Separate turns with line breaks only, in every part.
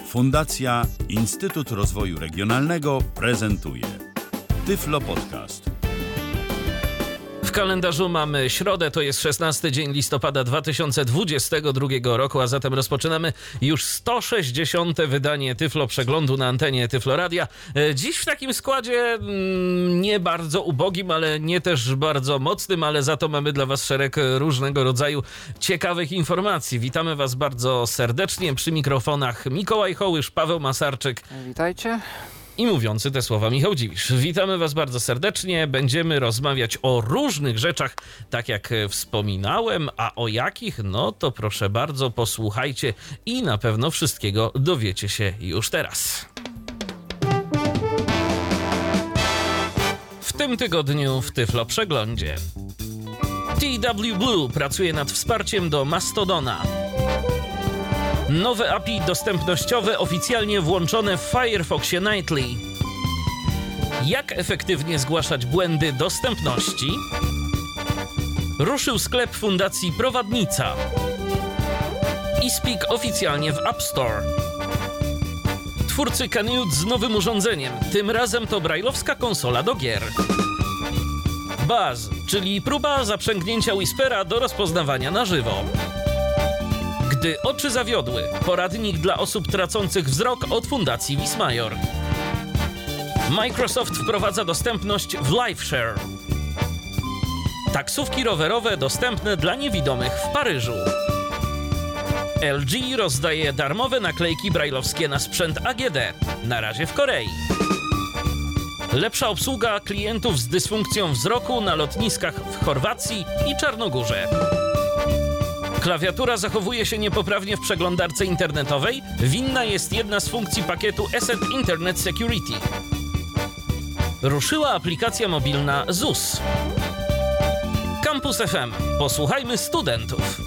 Fundacja Instytut Rozwoju Regionalnego prezentuje Tyflo Podcast.
W kalendarzu mamy środę, to jest 16 dzień listopada 2022 roku, a zatem rozpoczynamy już 160. wydanie Tyflo Przeglądu na antenie Tyflo Radia. Dziś w takim składzie nie bardzo ubogim, ale nie też bardzo mocnym, ale za to mamy dla Was szereg różnego rodzaju ciekawych informacji. Witamy Was bardzo serdecznie. Przy mikrofonach Mikołaj Hołysz, Paweł Masarczyk.
Witajcie.
I mówiący te słowa Michał Dziwisz. Witamy Was bardzo serdecznie. Będziemy rozmawiać o różnych rzeczach, tak jak wspominałem, a o jakich? No to proszę bardzo, posłuchajcie i na pewno wszystkiego dowiecie się już teraz. W tym tygodniu w Tyflo Przeglądzie. TW Blue pracuje nad wsparciem do Mastodona. Nowe API dostępnościowe oficjalnie włączone w Firefoxie Nightly. Jak efektywnie zgłaszać błędy dostępności? Ruszył sklep Fundacji Prowadnica. eSpeak oficjalnie w App Store. Twórcy Canute z nowym urządzeniem. Tym razem to brajlowska konsola do gier. Buzz, czyli próba zaprzęgnięcia Whispera do rozpoznawania na żywo. Gdy oczy zawiodły, poradnik dla osób tracących wzrok od Fundacji Wismajor. Microsoft wprowadza dostępność w LiveShare. Taksówki rowerowe dostępne dla niewidomych w Paryżu. LG rozdaje darmowe naklejki brajlowskie na sprzęt AGD, na razie w Korei. Lepsza obsługa klientów z dysfunkcją wzroku na lotniskach w Chorwacji i Czarnogórze. Klawiatura zachowuje się niepoprawnie w przeglądarce internetowej. Winna jest jedna z funkcji pakietu Asset Internet Security. Ruszyła aplikacja mobilna ZUS. Campus FM. Posłuchajmy studentów.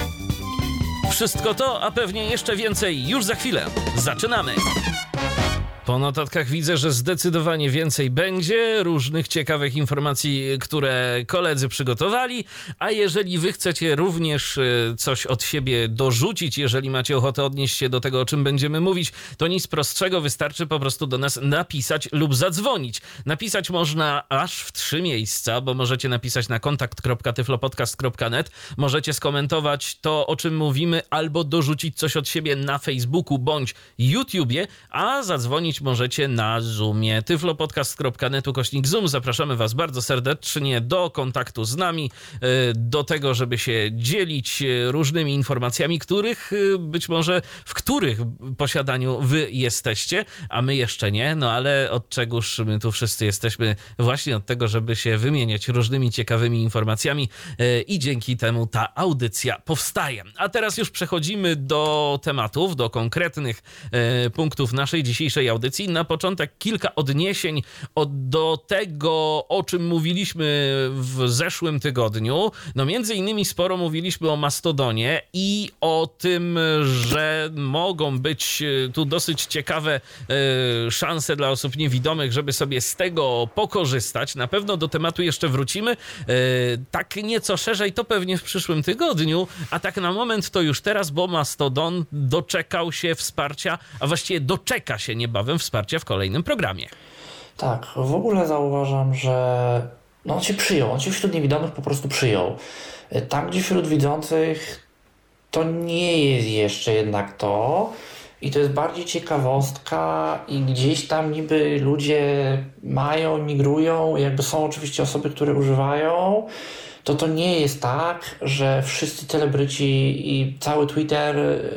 Wszystko to, a pewnie jeszcze więcej już za chwilę. Zaczynamy! Po notatkach widzę, że zdecydowanie więcej będzie różnych ciekawych informacji, które koledzy przygotowali, a jeżeli wy chcecie również coś od siebie dorzucić, jeżeli macie ochotę odnieść się do tego, o czym będziemy mówić, to nic prostszego, wystarczy po prostu do nas napisać lub zadzwonić. Napisać można aż w 3 miejsca, bo możecie napisać na kontakt.tyflopodcast.net, możecie skomentować to, o czym mówimy, albo dorzucić coś od siebie na Facebooku bądź YouTubie, a zadzwonić możecie na Zoomie. tyflopodcast.net/Zoom. Zapraszamy Was bardzo serdecznie do kontaktu z nami, do tego, żeby się dzielić różnymi informacjami, w których posiadaniu wy jesteście, a my jeszcze nie, no ale od czegóż my tu wszyscy jesteśmy? Właśnie od tego, żeby się wymieniać różnymi ciekawymi informacjami i dzięki temu ta audycja powstaje. A teraz już przechodzimy do tematów, do konkretnych punktów naszej dzisiejszej audycji. Na początek kilka odniesień do tego, o czym mówiliśmy w zeszłym tygodniu. No między innymi sporo mówiliśmy o Mastodonie i o tym, że mogą być tu dosyć ciekawe szanse dla osób niewidomych, żeby sobie z tego pokorzystać. Na pewno do tematu jeszcze wrócimy. Tak nieco szerzej to pewnie w przyszłym tygodniu, a tak na moment to już teraz, bo Mastodon doczekał się wsparcia, a właściwie doczeka się niebawem wsparcia w kolejnym programie.
Tak, w ogóle zauważam, że on się przyjął, on się wśród niewidomych po prostu przyjął. Tam, gdzie wśród widzących to nie jest jeszcze jednak to i to jest bardziej ciekawostka i gdzieś tam niby ludzie mają, migrują, jakby są oczywiście osoby, które używają, to nie jest tak, że wszyscy celebryci i cały Twitter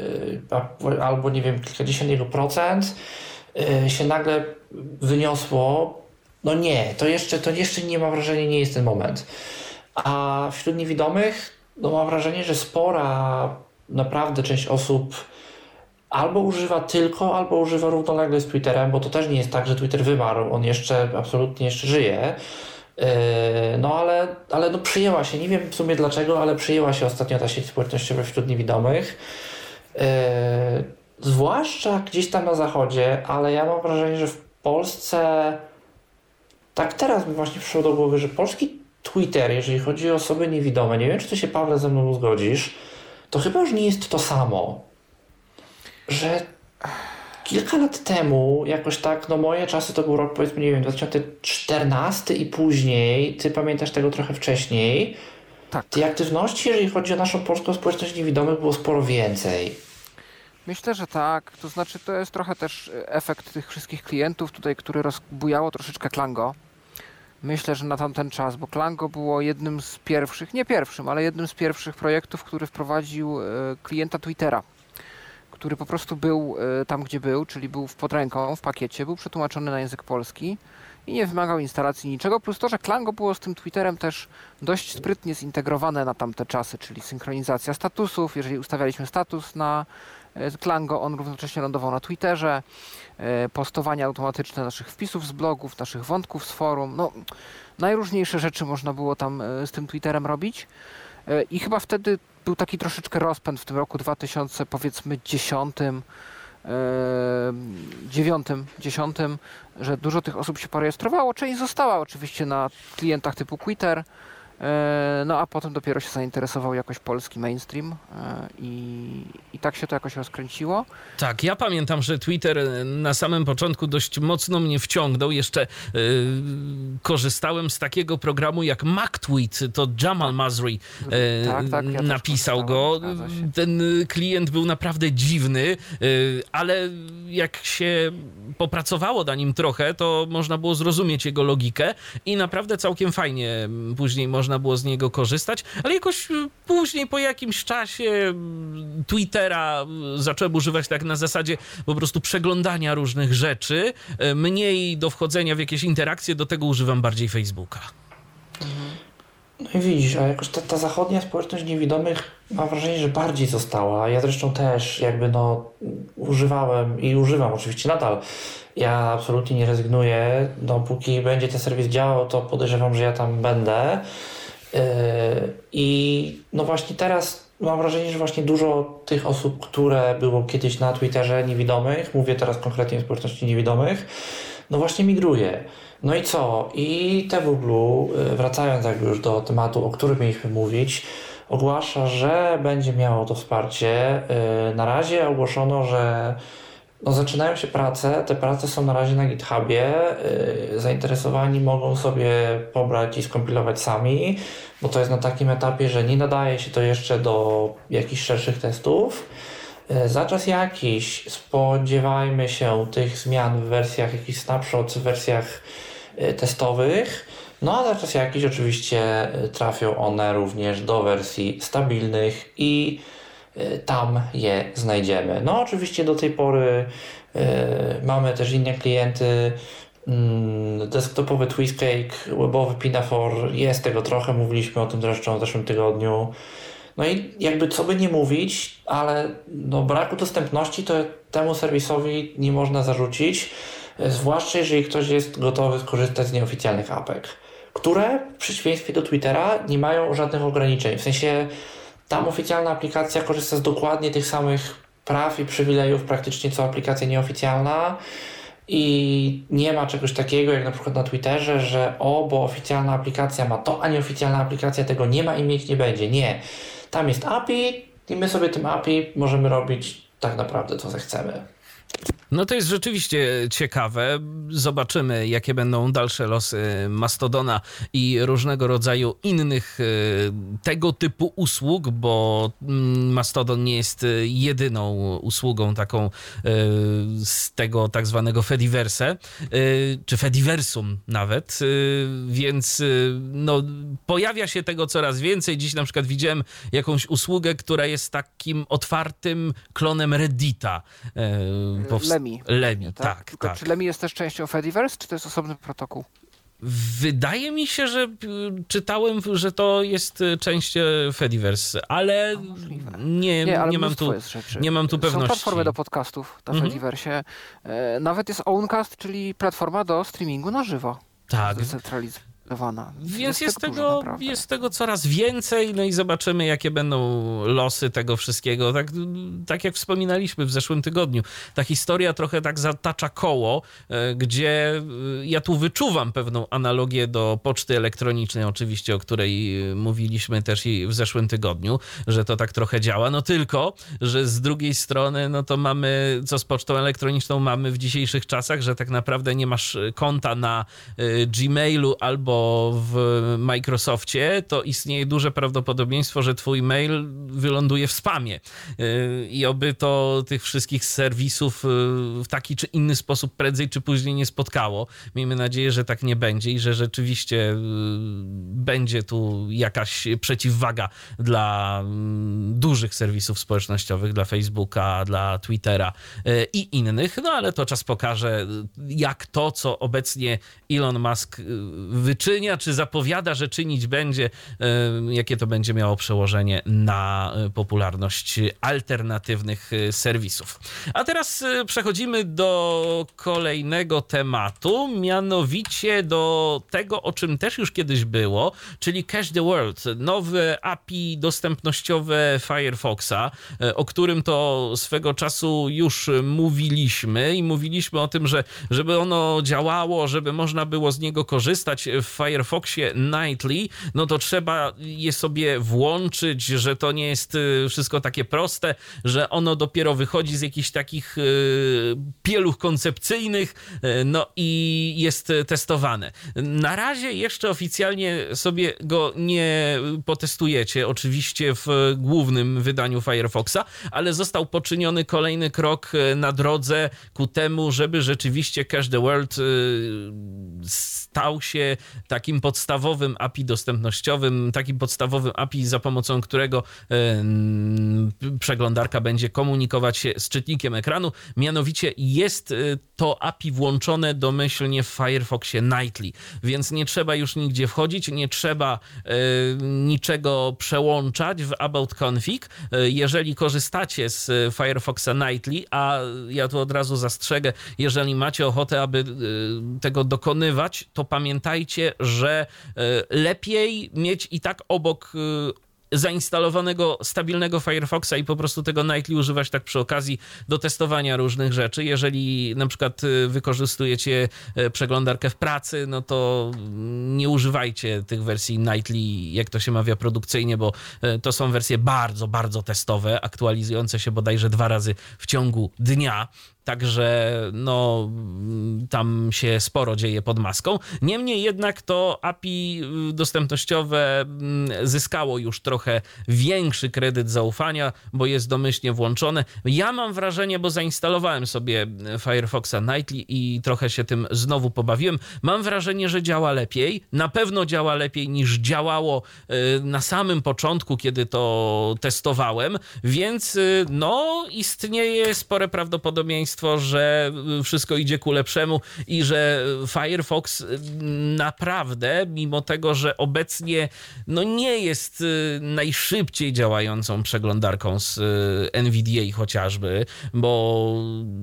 albo nie wiem, kilkadziesiąt jego procent się nagle wyniosło. No nie, to jeszcze nie mam wrażenia, nie jest ten moment. A wśród niewidomych, no mam wrażenie, że spora naprawdę część osób albo używa tylko, albo używa równolegle z Twitterem, bo to też nie jest tak, że Twitter wymarł, on absolutnie jeszcze żyje. No ale no przyjęła się, nie wiem w sumie dlaczego, ale przyjęła się ostatnio ta sieć społecznościowa wśród niewidomych. Zwłaszcza gdzieś tam na zachodzie, ale ja mam wrażenie, że w Polsce, tak teraz mi właśnie przyszło do głowy, że polski Twitter, jeżeli chodzi o osoby niewidome, nie wiem, czy ty się, Pawle, ze mną zgodzisz, to chyba już nie jest to samo. Że kilka lat temu, jakoś tak, no moje czasy to był rok, powiedzmy, nie wiem, 2014 i później, ty pamiętasz tego trochę wcześniej,
Tak.
tej aktywności, jeżeli chodzi o naszą polską społeczność niewidomych, było sporo więcej.
Myślę, że tak. To znaczy, to jest trochę też efekt tych wszystkich klientów tutaj, który rozbujało troszeczkę Klango. Myślę, że na tamten czas, bo Klango było jednym z pierwszych, nie pierwszym, ale jednym z pierwszych projektów, który wprowadził klienta Twittera, który po prostu był tam, gdzie był, czyli był pod ręką, w pakiecie, był przetłumaczony na język polski i nie wymagał instalacji niczego, plus to, że Klango było z tym Twitterem też dość sprytnie zintegrowane na tamte czasy, czyli synchronizacja statusów. Jeżeli ustawialiśmy status na Klango, on równocześnie lądował na Twitterze, postowanie automatyczne naszych wpisów z blogów, naszych wątków z forum, no najróżniejsze rzeczy można było tam z tym Twitterem robić i chyba wtedy był taki troszeczkę rozpęd w tym roku 2000, powiedzmy 10, że dużo tych osób się porejestrowało, część została oczywiście na klientach typu Twitter, no a potem dopiero się zainteresował jakoś polski mainstream i tak się to jakoś rozkręciło.
Tak, ja pamiętam, że Twitter na samym początku dość mocno mnie wciągnął. Jeszcze korzystałem z takiego programu jak MacTweet, to Jamal Masri
ja
napisał go. Ten klient był naprawdę dziwny, ale jak się popracowało na nim trochę, to można było zrozumieć jego logikę i naprawdę całkiem fajnie później można było z niego korzystać, ale jakoś później po jakimś czasie Twittera zacząłem używać tak na zasadzie po prostu przeglądania różnych rzeczy, mniej do wchodzenia w jakieś interakcje, do tego używam bardziej Facebooka.
No i widzisz, a jakoś ta zachodnia społeczność niewidomych, mam wrażenie, że bardziej została. Ja zresztą też jakby używałem i używam oczywiście nadal. Ja absolutnie nie rezygnuję. Póki będzie ten serwis działał, to podejrzewam, że ja tam będę. I no właśnie teraz mam wrażenie, że właśnie dużo tych osób, które było kiedyś na Twitterze niewidomych, mówię teraz konkretnie o społeczności niewidomych, no właśnie migruje. No i co? I TWBLU, wracając jakby już do tematu, o którym mieliśmy mówić, ogłasza, że będzie miało to wsparcie. Na razie ogłoszono, że zaczynają się prace. Te prace są na razie na GitHubie. Zainteresowani mogą sobie pobrać i skompilować sami, bo to jest na takim etapie, że nie nadaje się to jeszcze do jakichś szerszych testów. Za czas jakiś spodziewajmy się tych zmian w wersjach, jakichś snapshot w wersjach testowych, no a za czas jakiś oczywiście trafią one również do wersji stabilnych i tam je znajdziemy. No oczywiście do tej pory mamy też inne klienty, desktopowy Twistcake, webowy Pinafore, jest tego trochę, mówiliśmy o tym zresztą w zeszłym tygodniu. No i jakby co by nie mówić, ale braku dostępności to temu serwisowi nie można zarzucić, zwłaszcza jeżeli ktoś jest gotowy skorzystać z nieoficjalnych apek, które w przeciwieństwie do Twittera nie mają żadnych ograniczeń. W sensie tam oficjalna aplikacja korzysta z dokładnie tych samych praw i przywilejów praktycznie co aplikacja nieoficjalna i nie ma czegoś takiego jak na przykład na Twitterze, że bo oficjalna aplikacja ma to, a nieoficjalna aplikacja tego nie ma i mieć nie będzie. Nie. Tam jest API i my sobie tym API możemy robić tak naprawdę co zechcemy.
No to jest rzeczywiście ciekawe. Zobaczymy, jakie będą dalsze losy Mastodona i różnego rodzaju innych tego typu usług, bo Mastodon nie jest jedyną usługą taką z tego tak zwanego Fediverse, czy Fediversum nawet, więc pojawia się tego coraz więcej. Dziś na przykład widziałem jakąś usługę, która jest takim otwartym klonem Reddita. Lemmy, tak.
Czy Lemmy jest też częścią Fediverse, czy to jest osobny protokół?
Wydaje mi się, że czytałem, że to jest część Fediverse, ale nie mam tu pewności.
Są platformy do podcastów na Fediverse. Nawet jest Owncast, czyli platforma do streamingu na żywo.
Tak. Więc jest tego coraz więcej, no i zobaczymy, jakie będą losy tego wszystkiego. Tak jak wspominaliśmy w zeszłym tygodniu, ta historia trochę tak zatacza koło, gdzie ja tu wyczuwam pewną analogię do poczty elektronicznej, oczywiście, o której mówiliśmy też i w zeszłym tygodniu, że to tak trochę działa, no tylko, że z drugiej strony, no to mamy, co z pocztą elektroniczną mamy w dzisiejszych czasach, że tak naprawdę nie masz konta na Gmailu albo w Microsoftie, to istnieje duże prawdopodobieństwo, że twój mail wyląduje w spamie. I oby to tych wszystkich serwisów w taki czy inny sposób prędzej czy później nie spotkało. Miejmy nadzieję, że tak nie będzie i że rzeczywiście będzie tu jakaś przeciwwaga dla dużych serwisów społecznościowych, dla Facebooka, dla Twittera i innych. No ale to czas pokaże, jak to, co obecnie Elon Musk wyczynia, czy zapowiada, że czynić będzie, jakie to będzie miało przełożenie na popularność alternatywnych serwisów. A teraz przechodzimy do kolejnego tematu, mianowicie do tego, o czym też już kiedyś było, czyli Cache the World, nowe API dostępnościowe Firefoxa, o którym to swego czasu już mówiliśmy i mówiliśmy o tym, że żeby ono działało, żeby można było z niego korzystać w Firefoxie Nightly, no to trzeba je sobie włączyć, że to nie jest wszystko takie proste, że ono dopiero wychodzi z jakichś takich pieluch koncepcyjnych, no i jest testowane. Na razie jeszcze oficjalnie sobie go nie potestujecie, oczywiście w głównym wydaniu Firefoxa, ale został poczyniony kolejny krok na drodze ku temu, żeby rzeczywiście Cache the World stał się takim podstawowym API dostępnościowym, takim podstawowym API, za pomocą którego przeglądarka będzie komunikować się z czytnikiem ekranu. Mianowicie jest to API włączone domyślnie w Firefoxie Nightly, więc nie trzeba już nigdzie wchodzić, nie trzeba niczego przełączać w About Config. Jeżeli korzystacie z Firefoxa Nightly, a ja tu od razu zastrzegę, jeżeli macie ochotę, aby tego dokonywać, to pamiętajcie, że lepiej mieć i tak obok zainstalowanego, stabilnego Firefoxa i po prostu tego Nightly używać tak przy okazji do testowania różnych rzeczy. Jeżeli na przykład wykorzystujecie przeglądarkę w pracy, no to nie używajcie tych wersji Nightly, jak to się mawia, produkcyjnie, bo to są wersje bardzo, bardzo testowe, aktualizujące się bodajże 2 razy w ciągu dnia. Także no, tam się sporo dzieje pod maską. Niemniej jednak to API dostępnościowe zyskało już trochę większy kredyt zaufania, bo jest domyślnie włączone. Ja mam wrażenie, bo zainstalowałem sobie Firefoxa Nightly i trochę się tym znowu pobawiłem. Mam wrażenie, że działa lepiej. Na pewno działa lepiej niż działało na samym początku, kiedy to testowałem, więc no, istnieje spore prawdopodobieństwo, że wszystko idzie ku lepszemu i że Firefox naprawdę, mimo tego, że obecnie no nie jest najszybciej działającą przeglądarką z NVDA chociażby, bo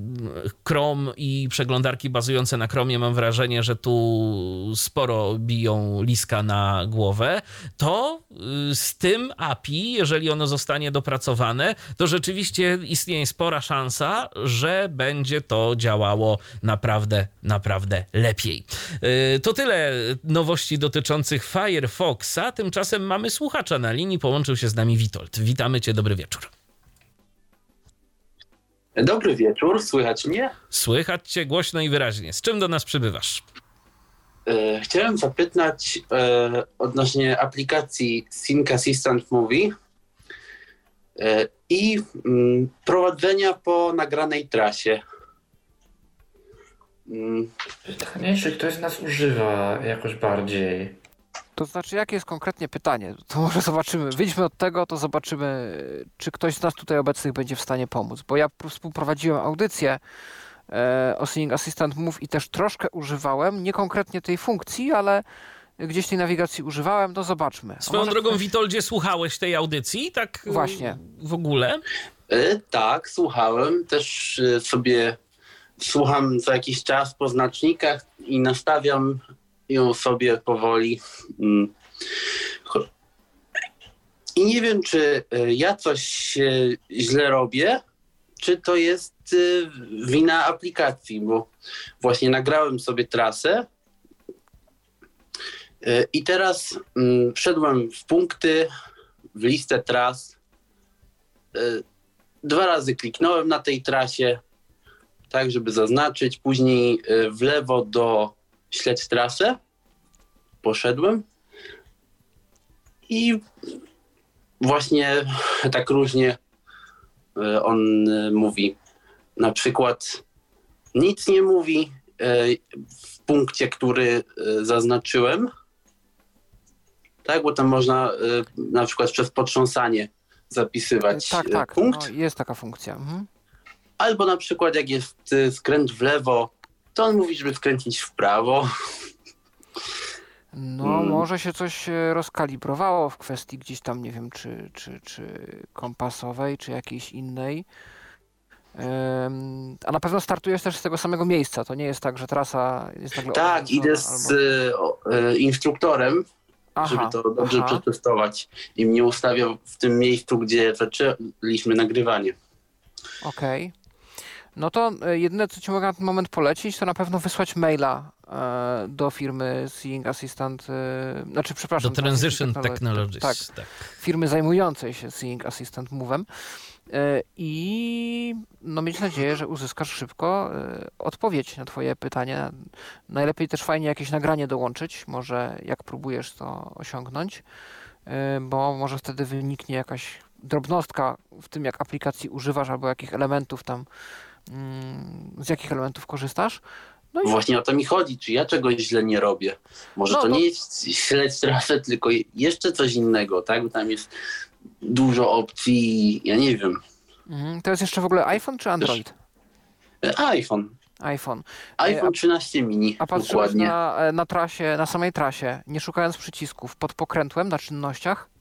Chrome i przeglądarki bazujące na Chromie, mam wrażenie, że tu sporo biją liska na głowę, to z tym API, jeżeli ono zostanie dopracowane, to rzeczywiście istnieje spora szansa, że będzie to działało naprawdę, naprawdę lepiej. To tyle nowości dotyczących Firefoxa. Tymczasem mamy słuchacza na linii. Połączył się z nami Witold. Witamy cię, dobry wieczór.
Dobry wieczór, słychać mnie?
Słychać cię głośno i wyraźnie. Z czym do nas przybywasz?
Chciałem zapytać odnośnie aplikacji Sync Assistant Movie i prowadzenia po nagranej trasie.
Pytanie, czy ktoś z nas używa jakoś bardziej?
To znaczy, jakie jest konkretnie pytanie? To może zobaczymy. Wyjdźmy od tego, to zobaczymy, czy ktoś z nas tutaj obecnych będzie w stanie pomóc. Bo ja współprowadziłem audycję o Sync Assistant Move i też troszkę używałem, nie konkretnie tej funkcji, ale gdzieś tej nawigacji używałem, to zobaczmy.
Swoją drogą, Witoldzie, słuchałeś tej audycji? Tak
właśnie.
W ogóle?
Tak, słuchałem. Też sobie słucham co jakiś czas po znacznikach i nastawiam ją sobie powoli. I nie wiem, czy ja coś źle robię, czy to jest wina aplikacji, bo właśnie nagrałem sobie trasę i teraz wszedłem w punkty, w listę tras. 2 razy kliknąłem na tej trasie, tak żeby zaznaczyć. Później w lewo do śledź trasę poszedłem i właśnie tak różnie on mówi. Na przykład nic nie mówi w punkcie, który zaznaczyłem, tak, bo tam można na przykład przez potrząsanie zapisywać
Tak,
punkt.
no, jest taka funkcja.
Albo na przykład jak jest skręt w lewo, to on mówi, żeby skręcić w prawo.
No, może się coś rozkalibrowało w kwestii gdzieś tam, nie wiem, czy kompasowej, czy jakiejś innej. A na pewno startujesz też z tego samego miejsca. To nie jest tak, że trasa jest nagle...
Tak, idę z instruktorem, żeby to dobrze przetestować. I mnie ustawia w tym miejscu, gdzie zaczęliśmy nagrywanie.
Okej. No to jedyne, co ci mogę na ten moment polecić, to na pewno wysłać maila do firmy Seeing Assistant,
Do Transition Technologies.
Tak, firmy zajmującej się Seeing Assistant Move'em. I no mieć nadzieję, że uzyskasz szybko odpowiedź na twoje pytania. Najlepiej też fajnie jakieś nagranie dołączyć, może jak próbujesz to osiągnąć, bo może wtedy wyniknie jakaś drobnostka w tym, jak aplikacji używasz, albo jakich elementów tam, z jakich elementów korzystasz. No i
właśnie o to mi chodzi, czy ja czegoś źle nie robię. Może to nie jest śledź trasę, tylko jeszcze coś innego, tak? Bo tam jest dużo opcji, ja nie wiem.
To jest jeszcze w ogóle iPhone czy Android?
iPhone.
iPhone
13 mini.
A patrzyłeś na trasie, na samej trasie, nie szukając przycisków, pod pokrętłem na czynnościach?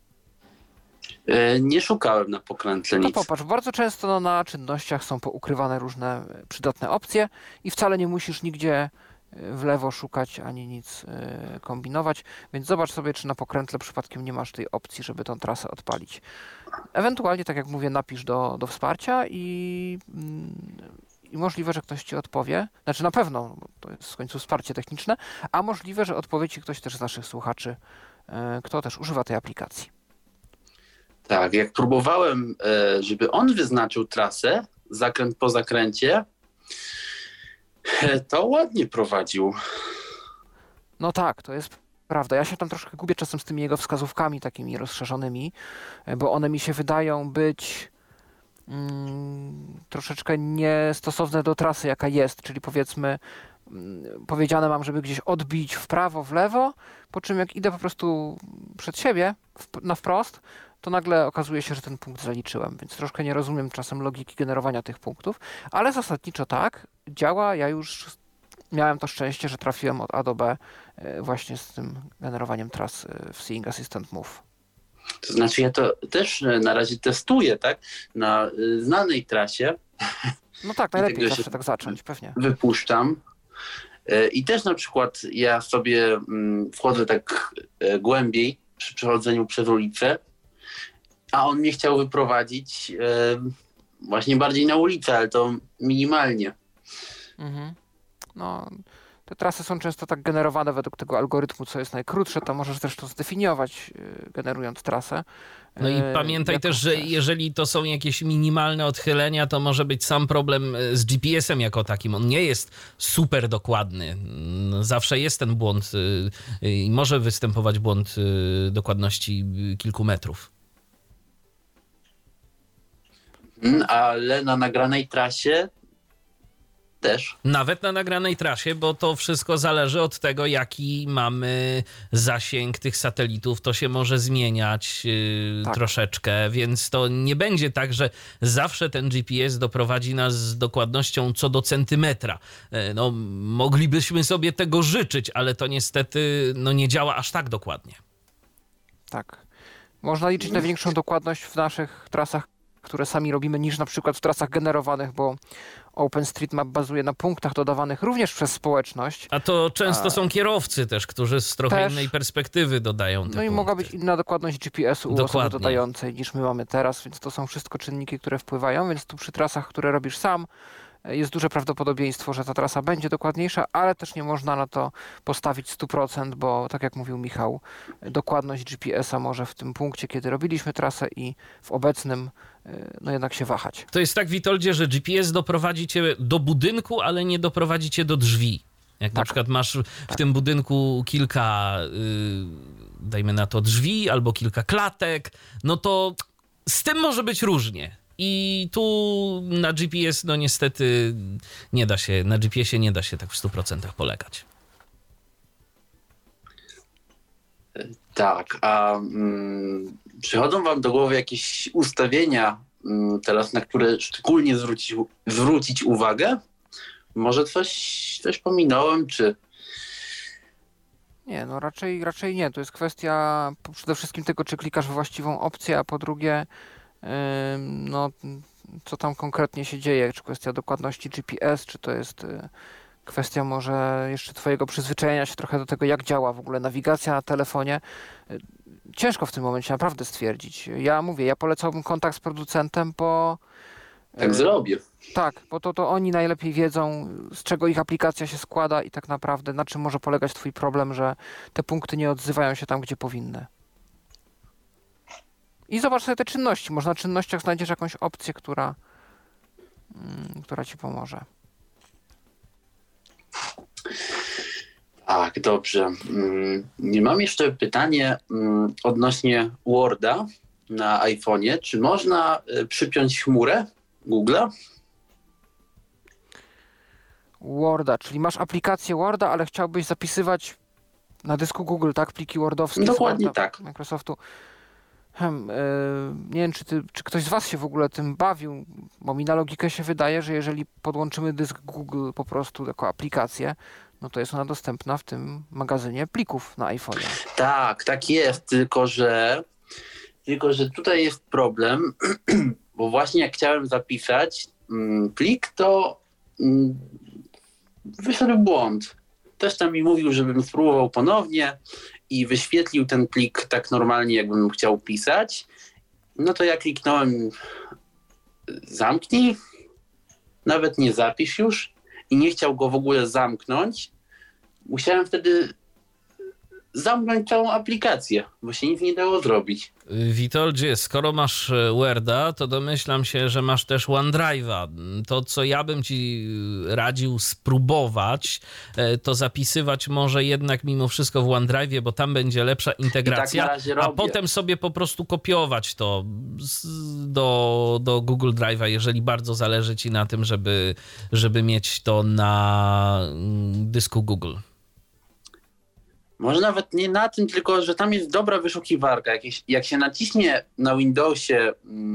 Nie szukałem na pokrętle nic.
To popatrz, bardzo często na czynnościach są poukrywane różne przydatne opcje i wcale nie musisz nigdzie w lewo szukać ani nic kombinować, więc zobacz sobie, czy na pokrętle przypadkiem nie masz tej opcji, żeby tą trasę odpalić. Ewentualnie, tak jak mówię, napisz do wsparcia i możliwe, że ktoś ci odpowie. Znaczy na pewno, bo to jest w końcu wsparcie techniczne, a możliwe, że odpowie ci ktoś też z naszych słuchaczy, kto też używa tej aplikacji.
Tak, jak próbowałem, żeby on wyznaczył trasę, zakręt po zakręcie, to ładnie prowadził.
No tak, to jest prawda. Ja się tam troszkę gubię czasem z tymi jego wskazówkami takimi rozszerzonymi, bo one mi się wydają być troszeczkę niestosowne do trasy, jaka jest, czyli powiedzmy powiedziane mam, żeby gdzieś odbić w prawo, w lewo, po czym jak idę po prostu przed siebie, na wprost, to nagle okazuje się, że ten punkt zaliczyłem, więc troszkę nie rozumiem czasem logiki generowania tych punktów, ale zasadniczo tak, działa. Ja już miałem to szczęście, że trafiłem od A do B właśnie z tym generowaniem tras w Seeing Assistant Move.
To znaczy ja to też na razie testuję, tak? Na znanej trasie.
No tak, najlepiej zawsze tak zacząć, pewnie.
Wypuszczam. I też na przykład ja sobie wchodzę tak głębiej przy przechodzeniu przez ulicę, a on mnie chciał wyprowadzić właśnie bardziej na ulicę, ale to minimalnie.
No, te trasy są często tak generowane według tego algorytmu, co jest najkrótsze, to możesz zresztą zdefiniować, generując trasę.
No i pamiętaj też, że jeżeli to są jakieś minimalne odchylenia, to może być sam problem z GPS-em jako takim. On nie jest super dokładny. Zawsze jest ten błąd i może występować błąd dokładności kilku metrów.
Ale na nagranej trasie też.
Nawet na nagranej trasie, bo to wszystko zależy od tego, jaki mamy zasięg tych satelitów. To się może zmieniać troszeczkę, więc to nie będzie tak, że zawsze ten GPS doprowadzi nas z dokładnością co do centymetra. No, moglibyśmy sobie tego życzyć, ale to niestety nie działa aż tak dokładnie.
Tak. Można liczyć na większą dokładność w naszych trasach, które sami robimy, niż na przykład w trasach generowanych, bo OpenStreetMap bazuje na punktach dodawanych również przez społeczność.
A to często są kierowcy też, którzy z trochę
Też.
innej perspektywy dodają te
No i
punkty.
mogła być inna dokładność GPS-u u osoby
Dokładnie.
dodającej niż my mamy teraz, więc to są wszystko czynniki, które wpływają, więc tu przy trasach, które robisz sam, jest duże prawdopodobieństwo, że ta trasa będzie dokładniejsza, ale też nie można na to postawić 100%, bo tak jak mówił Michał, dokładność GPS-a może w tym punkcie, kiedy robiliśmy trasę i w obecnym, no jednak się wahać.
To jest tak, Witoldzie, że GPS doprowadzi cię do budynku, ale nie doprowadzi cię do drzwi. Jak na przykład masz w tym budynku kilka, dajmy na to, drzwi albo kilka klatek, no to z tym może być różnie. I tu na GPS, no niestety nie da się, na GPS-ie nie da się tak w 100% polegać.
Tak, a przychodzą wam do głowy jakieś ustawienia teraz, na które szczególnie zwrócić uwagę? Może coś pominąłem, czy...
Nie, no raczej nie. To jest kwestia przede wszystkim tego, czy klikasz w właściwą opcję, a po drugie, no co tam konkretnie się dzieje, czy kwestia dokładności GPS, czy to jest kwestia może jeszcze twojego przyzwyczajenia się trochę do tego, jak działa w ogóle nawigacja na telefonie. Ciężko w tym momencie naprawdę stwierdzić. Ja polecałbym kontakt z producentem, bo...
Tak zrobię.
Tak, bo to oni najlepiej wiedzą, z czego ich aplikacja się składa i tak naprawdę na czym może polegać twój problem, że te punkty nie odzywają się tam, gdzie powinny. I zobacz sobie te czynności. Może na czynnościach znajdziesz jakąś opcję, która ci pomoże.
Tak, dobrze. Mam jeszcze pytanie odnośnie Worda na iPhone'ie. Czy można przypiąć chmurę Google'a?
Worda, czyli masz aplikację Worda, ale chciałbyś zapisywać na dysku Google, tak? Pliki wordowskie
Dokładnie
z Worda,
tak.
Microsoftu. Nie wiem, czy ktoś z was się w ogóle tym bawił, bo mi na logikę się wydaje, że jeżeli podłączymy dysk Google po prostu jako aplikację, no to jest ona dostępna w tym magazynie plików na iPhone'ie.
Tak jest, tylko że tutaj jest problem, bo właśnie jak chciałem zapisać plik, to wyszedł błąd. Też tam mi mówił, żebym spróbował ponownie i wyświetlił ten plik tak normalnie, jakbym chciał pisać. No to ja kliknąłem zamknij, nawet nie zapisz już i nie chciał go w ogóle zamknąć. Musiałem wtedy zamknąć całą aplikację, bo się nic nie dało zrobić.
Witoldzie, skoro masz Worda, to domyślam się, że masz też OneDrive'a. To, co ja bym ci radził spróbować, to zapisywać może jednak mimo wszystko w OneDrive'ie, bo tam będzie lepsza integracja,
I tak na razie
a
robię.
potem sobie po prostu kopiować to do Google Drive'a, jeżeli bardzo zależy ci na tym, żeby mieć to na dysku Google.
Może nawet nie na tym, tylko że tam jest dobra wyszukiwarka. Jak się naciśnie na Windowsie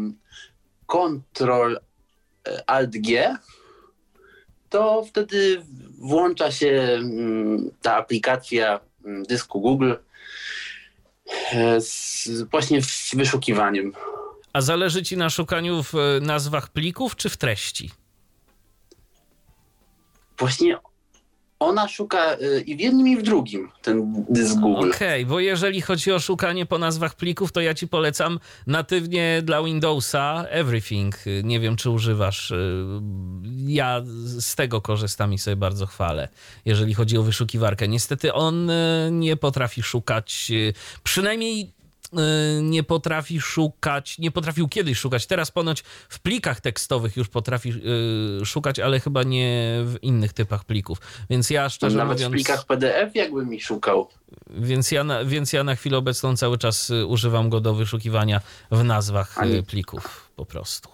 Ctrl-Alt-G, to wtedy włącza się ta aplikacja dysku Google właśnie z wyszukiwaniem.
A zależy ci na szukaniu w nazwach plików czy w treści?
Właśnie ona szuka i w jednym, i w drugim, ten dysk Google.
Okej, bo jeżeli chodzi o szukanie po nazwach plików, to ja ci polecam natywnie dla Windowsa Everything. Nie wiem, czy używasz. Ja z tego korzystam i sobie bardzo chwalę, jeżeli chodzi o wyszukiwarkę. Niestety on nie potrafi szukać, przynajmniej nie potrafił kiedyś szukać. Teraz ponoć w plikach tekstowych już potrafi szukać, ale chyba nie w innych typach plików. Więc ja szczerze
Nawet
mówiąc...
w plikach PDF jakby mi szukał.
Więc ja na chwilę obecną cały czas używam go do wyszukiwania w nazwach plików po prostu.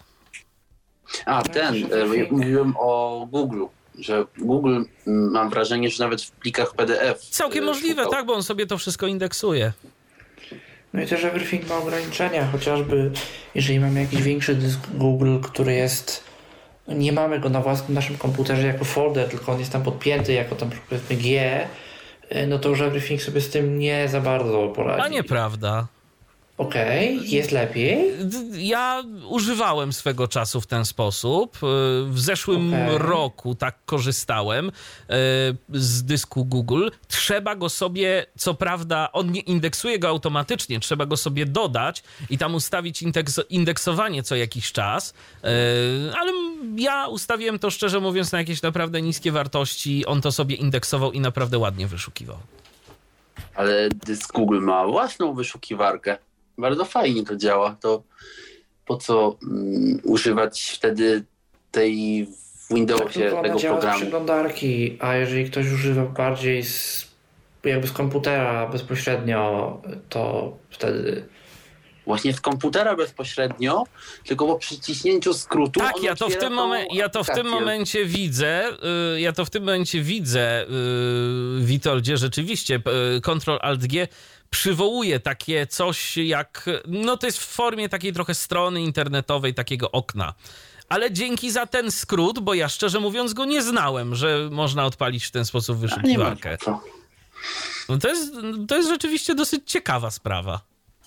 Mówiłem o Google, że Google mam wrażenie, że nawet w plikach PDF
Całkiem możliwe,
szukał.
tak, bo on sobie to wszystko indeksuje.
No i też Everything ma ograniczenia, chociażby jeżeli mamy jakiś większy dysk Google, który jest, nie mamy go na własnym naszym komputerze jako folder, tylko on jest tam podpięty jako tam powiedzmy G, no to już Everything sobie z tym nie za bardzo poradzi.
A nieprawda.
Okej, jest lepiej.
Ja używałem swego czasu w ten sposób. W zeszłym roku tak korzystałem z dysku Google. Trzeba go sobie, co prawda, on nie indeksuje go automatycznie, trzeba go sobie dodać i tam ustawić indeksowanie co jakiś czas, ale ja ustawiłem to, szczerze mówiąc, na jakieś naprawdę niskie wartości. On to sobie indeksował i naprawdę ładnie wyszukiwał.
Ale dysk Google ma własną wyszukiwarkę. Bardzo fajnie to działa. To po co używać wtedy tej w Windowsie
Tak,
tego
działa z
programu?
przeglądarki, a jeżeli ktoś używa bardziej jakby z komputera bezpośrednio, to wtedy...
Właśnie z komputera bezpośrednio, tylko po przyciśnięciu skrótu.
Tak,
on
ja to w tym momencie widzę, Witoldzie, rzeczywiście Ctrl-Alt-G przywołuje takie coś jak, no to jest w formie takiej trochę strony internetowej, takiego okna. Ale dzięki za ten skrót, bo ja szczerze mówiąc go nie znałem, że można odpalić w ten sposób wyszukiwarkę. No to jest rzeczywiście dosyć ciekawa sprawa.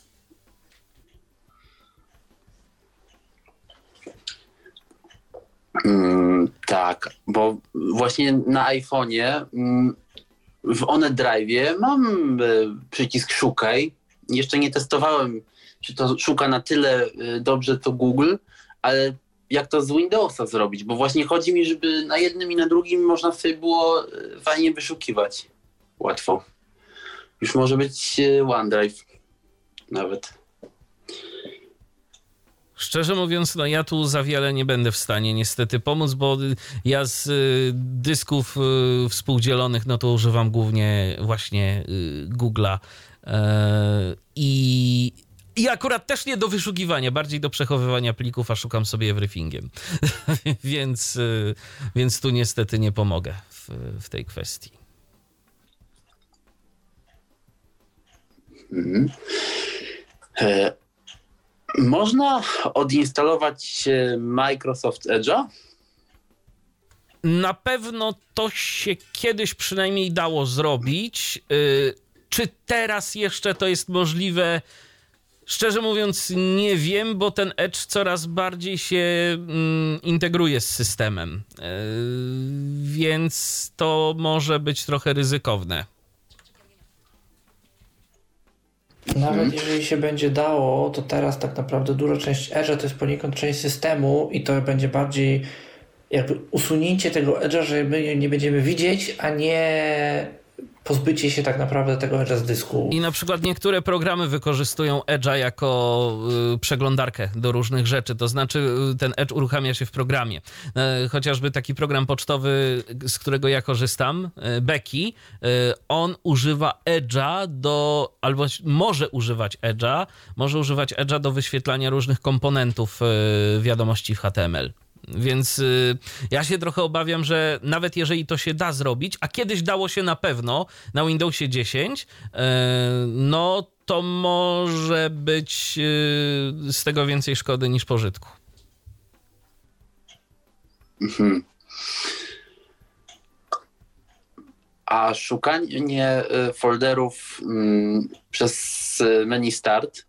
Tak, bo właśnie na iPhone'ie w OneDrive'ie mam przycisk szukaj. Jeszcze nie testowałem, czy to szuka na tyle dobrze co Google, ale jak to z Windowsa zrobić, bo właśnie chodzi mi, żeby na jednym i na drugim można sobie było fajnie wyszukiwać. Łatwo. Już może być OneDrive nawet.
Szczerze mówiąc, no ja tu za wiele nie będę w stanie niestety pomóc, bo ja z dysków współdzielonych, no to używam głównie właśnie Google'a i akurat też nie do wyszukiwania, bardziej do przechowywania plików, a szukam sobie everythingiem. więc tu niestety nie pomogę w tej kwestii.
Można odinstalować Microsoft Edge'a?
Na pewno to się kiedyś przynajmniej dało zrobić. Czy teraz jeszcze to jest możliwe? Szczerze mówiąc nie wiem, bo ten Edge coraz bardziej się integruje z systemem. Więc to może być trochę ryzykowne.
Nawet jeżeli się będzie dało, to teraz tak naprawdę duża część Edge'a to jest poniekąd część systemu i to będzie bardziej jakby usunięcie tego Edge'a, że my nie będziemy widzieć, a nie pozbycie się tak naprawdę tego Edge'a z dysku.
I na przykład niektóre programy wykorzystują Edge'a jako przeglądarkę do różnych rzeczy, to znaczy ten Edge uruchamia się w programie. Chociażby taki program pocztowy, z którego ja korzystam, Becky, on używa Edge'a albo może używać Edge'a do wyświetlania różnych komponentów wiadomości w HTML. Więc ja się trochę obawiam, że nawet jeżeli to się da zrobić, a kiedyś dało się na pewno na Windowsie 10, no to może być z tego więcej szkody niż pożytku.
Mhm. A szukanie folderów przez menu Start,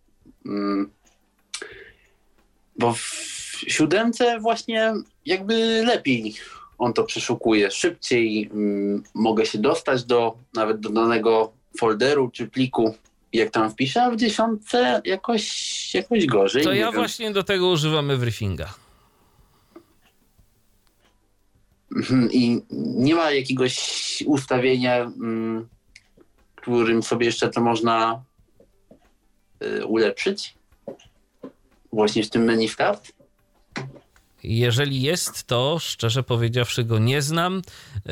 bo w 7 właśnie jakby lepiej on to przeszukuje, szybciej mogę się dostać nawet do danego folderu czy pliku, jak tam wpiszę, a w 10 jakoś gorzej.
To ja właśnie do tego używam everythinga.
I nie ma jakiegoś ustawienia, którym sobie jeszcze to można ulepszyć? Właśnie w tym menu Start?
Jeżeli jest, to szczerze powiedziawszy go nie znam.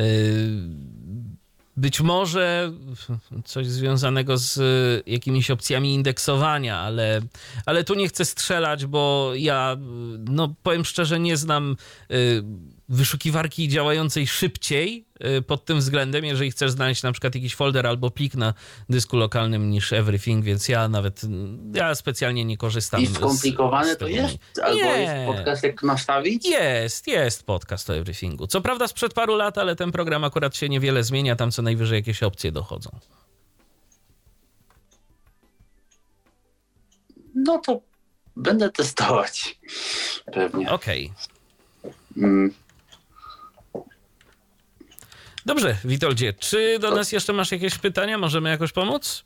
Być może coś związanego z jakimiś opcjami indeksowania, ale tu nie chcę strzelać, bo ja, no powiem szczerze, nie znam wyszukiwarki działającej szybciej pod tym względem, jeżeli chcesz znaleźć na przykład jakiś folder albo plik na dysku lokalnym niż everything, więc ja specjalnie nie korzystam.
I skomplikowane to jest? Albo jest podcast jak nastawić?
Jest podcast o everythingu. Co prawda sprzed paru lat, ale ten program akurat się niewiele zmienia, tam co najwyżej jakieś opcje dochodzą.
No to będę testować. Pewnie.
Okej.
Mm.
Dobrze, Witoldzie, czy do nas jeszcze masz jakieś pytania? Możemy jakoś pomóc?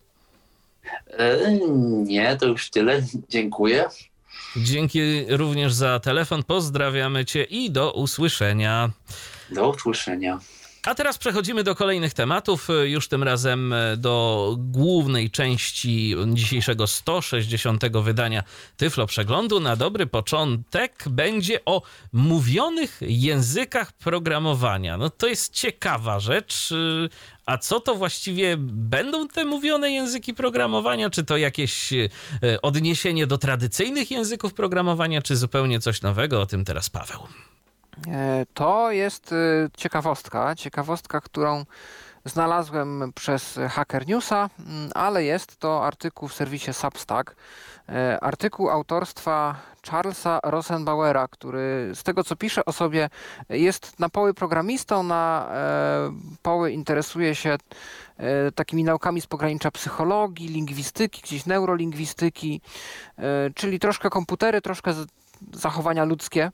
Nie, to już tyle. Dziękuję.
Dzięki również za telefon. Pozdrawiamy cię i do usłyszenia.
Do usłyszenia.
A teraz przechodzimy do kolejnych tematów, już tym razem do głównej części dzisiejszego 160. wydania Tyflo Przeglądu. Na dobry początek będzie o mówionych językach programowania. No to jest ciekawa rzecz. A co to właściwie będą te mówione języki programowania? Czy to jakieś odniesienie do tradycyjnych języków programowania, czy zupełnie coś nowego? O tym teraz Paweł.
To jest ciekawostka, którą znalazłem przez Hacker Newsa, ale jest to artykuł w serwisie Substack. Artykuł autorstwa Charlesa Rosenbauera, który z tego co pisze o sobie jest na poły programistą, na poły interesuje się takimi naukami z pogranicza psychologii, lingwistyki, gdzieś neurolingwistyki, czyli troszkę komputery, troszkę zachowania ludzkie.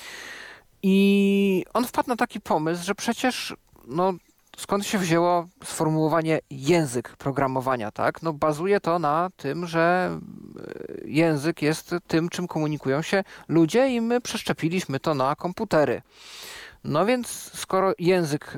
I on wpadł na taki pomysł, że przecież skąd się wzięło sformułowanie język programowania, tak? No bazuje to na tym, że język jest tym, czym komunikują się ludzie i my przeszczepiliśmy to na komputery. No więc skoro język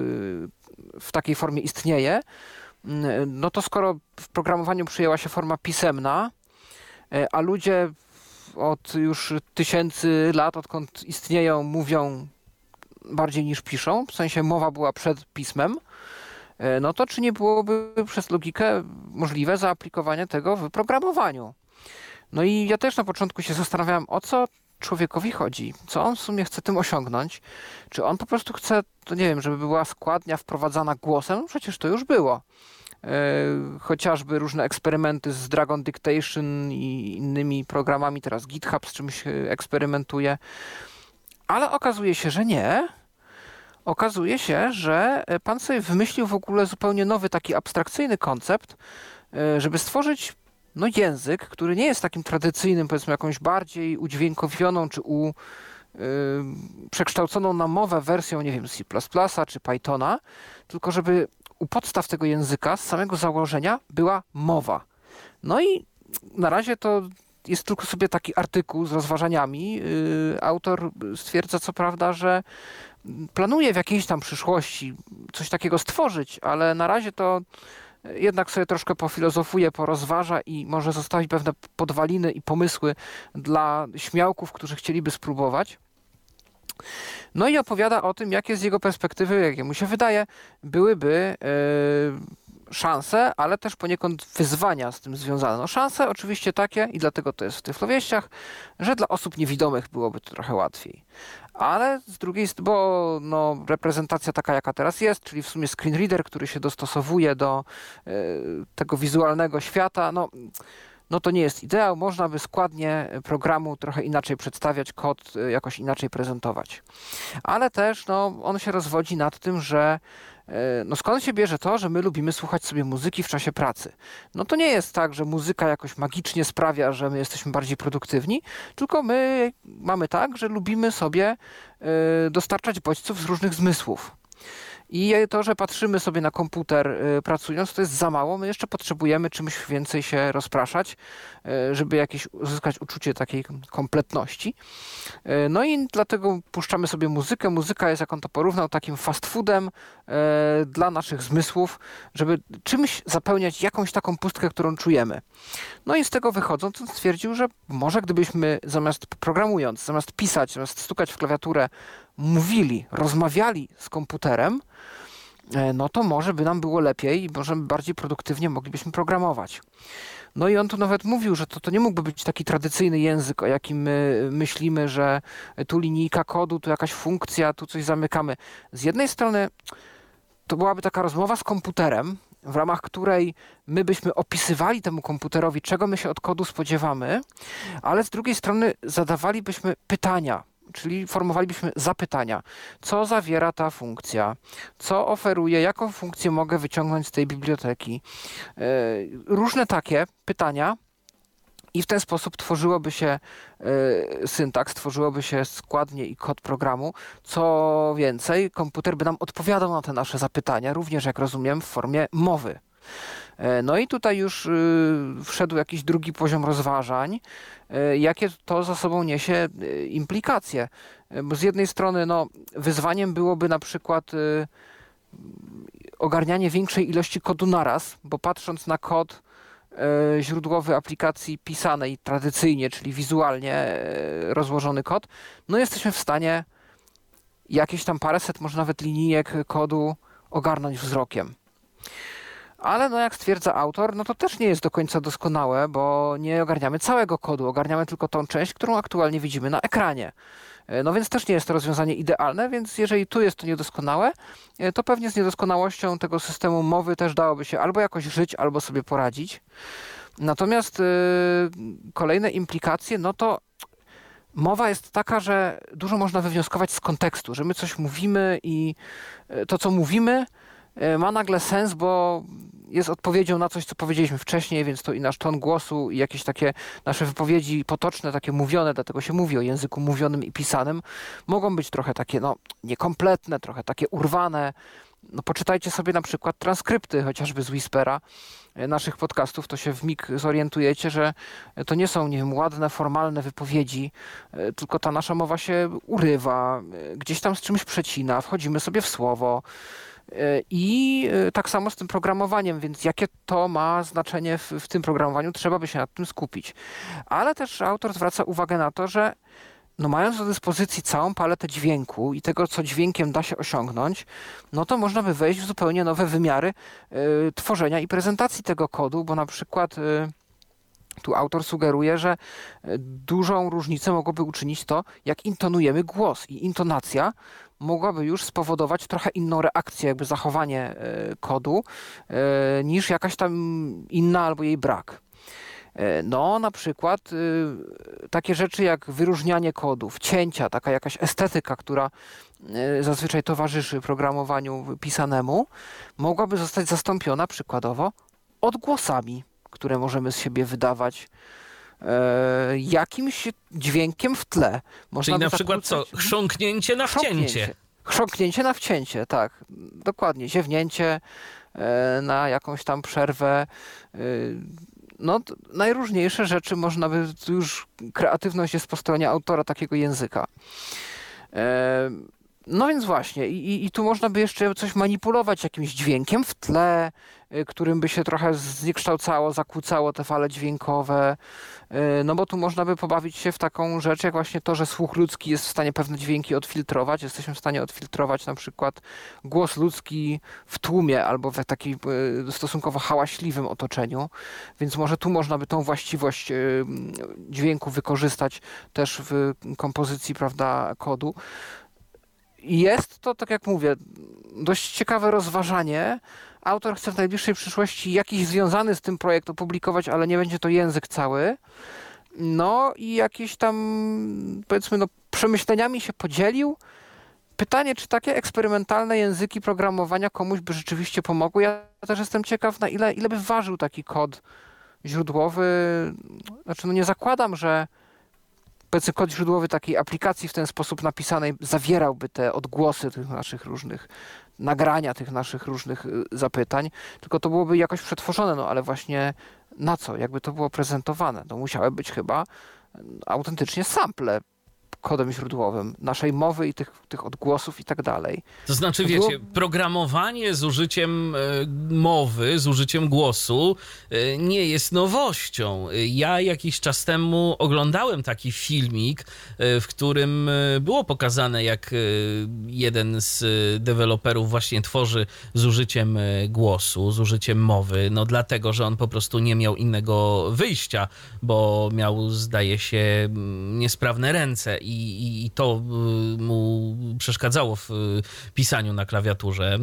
w takiej formie istnieje, no to skoro w programowaniu przyjęła się forma pisemna, a ludzie od już tysięcy lat, odkąd istnieją, mówią bardziej niż piszą, w sensie mowa była przed pismem, no to czy nie byłoby przez logikę możliwe zaaplikowanie tego w programowaniu? No i ja też na początku się zastanawiałem, o co człowiekowi chodzi, co on w sumie chce tym osiągnąć, czy on po prostu chce, to nie wiem, żeby była składnia wprowadzana głosem, no przecież to już było. Chociażby różne eksperymenty z Dragon Dictation i innymi programami, teraz GitHub z czymś eksperymentuje, ale okazuje się, że nie. Okazuje się, że pan sobie wymyślił w ogóle zupełnie nowy, taki abstrakcyjny koncept, żeby stworzyć język, który nie jest takim tradycyjnym, powiedzmy jakąś bardziej udźwiękowioną czy przekształconą na mowę wersją, nie wiem, C++ czy Pythona, tylko żeby u podstaw tego języka z samego założenia była mowa. No i na razie to jest tylko sobie taki artykuł z rozważaniami. Autor stwierdza co prawda, że planuje w jakiejś tam przyszłości coś takiego stworzyć, ale na razie to jednak sobie troszkę pofilozofuje, porozważa i może zostawić pewne podwaliny i pomysły dla śmiałków, którzy chcieliby spróbować. No i opowiada o tym, jakie z jego perspektywy, jak mu się wydaje, byłyby szanse, ale też poniekąd wyzwania z tym związane. No szanse oczywiście takie, i dlatego to jest w Tyflowieściach, że dla osób niewidomych byłoby to trochę łatwiej. Ale z drugiej strony, bo reprezentacja taka, jaka teraz jest, czyli w sumie screen reader, który się dostosowuje do tego wizualnego świata, no to nie jest ideał. Można by składnie programu trochę inaczej przedstawiać, kod jakoś inaczej prezentować. Ale też on się rozwodzi nad tym, że skąd się bierze to, że my lubimy słuchać sobie muzyki w czasie pracy? No to nie jest tak, że muzyka jakoś magicznie sprawia, że my jesteśmy bardziej produktywni, tylko my mamy tak, że lubimy sobie dostarczać bodźców z różnych zmysłów. I to, że patrzymy sobie na komputer pracując, to jest za mało. My jeszcze potrzebujemy czymś więcej się rozpraszać, żeby uzyskać uczucie takiej kompletności. No i dlatego puszczamy sobie muzykę. Muzyka jest, jak on to porównał, takim fast foodem dla naszych zmysłów, żeby czymś zapełniać jakąś taką pustkę, którą czujemy. No i z tego wychodząc, on stwierdził, że może gdybyśmy zamiast pisać, zamiast stukać w klawiaturę, mówili, rozmawiali z komputerem, no to może by nam było lepiej i może bardziej produktywnie moglibyśmy programować. No i on tu nawet mówił, że to nie mógłby być taki tradycyjny język, o jakim my myślimy, że tu linijka kodu, tu jakaś funkcja, tu coś zamykamy. Z jednej strony to byłaby taka rozmowa z komputerem, w ramach której my byśmy opisywali temu komputerowi, czego my się od kodu spodziewamy, ale z drugiej strony zadawalibyśmy pytania, czyli formowalibyśmy zapytania. Co zawiera ta funkcja? Co oferuje? Jaką funkcję mogę wyciągnąć z tej biblioteki? Różne takie pytania. I w ten sposób tworzyłoby się syntaks, tworzyłoby się składnie i kod programu. Co więcej, komputer by nam odpowiadał na te nasze zapytania, również jak rozumiem w formie mowy. No i tutaj już wszedł jakiś drugi poziom rozważań, jakie to za sobą niesie implikacje. Bo z jednej strony wyzwaniem byłoby na przykład ogarnianie większej ilości kodu naraz, bo patrząc na kod źródłowy aplikacji pisanej tradycyjnie, czyli wizualnie rozłożony kod, jesteśmy w stanie jakieś tam paręset, może nawet linijek kodu ogarnąć wzrokiem. Ale jak stwierdza autor, to też nie jest do końca doskonałe, bo nie ogarniamy całego kodu, ogarniamy tylko tą część, którą aktualnie widzimy na ekranie. Więc też nie jest to rozwiązanie idealne, więc jeżeli tu jest to niedoskonałe, to pewnie z niedoskonałością tego systemu mowy też dałoby się albo jakoś żyć, albo sobie poradzić. Natomiast kolejne implikacje, to mowa jest taka, że dużo można wywnioskować z kontekstu, że my coś mówimy i to, co mówimy, ma nagle sens, bo jest odpowiedzią na coś, co powiedzieliśmy wcześniej, więc to i nasz ton głosu, i jakieś takie nasze wypowiedzi potoczne, takie mówione, dlatego się mówi o języku mówionym i pisanym, mogą być trochę takie niekompletne, trochę takie urwane. Poczytajcie sobie na przykład transkrypty, chociażby z Whispera, naszych podcastów, to się w mig zorientujecie, że to nie są, ładne, formalne wypowiedzi, tylko ta nasza mowa się urywa, gdzieś tam z czymś przecina, wchodzimy sobie w słowo. I tak samo z tym programowaniem, więc jakie to ma znaczenie w tym programowaniu, trzeba by się nad tym skupić. Ale też autor zwraca uwagę na to, że mając do dyspozycji całą paletę dźwięku i tego, co dźwiękiem da się osiągnąć, to można by wejść w zupełnie nowe wymiary tworzenia i prezentacji tego kodu, bo na przykład tu autor sugeruje, że dużą różnicę mogłoby uczynić to, jak intonujemy głos, i intonacja mogłaby już spowodować trochę inną reakcję, jakby zachowanie kodu, niż jakaś tam inna albo jej brak. Na przykład takie rzeczy jak wyróżnianie kodów, cięcia, taka jakaś estetyka, która zazwyczaj towarzyszy programowaniu pisanemu, mogłaby zostać zastąpiona przykładowo odgłosami, które możemy z siebie wydawać, jakimś dźwiękiem w tle.
Czyli na przykład chrząknięcie na wcięcie.
Chrząknięcie na wcięcie, tak. Dokładnie. Ziewnięcie na jakąś tam przerwę. Najróżniejsze rzeczy można by, tu już kreatywność jest po stronie autora takiego języka. Więc właśnie, i tu można by jeszcze coś manipulować jakimś dźwiękiem w tle, którym by się trochę zniekształcało, zakłócało te fale dźwiękowe, bo tu można by pobawić się w taką rzecz, jak właśnie to, że słuch ludzki jest w stanie pewne dźwięki odfiltrować. Jesteśmy w stanie odfiltrować na przykład głos ludzki w tłumie albo w takim stosunkowo hałaśliwym otoczeniu, więc może tu można by tą właściwość dźwięku wykorzystać też w kompozycji, prawda, kodu. Jest to, tak jak mówię, dość ciekawe rozważanie. Autor chce w najbliższej przyszłości jakiś związany z tym projekt opublikować, ale nie będzie to język cały. I jakieś tam, powiedzmy, przemyśleniami się podzielił. Pytanie, czy takie eksperymentalne języki programowania komuś by rzeczywiście pomogły. Ja też jestem ciekaw, na ile by ważył taki kod źródłowy. Znaczy, nie zakładam, że powiedzmy kod źródłowy takiej aplikacji w ten sposób napisanej zawierałby te odgłosy tych naszych różnych nagrania, tych naszych różnych zapytań, tylko to byłoby jakoś przetworzone, ale właśnie na co? Jakby to było prezentowane? To musiały być chyba autentycznie sample kodem źródłowym naszej mowy i tych odgłosów i tak dalej.
To znaczy, wiecie, programowanie z użyciem mowy, z użyciem głosu nie jest nowością. Ja jakiś czas temu oglądałem taki filmik, w którym było pokazane, jak jeden z deweloperów właśnie tworzy z użyciem głosu, z użyciem mowy, dlatego, że on po prostu nie miał innego wyjścia, bo miał, zdaje się, niesprawne ręce i to mu przeszkadzało w pisaniu na klawiaturze,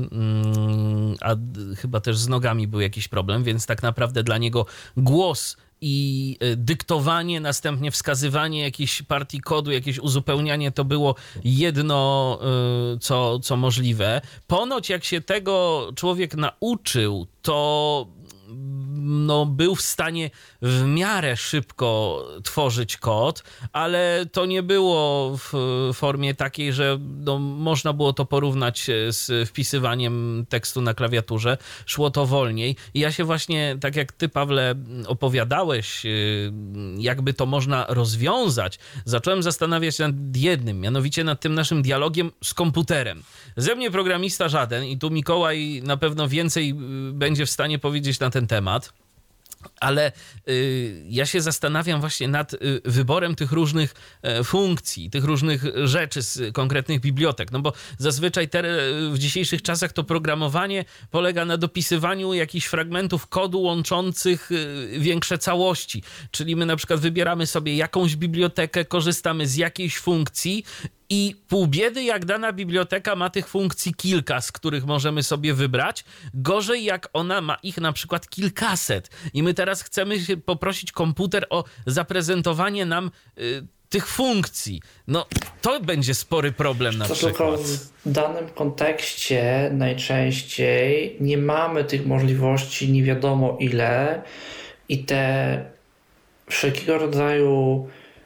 a chyba też z nogami był jakiś problem, więc tak naprawdę dla niego głos i dyktowanie, następnie wskazywanie jakiejś partii kodu, jakieś uzupełnianie to było jedno, co możliwe. Ponoć jak się tego człowiek nauczył, to był w stanie w miarę szybko tworzyć kod, ale to nie było w formie takiej, że można było to porównać z wpisywaniem tekstu na klawiaturze. Szło to wolniej. I ja się właśnie, tak jak ty, Pawle, opowiadałeś, jakby to można rozwiązać, zacząłem zastanawiać się nad jednym, mianowicie nad tym naszym dialogiem z komputerem. Ze mnie programista żaden i tu Mikołaj na pewno więcej będzie w stanie powiedzieć na ten temat. Ale ja się zastanawiam właśnie nad wyborem tych różnych funkcji, tych różnych rzeczy z konkretnych bibliotek. No bo zazwyczaj w dzisiejszych czasach to programowanie polega na dopisywaniu jakichś fragmentów kodu łączących większe całości. Czyli my na przykład wybieramy sobie jakąś bibliotekę, korzystamy z jakiejś funkcji i pół biedy, jak dana biblioteka ma tych funkcji kilka, z których możemy sobie wybrać. Gorzej, jak ona ma ich na przykład kilkaset. I my teraz chcemy się poprosić komputer o zaprezentowanie nam tych funkcji. No, to będzie spory problem na przykład.
Tylko w danym kontekście najczęściej nie mamy tych możliwości nie wiadomo ile i te wszelkiego rodzaju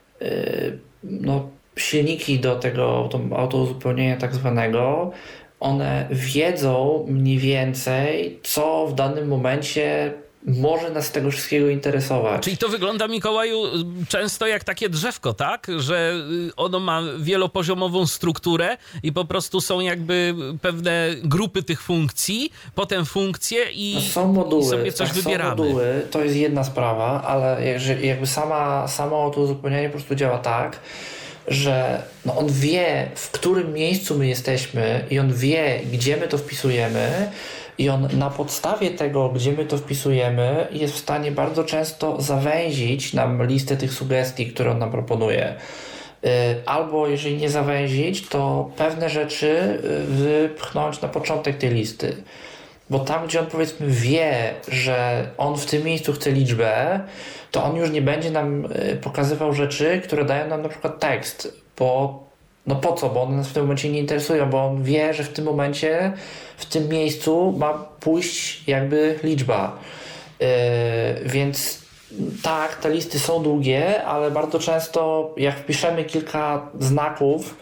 silniki do tego autouzupełnienia tak zwanego, one wiedzą mniej więcej, co w danym momencie może nas z tego wszystkiego interesować.
Czyli to wygląda, Mikołaju, często jak takie drzewko, tak? Że ono ma wielopoziomową strukturę i po prostu są jakby pewne grupy tych funkcji, potem funkcje i sobie coś wybieramy.
Są moduły, to jest jedna sprawa, ale jakby samo autouzupełnianie po prostu działa tak, że on wie, w którym miejscu my jesteśmy i on wie, gdzie my to wpisujemy i on na podstawie tego, gdzie my to wpisujemy, jest w stanie bardzo często zawęzić nam listę tych sugestii, które on nam proponuje. Albo jeżeli nie zawęzić, to pewne rzeczy wypchnąć na początek tej listy. Bo tam, gdzie on powiedzmy wie, że on w tym miejscu chce liczbę, to on już nie będzie nam pokazywał rzeczy, które dają nam na przykład tekst, bo po co? Bo one nas w tym momencie nie interesują, bo on wie, że w tym momencie, w tym miejscu ma pójść jakby liczba. Więc tak, te listy są długie, ale bardzo często jak wpiszemy kilka znaków,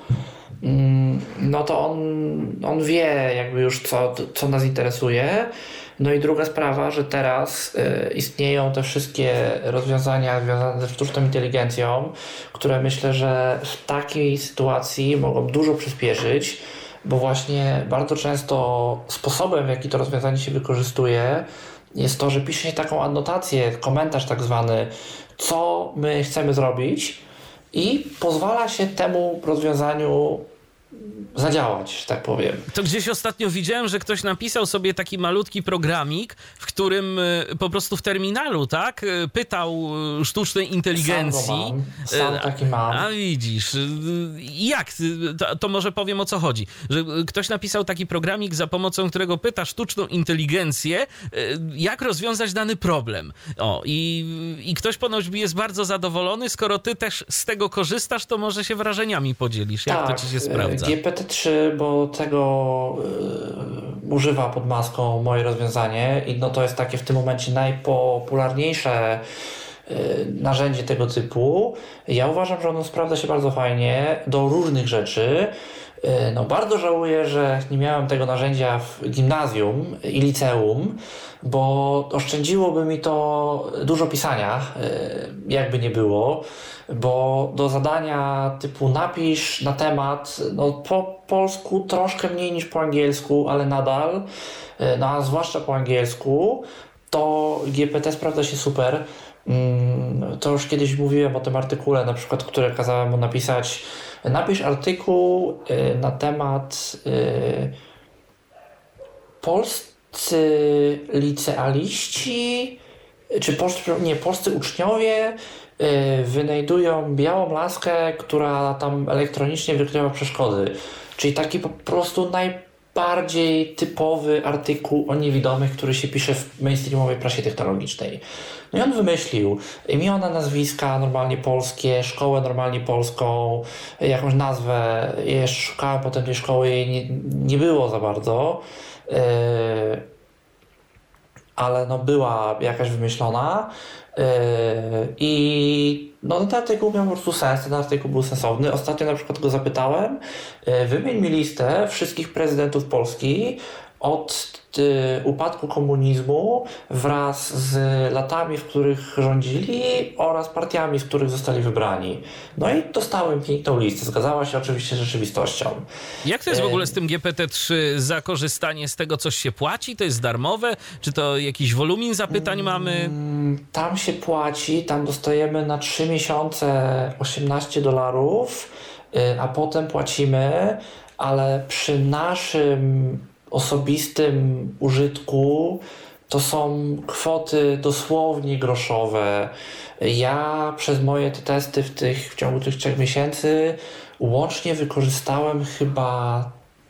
no to on wie jakby już co nas interesuje. No i druga sprawa, że teraz istnieją te wszystkie rozwiązania związane ze sztuczną inteligencją, które myślę, że w takiej sytuacji mogą dużo przyspieszyć, bo właśnie bardzo często sposobem, w jaki to rozwiązanie się wykorzystuje, jest to, że pisze się taką anotację, komentarz tak zwany, co my chcemy zrobić i pozwala się temu rozwiązaniu zadziałać, że tak powiem.
To gdzieś ostatnio widziałem, że ktoś napisał sobie taki malutki programik, w którym po prostu w terminalu, tak, pytał sztucznej inteligencji.
Sam taki mam.
A widzisz, jak? To może powiem, o co chodzi. Że ktoś napisał taki programik, za pomocą którego pyta sztuczną inteligencję, jak rozwiązać dany problem. I ktoś ponoć jest bardzo zadowolony. Skoro ty też z tego korzystasz, to może się wrażeniami podzielisz. Jak to ci się sprawdza?
GPT-3, bo tego używa pod maską moje rozwiązanie i to jest takie w tym momencie najpopularniejsze narzędzie tego typu. Ja uważam, że ono sprawdza się bardzo fajnie do różnych rzeczy. Bardzo żałuję, że nie miałem tego narzędzia w gimnazjum i liceum, bo oszczędziłoby mi to dużo pisania, jakby nie było, bo do zadania typu napisz na temat, po polsku troszkę mniej niż po angielsku, ale nadal, a zwłaszcza po angielsku, to GPT sprawdza się super. To już kiedyś mówiłem o tym artykule, na przykład, który kazałem mu napisać. Napisz artykuł na temat polscy licealiści, czy polscy uczniowie wynajdują białą laskę, która tam elektronicznie wykrywa przeszkody. Czyli taki po prostu najbardziej typowy artykuł o niewidomych, który się pisze w mainstreamowej prasie technologicznej. No i on wymyślił imiona, nazwiska normalnie polskie, szkołę normalnie polską, jakąś nazwę. Ja jeszcze szukałem potem tej szkoły, jej nie było za bardzo. ale no była jakaś wymyślona. I no ten artykuł miał po prostu sens, ten artykuł był sensowny. Ostatnio na przykład go zapytałem, wymień mi listę wszystkich prezydentów Polski od upadku komunizmu wraz z latami, w których rządzili oraz partiami, z których zostali wybrani. No i dostałem piękną listę. Zgadzała się oczywiście z rzeczywistością.
Jak to jest w ogóle z tym GPT-3? Za korzystanie z tego coś się płaci? To jest darmowe? Czy to jakiś wolumin zapytań mamy?
Tam się płaci, tam dostajemy na 3 miesiące $18, a potem płacimy, ale przy naszym osobistym użytku to są kwoty dosłownie groszowe. Ja przez moje te testy w ciągu tych 3 miesięcy łącznie wykorzystałem chyba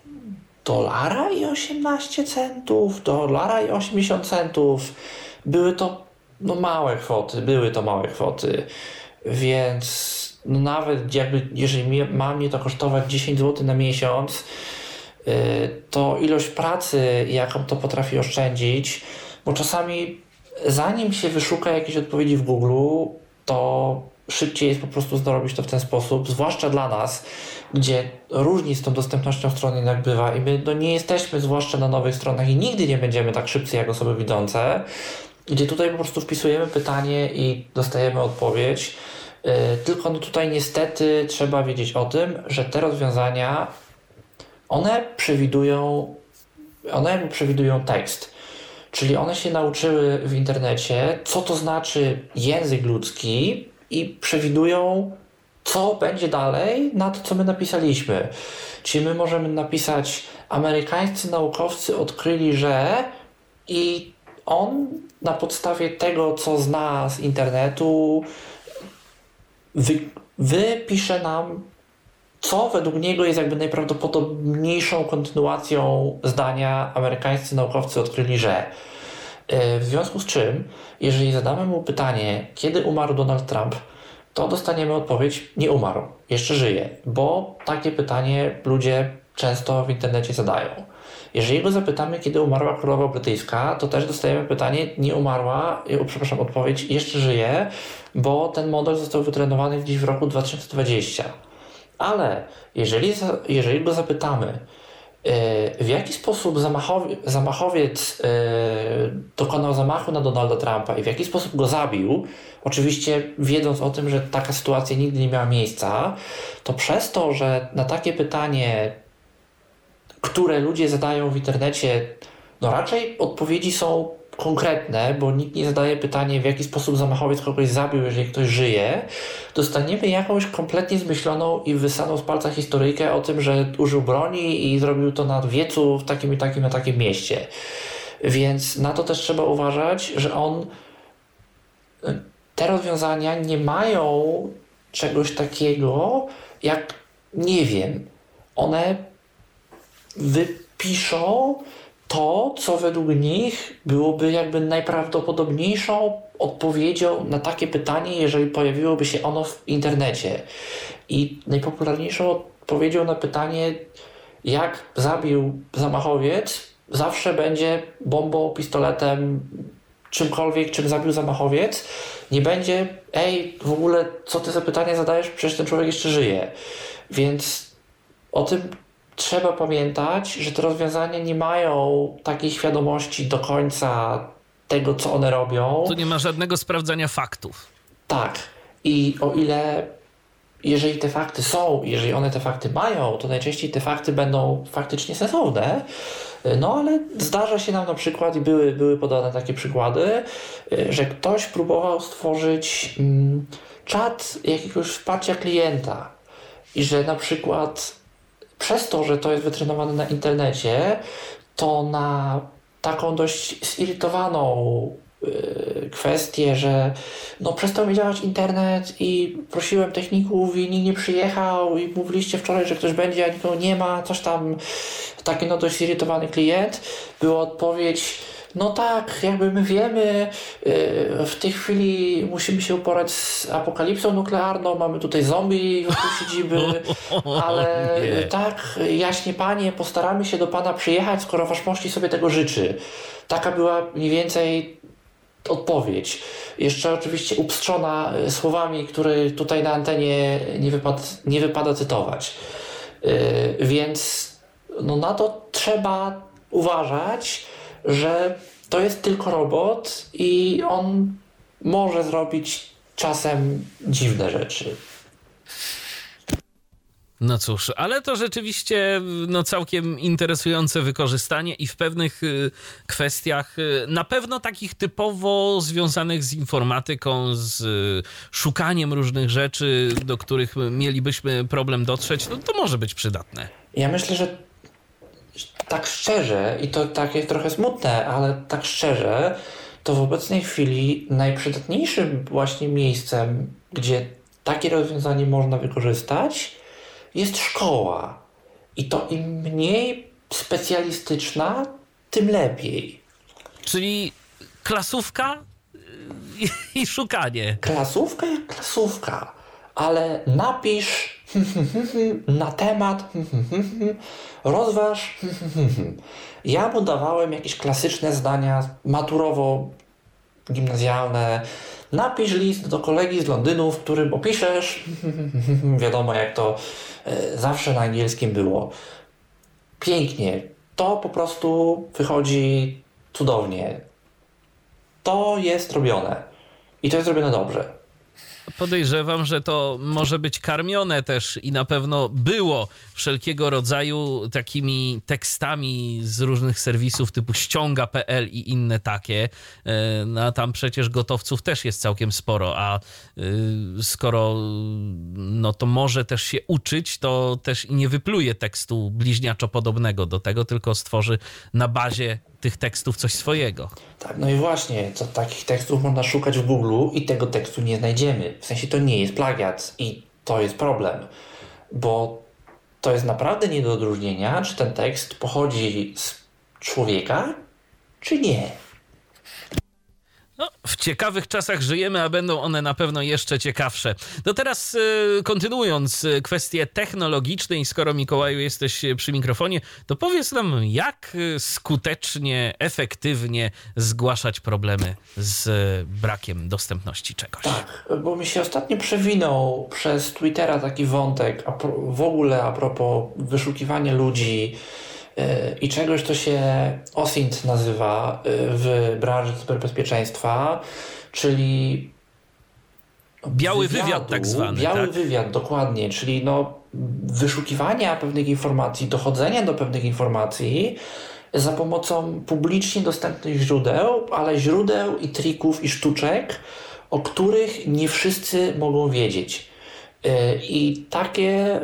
$1,18, Były to małe kwoty, więc no nawet jeżeli ma mnie to kosztować 10 zł na miesiąc, to ilość pracy, jaką to potrafi oszczędzić, bo czasami zanim się wyszuka jakieś odpowiedzi w Google, to szybciej jest po prostu zrobić to w ten sposób, zwłaszcza dla nas, gdzie różnie z tą dostępnością strony jednak bywa i my nie jesteśmy, zwłaszcza na nowych stronach i nigdy nie będziemy tak szybcy jak osoby widzące, gdzie tutaj po prostu wpisujemy pytanie i dostajemy odpowiedź. Tylko tutaj niestety trzeba wiedzieć o tym, że te rozwiązania one przewidują tekst. Czyli one się nauczyły w internecie, co to znaczy język ludzki i przewidują, co będzie dalej na to, co my napisaliśmy. Czyli my możemy napisać: amerykańscy naukowcy odkryli, że, i on na podstawie tego, co zna z internetu, wypisze nam, co według niego jest jakby najprawdopodobniejszą kontynuacją zdania: amerykańscy naukowcy odkryli, że. W związku z czym, jeżeli zadamy mu pytanie, kiedy umarł Donald Trump, to dostaniemy odpowiedź: nie umarł, jeszcze żyje, bo takie pytanie ludzie często w internecie zadają. Jeżeli go zapytamy, kiedy umarła królowa brytyjska, to też dostajemy pytanie: nie umarła, odpowiedź: jeszcze żyje, bo ten model został wytrenowany gdzieś w roku 2020. Ale jeżeli go zapytamy, w jaki sposób zamachowiec dokonał zamachu na Donalda Trumpa i w jaki sposób go zabił, oczywiście wiedząc o tym, że taka sytuacja nigdy nie miała miejsca, to przez to, że na takie pytanie, które ludzie zadają w internecie, raczej odpowiedzi są konkretne, bo nikt nie zadaje pytania, w jaki sposób zamachowiec kogoś zabił, jeżeli ktoś żyje, dostaniemy jakąś kompletnie zmyśloną i wyssaną z palca historyjkę o tym, że użył broni i zrobił to na wiecu w takim i takim, a takim mieście. Więc na to też trzeba uważać, że te rozwiązania nie mają czegoś takiego jak, nie wiem, one wypiszą to, co według nich byłoby jakby najprawdopodobniejszą odpowiedzią na takie pytanie, jeżeli pojawiłoby się ono w internecie. I najpopularniejszą odpowiedzią na pytanie, jak zabił zamachowiec, zawsze będzie bombą, pistoletem, czymkolwiek, czym zabił zamachowiec. Nie będzie: ej, w ogóle co ty za pytanie zadajesz, przecież ten człowiek jeszcze żyje. Więc o tym trzeba pamiętać, że te rozwiązania nie mają takiej świadomości do końca tego, co one robią.
Tu nie ma żadnego sprawdzania faktów.
Tak. I o ile, jeżeli te fakty są, jeżeli one te fakty mają, to najczęściej te fakty będą faktycznie sensowne. No ale zdarza się nam na przykład, i były podane takie przykłady, że ktoś próbował stworzyć czat jakiegoś wsparcia klienta i że na przykład przez to, że to jest wytrenowane na internecie, to na taką dość zirytowaną kwestię, że przestał mi działać internet i prosiłem techników i nikt nie przyjechał i mówiliście wczoraj, że ktoś będzie, a nikogo nie ma, coś tam, taki dość zirytowany klient, była odpowiedź: No tak, jakby my wiemy, w tej chwili musimy się uporać z apokalipsą nuklearną, mamy tutaj zombie wokół siedziby, ale tak, jaśnie panie, postaramy się do pana przyjechać, skoro wasz mości sobie tego życzy. Taka była mniej więcej odpowiedź. Jeszcze oczywiście upstrzona słowami, które tutaj na antenie nie wypada cytować. Więc no na to trzeba uważać, że to jest tylko robot i on może zrobić czasem dziwne rzeczy.
No cóż, ale to rzeczywiście całkiem interesujące wykorzystanie i w pewnych kwestiach, na pewno takich typowo związanych z informatyką, z szukaniem różnych rzeczy, do których mielibyśmy problem dotrzeć, no to może być przydatne.
Ja myślę, że tak szczerze, i to takie trochę smutne, ale tak szczerze, to w obecnej chwili najprzydatniejszym właśnie miejscem, gdzie takie rozwiązanie można wykorzystać, jest szkoła. I to im mniej specjalistyczna, tym lepiej.
Czyli klasówka i szukanie.
Klasówka jak klasówka, ale napisz na temat, rozważ. Ja mu dawałem jakieś klasyczne zdania maturowo-gimnazjalne. Napisz list do kolegi z Londynu, w którym opiszesz, wiadomo jak to zawsze na angielskim było. Pięknie. To po prostu wychodzi cudownie. To jest robione. I to jest robione dobrze.
Podejrzewam, że to może być karmione też i na pewno było wszelkiego rodzaju takimi tekstami z różnych serwisów typu ściąga.pl i inne takie. No a tam przecież gotowców też jest całkiem sporo, a skoro no to może też się uczyć, to też i nie wypluje tekstu bliźniaczo podobnego do tego, tylko stworzy na bazie tych tekstów coś swojego.
Tak, no i właśnie, to takich tekstów można szukać w Google i tego tekstu nie znajdziemy. W sensie to nie jest plagiat i to jest problem, bo to jest naprawdę nie do odróżnienia, czy ten tekst pochodzi z człowieka, czy nie.
No, w ciekawych czasach żyjemy, a będą one na pewno jeszcze ciekawsze. No teraz kontynuując kwestie technologiczne i skoro Mikołaju jesteś przy mikrofonie, to powiedz nam, jak skutecznie, efektywnie zgłaszać problemy z brakiem dostępności czegoś.
Tak, bo mi się ostatnio przewinął przez Twittera taki wątek w ogóle a propos wyszukiwania ludzi i czegoś, co się OSINT nazywa w branży cyberbezpieczeństwa, czyli
biały wywiad tak zwany.
Biały
tak?
wywiad, dokładnie, czyli wyszukiwania pewnych informacji, dochodzenia do pewnych informacji za pomocą publicznie dostępnych źródeł, ale źródeł i trików i sztuczek, o których nie wszyscy mogą wiedzieć. I takie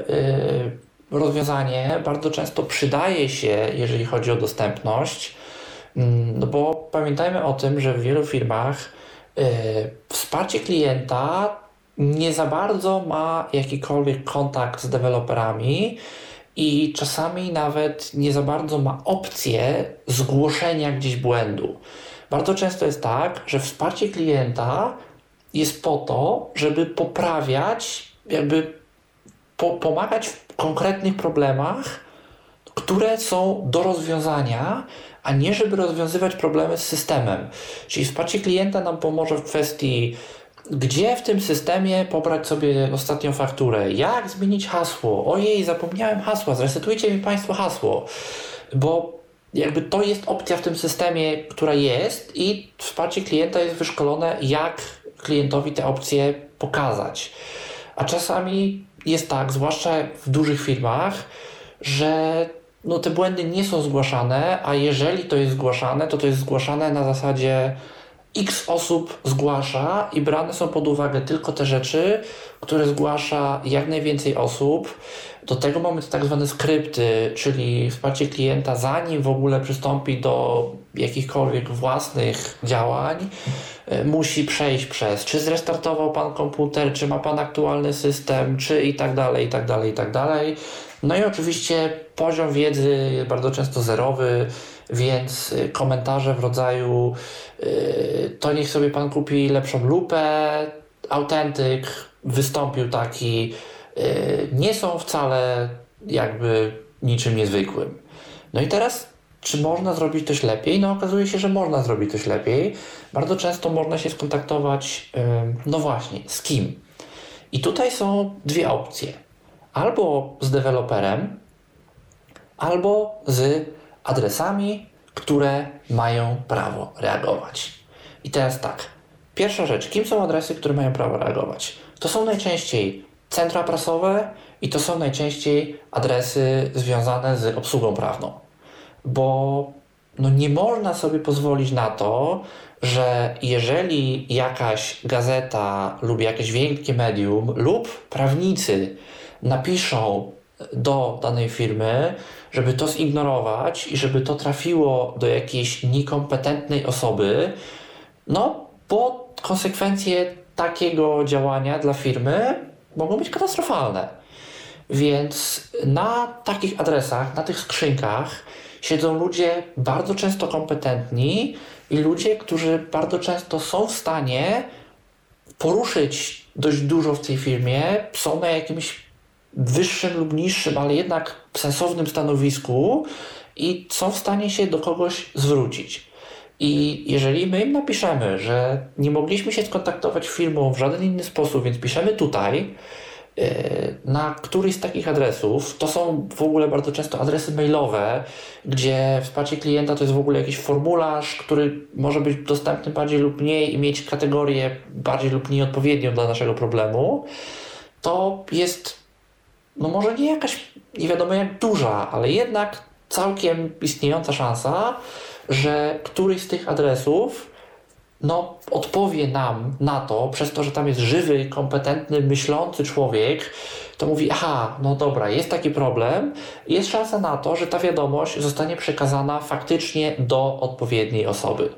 rozwiązanie bardzo często przydaje się, jeżeli chodzi o dostępność, no bo pamiętajmy o tym, że w wielu firmach wsparcie klienta nie za bardzo ma jakikolwiek kontakt z deweloperami i czasami nawet nie za bardzo ma opcję zgłoszenia gdzieś błędu. Bardzo często jest tak, że wsparcie klienta jest po to, żeby poprawiać, pomagać w konkretnych problemach, które są do rozwiązania, a nie żeby rozwiązywać problemy z systemem. Czyli wsparcie klienta nam pomoże w kwestii, gdzie w tym systemie pobrać sobie ostatnią fakturę, jak zmienić hasło, ojej, zapomniałem hasła, zresetujcie mi Państwo hasło, bo to jest opcja w tym systemie, która jest i wsparcie klienta jest wyszkolone, jak klientowi te opcje pokazać. A czasami jest tak, zwłaszcza w dużych firmach, że te błędy nie są zgłaszane, a jeżeli to jest zgłaszane, to jest zgłaszane na zasadzie X osób zgłasza i brane są pod uwagę tylko te rzeczy, które zgłasza jak najwięcej osób. Do tego mamy tak zwane skrypty, czyli wsparcie klienta, zanim w ogóle przystąpi do jakichkolwiek własnych działań, musi przejść przez, czy zrestartował Pan komputer, czy ma Pan aktualny system, czy i tak dalej, i tak dalej, i tak dalej. No i oczywiście poziom wiedzy jest bardzo często zerowy, więc komentarze w rodzaju to niech sobie pan kupi lepszą lupę, autentyk wystąpił taki, nie są wcale jakby niczym niezwykłym. No i teraz, czy można zrobić coś lepiej? No okazuje się, że można zrobić coś lepiej. Bardzo często można się skontaktować, no właśnie, z kim? I tutaj są dwie opcje. Albo z deweloperem, albo z adresami, które mają prawo reagować. I teraz tak, pierwsza rzecz, kim są adresy, które mają prawo reagować? To są najczęściej centra prasowe i to są najczęściej adresy związane z obsługą prawną. Bo no nie można sobie pozwolić na to, że jeżeli jakaś gazeta lub jakieś wielkie medium lub prawnicy napiszą do danej firmy, żeby to zignorować i żeby to trafiło do jakiejś niekompetentnej osoby, no bo konsekwencje takiego działania dla firmy mogą być katastrofalne. Więc na takich adresach, na tych skrzynkach siedzą ludzie bardzo często kompetentni i ludzie, którzy bardzo często są w stanie poruszyć dość dużo w tej firmie, są na jakimś wyższym lub niższym, ale jednak sensownym stanowisku i są w stanie się do kogoś zwrócić. I jeżeli my im napiszemy, że nie mogliśmy się skontaktować z firmą w żaden inny sposób, więc piszemy tutaj, na któryś z takich adresów, to są w ogóle bardzo często adresy mailowe, gdzie wsparcie klienta to jest w ogóle jakiś formularz, który może być dostępny bardziej lub mniej i mieć kategorię bardziej lub mniej odpowiednią dla naszego problemu, to jest no może nie jakaś nie wiadomo jak duża, ale jednak całkiem istniejąca szansa, że któryś z tych adresów no, odpowie nam na to, przez to, że tam jest żywy, kompetentny, myślący człowiek, to mówi, aha, no dobra, jest taki problem, jest szansa na to, że ta wiadomość zostanie przekazana faktycznie do odpowiedniej osoby.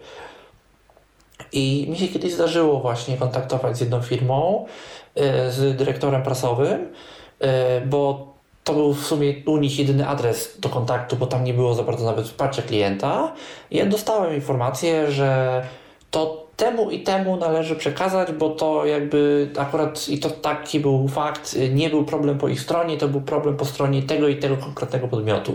I mi się kiedyś zdarzyło właśnie kontaktować z jedną firmą, z dyrektorem prasowym, bo to był w sumie u nich jedyny adres do kontaktu, bo tam nie było za bardzo nawet wsparcia klienta. I ja dostałem informację, że to temu i temu należy przekazać, bo to jakby akurat i to taki był fakt, nie był problem po ich stronie, to był problem po stronie tego i tego konkretnego podmiotu.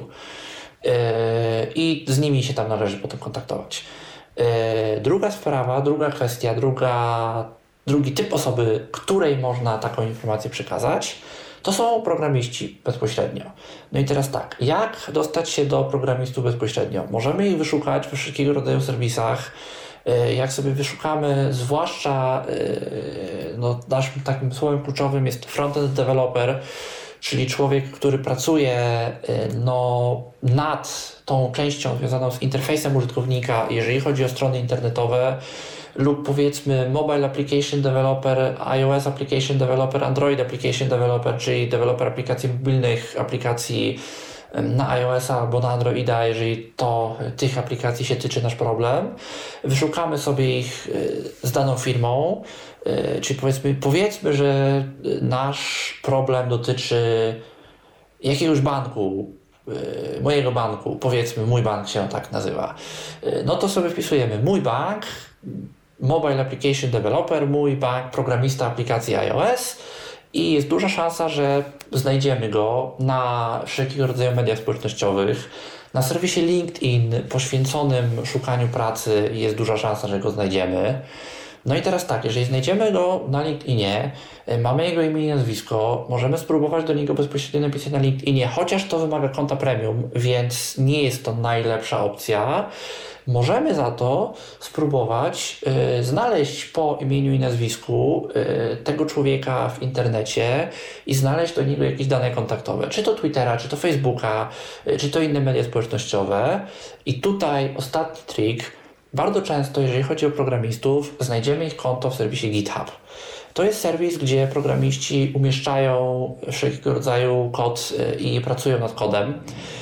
I z nimi się tam należy potem kontaktować. Druga sprawa, druga kwestia, drugi typ osoby, której można taką informację przekazać, to są programiści bezpośrednio. No i teraz tak, jak dostać się do programistów bezpośrednio? Możemy ich wyszukać we wszelkiego rodzaju serwisach. Jak sobie wyszukamy, zwłaszcza no, naszym takim słowem kluczowym jest frontend developer, czyli człowiek, który pracuje no, nad tą częścią związaną z interfejsem użytkownika, jeżeli chodzi o strony internetowe, lub powiedzmy mobile application developer, iOS application developer, Android application developer, czyli deweloper aplikacji mobilnych, aplikacji na iOS-a albo na Androida, jeżeli to tych aplikacji się tyczy nasz problem. Wyszukamy sobie ich z daną firmą, czyli powiedzmy, że nasz problem dotyczy jakiegoś banku, mojego banku, powiedzmy mój bank się tak nazywa. No to sobie wpisujemy mój bank, mobile application developer, mój bank, programista aplikacji iOS i jest duża szansa, że znajdziemy go na wszelkiego rodzaju mediach społecznościowych. Na serwisie LinkedIn poświęconym szukaniu pracy jest duża szansa, że go znajdziemy. No i teraz tak, jeżeli znajdziemy go na LinkedInie, mamy jego imię i nazwisko, możemy spróbować do niego bezpośrednio napisać na LinkedInie, chociaż to wymaga konta premium, więc nie jest to najlepsza opcja. Możemy za to spróbować znaleźć po imieniu i nazwisku tego człowieka w internecie i znaleźć do niego jakieś dane kontaktowe, czy to Twittera, czy to Facebooka, czy to inne media społecznościowe. I tutaj ostatni trik. Bardzo często, jeżeli chodzi o programistów, znajdziemy ich konto w serwisie GitHub. To jest serwis, gdzie programiści umieszczają wszelkiego rodzaju kod i pracują nad kodem.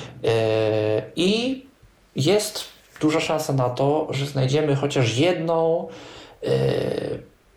I jest duża szansa na to, że znajdziemy chociaż jedną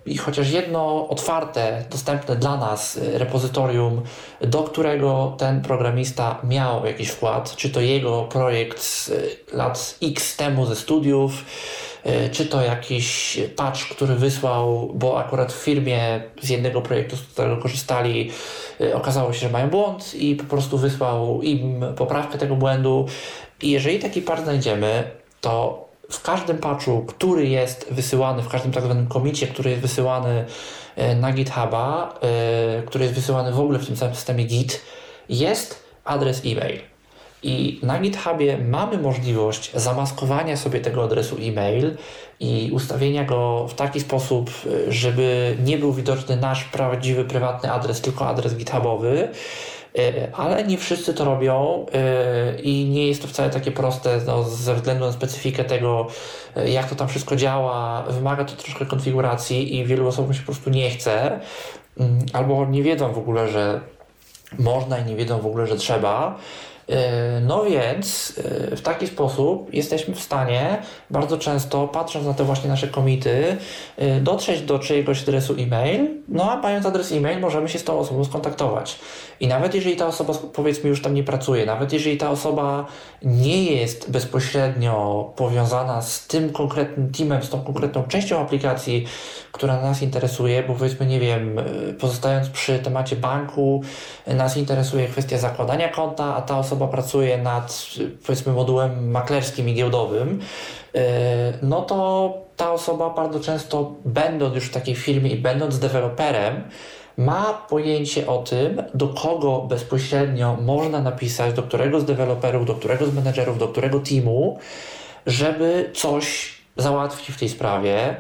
i chociaż jedno otwarte, dostępne dla nas repozytorium, do którego ten programista miał jakiś wkład, czy to jego projekt z lat X temu ze studiów, czy to jakiś patch, który wysłał, bo akurat w firmie z jednego projektu, z którego korzystali, okazało się, że mają błąd i po prostu wysłał im poprawkę tego błędu. I jeżeli taki patch znajdziemy, to w każdym patchu, który jest wysyłany, w każdym tak zwanym commicie, który jest wysyłany na GitHuba, który jest wysyłany w ogóle w tym samym systemie Git, jest adres e-mail. I na GitHubie mamy możliwość zamaskowania sobie tego adresu e-mail i ustawienia go w taki sposób, żeby nie był widoczny nasz prawdziwy, prywatny adres, tylko adres GitHubowy. Ale nie wszyscy to robią i nie jest to wcale takie proste ze względu na specyfikę tego, jak to tam wszystko działa. Wymaga to troszkę konfiguracji i wielu osobom się po prostu nie chce, albo nie wiedzą w ogóle, że można i nie wiedzą w ogóle, że trzeba. No więc w taki sposób jesteśmy w stanie bardzo często, patrząc na te właśnie nasze commity, dotrzeć do czyjegoś adresu e-mail, no a mając adres e-mail możemy się z tą osobą skontaktować. I nawet jeżeli ta osoba, powiedzmy, już tam nie pracuje, nawet jeżeli ta osoba nie jest bezpośrednio powiązana z tym konkretnym teamem, z tą konkretną częścią aplikacji, która nas interesuje, bo powiedzmy, nie wiem, pozostając przy temacie banku, nas interesuje kwestia zakładania konta, a ta osoba pracuje nad, powiedzmy, modułem maklerskim i giełdowym, no to ta osoba bardzo często, będąc już w takiej firmie i będąc deweloperem, ma pojęcie o tym, do kogo bezpośrednio można napisać, do którego z deweloperów, do którego z menedżerów, do którego teamu, żeby coś załatwić w tej sprawie.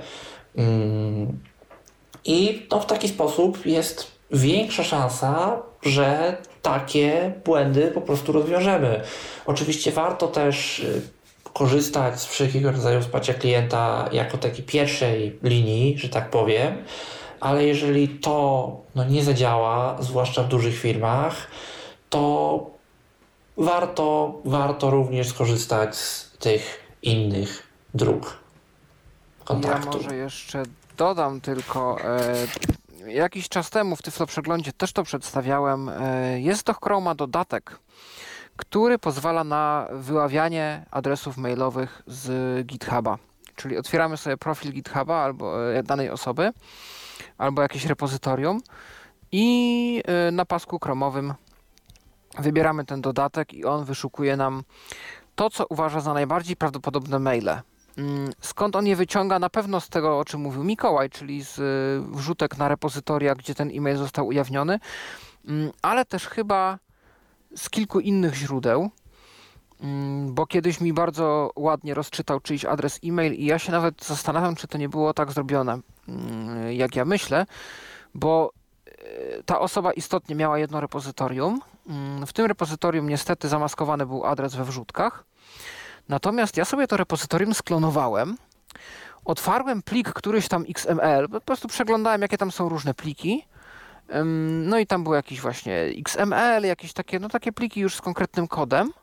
I no, w taki sposób jest większa szansa, że takie błędy po prostu rozwiążemy. Oczywiście warto też korzystać z wszelkiego rodzaju wsparcia klienta jako takiej pierwszej linii, że tak powiem, ale jeżeli to nie zadziała, zwłaszcza w dużych firmach, to warto również skorzystać z tych innych dróg kontaktu.
Ja może jeszcze dodam tylko, jakiś czas temu w Tyflo Przeglądzie też to przedstawiałem, jest do Chroma dodatek, który pozwala na wyławianie adresów mailowych z GitHuba. Czyli otwieramy sobie profil GitHuba albo danej osoby, albo jakieś repozytorium i na pasku chromowym wybieramy ten dodatek i on wyszukuje nam to, co uważa za najbardziej prawdopodobne maile. Skąd on je wyciąga? Na pewno z tego, o czym mówił Mikołaj, czyli z wrzutek na repozytoria, gdzie ten e-mail został ujawniony, ale też chyba z kilku innych źródeł, bo kiedyś mi bardzo ładnie rozczytał czyjś adres e-mail i ja się nawet zastanawiam, czy to nie było tak zrobione, jak ja myślę, bo ta osoba istotnie miała jedno repozytorium. W tym repozytorium niestety zamaskowany był adres we wrzutkach. Natomiast ja sobie to repozytorium sklonowałem, otwarłem plik któryś tam XML, po prostu przeglądałem, jakie tam są różne pliki. No i tam był jakiś właśnie XML, jakieś takie pliki już z konkretnym kodem.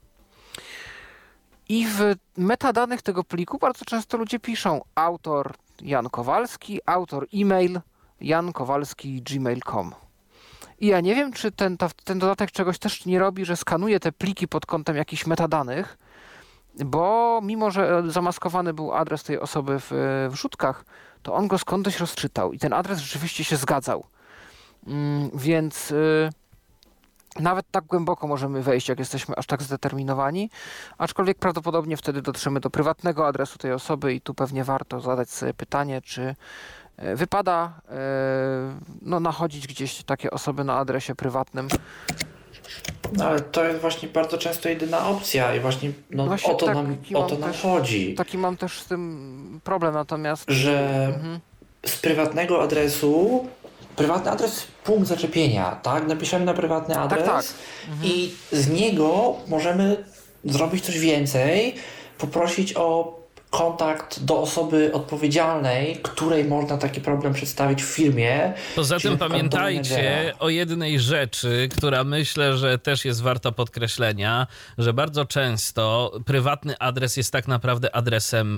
I w metadanych tego pliku bardzo często ludzie piszą autor Jan Kowalski, autor e-mail jankowalski@gmail.com. I ja nie wiem, czy ten dodatek czegoś też nie robi, że skanuje te pliki pod kątem jakichś metadanych, bo mimo, że zamaskowany był adres tej osoby w wrzutkach, to on go skądś rozczytał i ten adres rzeczywiście się zgadzał. Więc nawet tak głęboko możemy wejść, jak jesteśmy aż tak zdeterminowani, aczkolwiek prawdopodobnie wtedy dotrzemy do prywatnego adresu tej osoby i tu pewnie warto zadać sobie pytanie, czy wypada nachodzić gdzieś takie osoby na adresie prywatnym.
No ale to jest właśnie bardzo często jedyna opcja i właśnie o to nam chodzi.
Taki mam też z tym problem, natomiast...
Że z prywatnego adresu, prywatny adres punkt zaczepienia, tak? Napiszemy na prywatny adres
tak.
I z niego możemy zrobić coś więcej, poprosić o kontakt do osoby odpowiedzialnej, której można taki problem przedstawić w firmie.
Poza tym pamiętajcie o jednej rzeczy, która myślę, że też jest warta podkreślenia, że bardzo często prywatny adres jest tak naprawdę adresem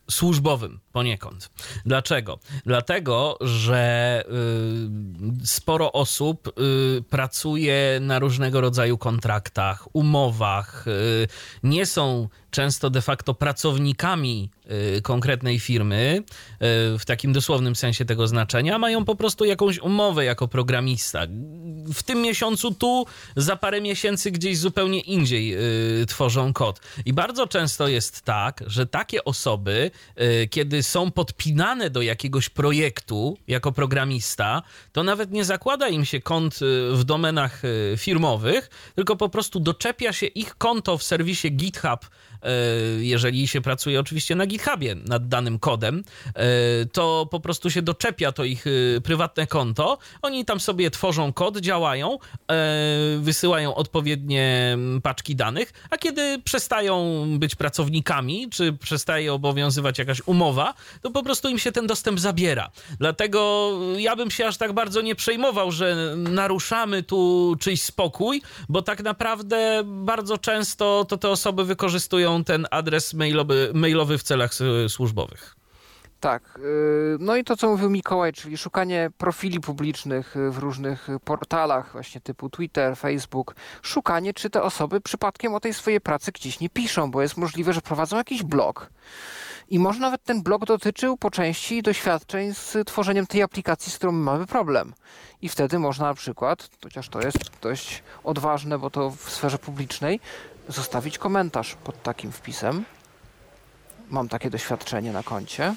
służbowym poniekąd. Dlaczego? Dlatego, że sporo osób pracuje na różnego rodzaju kontraktach, umowach, nie są często de facto pracownikami konkretnej firmy, w takim dosłownym sensie tego znaczenia, mają po prostu jakąś umowę jako programista. W tym miesiącu tu, za parę miesięcy gdzieś zupełnie indziej tworzą kod. I bardzo często jest tak, że takie osoby, kiedy są podpinane do jakiegoś projektu jako programista, to nawet nie zakłada im się kont w domenach firmowych, tylko po prostu doczepia się ich konto w serwisie GitHub, jeżeli się pracuje oczywiście na GitHubie nad danym kodem, to po prostu się doczepia to ich prywatne konto, oni tam sobie tworzą kod, działają, wysyłają odpowiednie paczki danych, a kiedy przestają być pracownikami, czy przestaje obowiązywać jakaś umowa, to po prostu im się ten dostęp zabiera. Dlatego ja bym się aż tak bardzo nie przejmował, że naruszamy tu czyjś spokój, bo tak naprawdę bardzo często to te osoby wykorzystują ten adres mailowy w celach służbowych.
Tak. No i to, co mówił Mikołaj, czyli szukanie profili publicznych w różnych portalach, właśnie typu Twitter, Facebook. Szukanie, czy te osoby przypadkiem o tej swojej pracy gdzieś nie piszą, bo jest możliwe, że prowadzą jakiś blog. I może nawet ten blog dotyczył po części doświadczeń z tworzeniem tej aplikacji, z którą mamy problem. I wtedy można na przykład, chociaż to jest dość odważne, bo to w sferze publicznej, zostawić komentarz pod takim wpisem. Mam takie doświadczenie na koncie.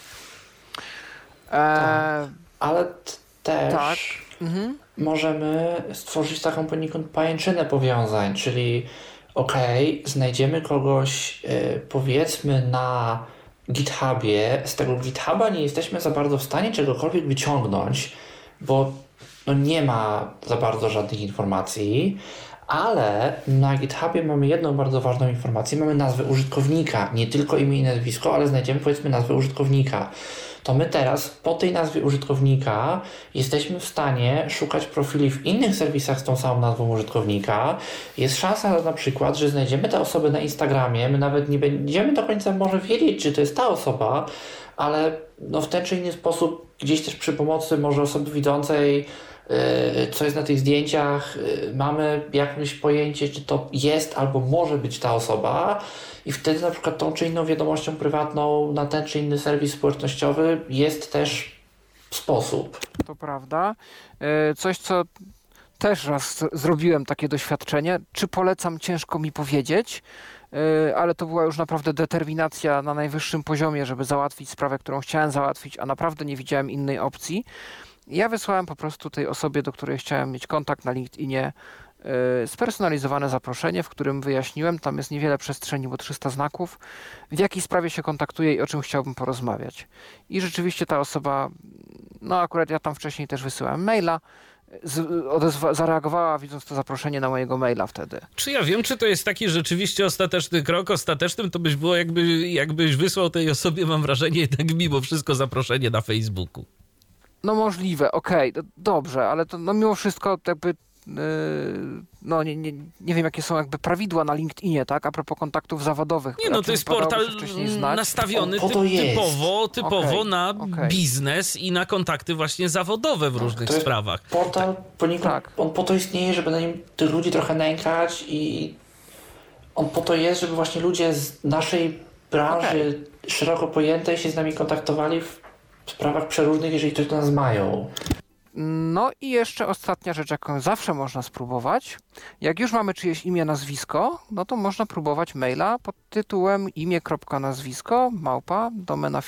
Ale też
tak.
możemy stworzyć taką poniekąd pajęczynę powiązań, czyli znajdziemy kogoś, powiedzmy na GitHubie, z tego GitHuba nie jesteśmy za bardzo w stanie czegokolwiek wyciągnąć, bo nie ma za bardzo żadnych informacji, ale na GitHubie mamy jedną bardzo ważną informację, mamy nazwę użytkownika, nie tylko imię i nazwisko, ale znajdziemy powiedzmy nazwę użytkownika. To my teraz po tej nazwie użytkownika jesteśmy w stanie szukać profili w innych serwisach z tą samą nazwą użytkownika. Jest szansa na przykład, że znajdziemy tę osobę na Instagramie, my nawet nie będziemy do końca może wiedzieć, czy to jest ta osoba, ale w ten czy inny sposób gdzieś też przy pomocy może osoby widzącej, co jest na tych zdjęciach, mamy jakieś pojęcie, czy to jest albo może być ta osoba i wtedy na przykład tą czy inną wiadomością prywatną na ten czy inny serwis społecznościowy jest też sposób.
To prawda. Coś, co też raz zrobiłem takie doświadczenie. Czy polecam, ciężko mi powiedzieć, ale to była już naprawdę determinacja na najwyższym poziomie, żeby załatwić sprawę, którą chciałem załatwić, a naprawdę nie widziałem innej opcji. Ja wysłałem po prostu tej osobie, do której chciałem mieć kontakt na LinkedInie, spersonalizowane zaproszenie, w którym wyjaśniłem, tam jest niewiele przestrzeni, bo 300 znaków, w jakiej sprawie się kontaktuję i o czym chciałbym porozmawiać. I rzeczywiście ta osoba, akurat ja tam wcześniej też wysyłałem maila, zareagowała, widząc to zaproszenie na mojego maila wtedy.
Czy ja wiem, czy to jest taki rzeczywiście ostateczny krok? Ostatecznym to byś było, jakbyś wysłał tej osobie, mam wrażenie, jednak mimo wszystko zaproszenie na Facebooku.
Możliwe, dobrze, ale to mimo wszystko jakby nie wiem, jakie są jakby prawidła na LinkedInie, tak? A propos kontaktów zawodowych.
To jest portal nastawiony typowo na biznes i na kontakty właśnie zawodowe w różnych sprawach.
Portal on po to istnieje, żeby na nim tych ludzi trochę nękać i on po to jest, żeby właśnie ludzie z naszej branży szeroko pojętej się z nami kontaktowali w sprawach przeróżnych, jeżeli coś do nas mają.
No i jeszcze ostatnia rzecz, jaką zawsze można spróbować. Jak już mamy czyjeś imię, nazwisko, to można próbować maila pod tytułem imię.nazwisko @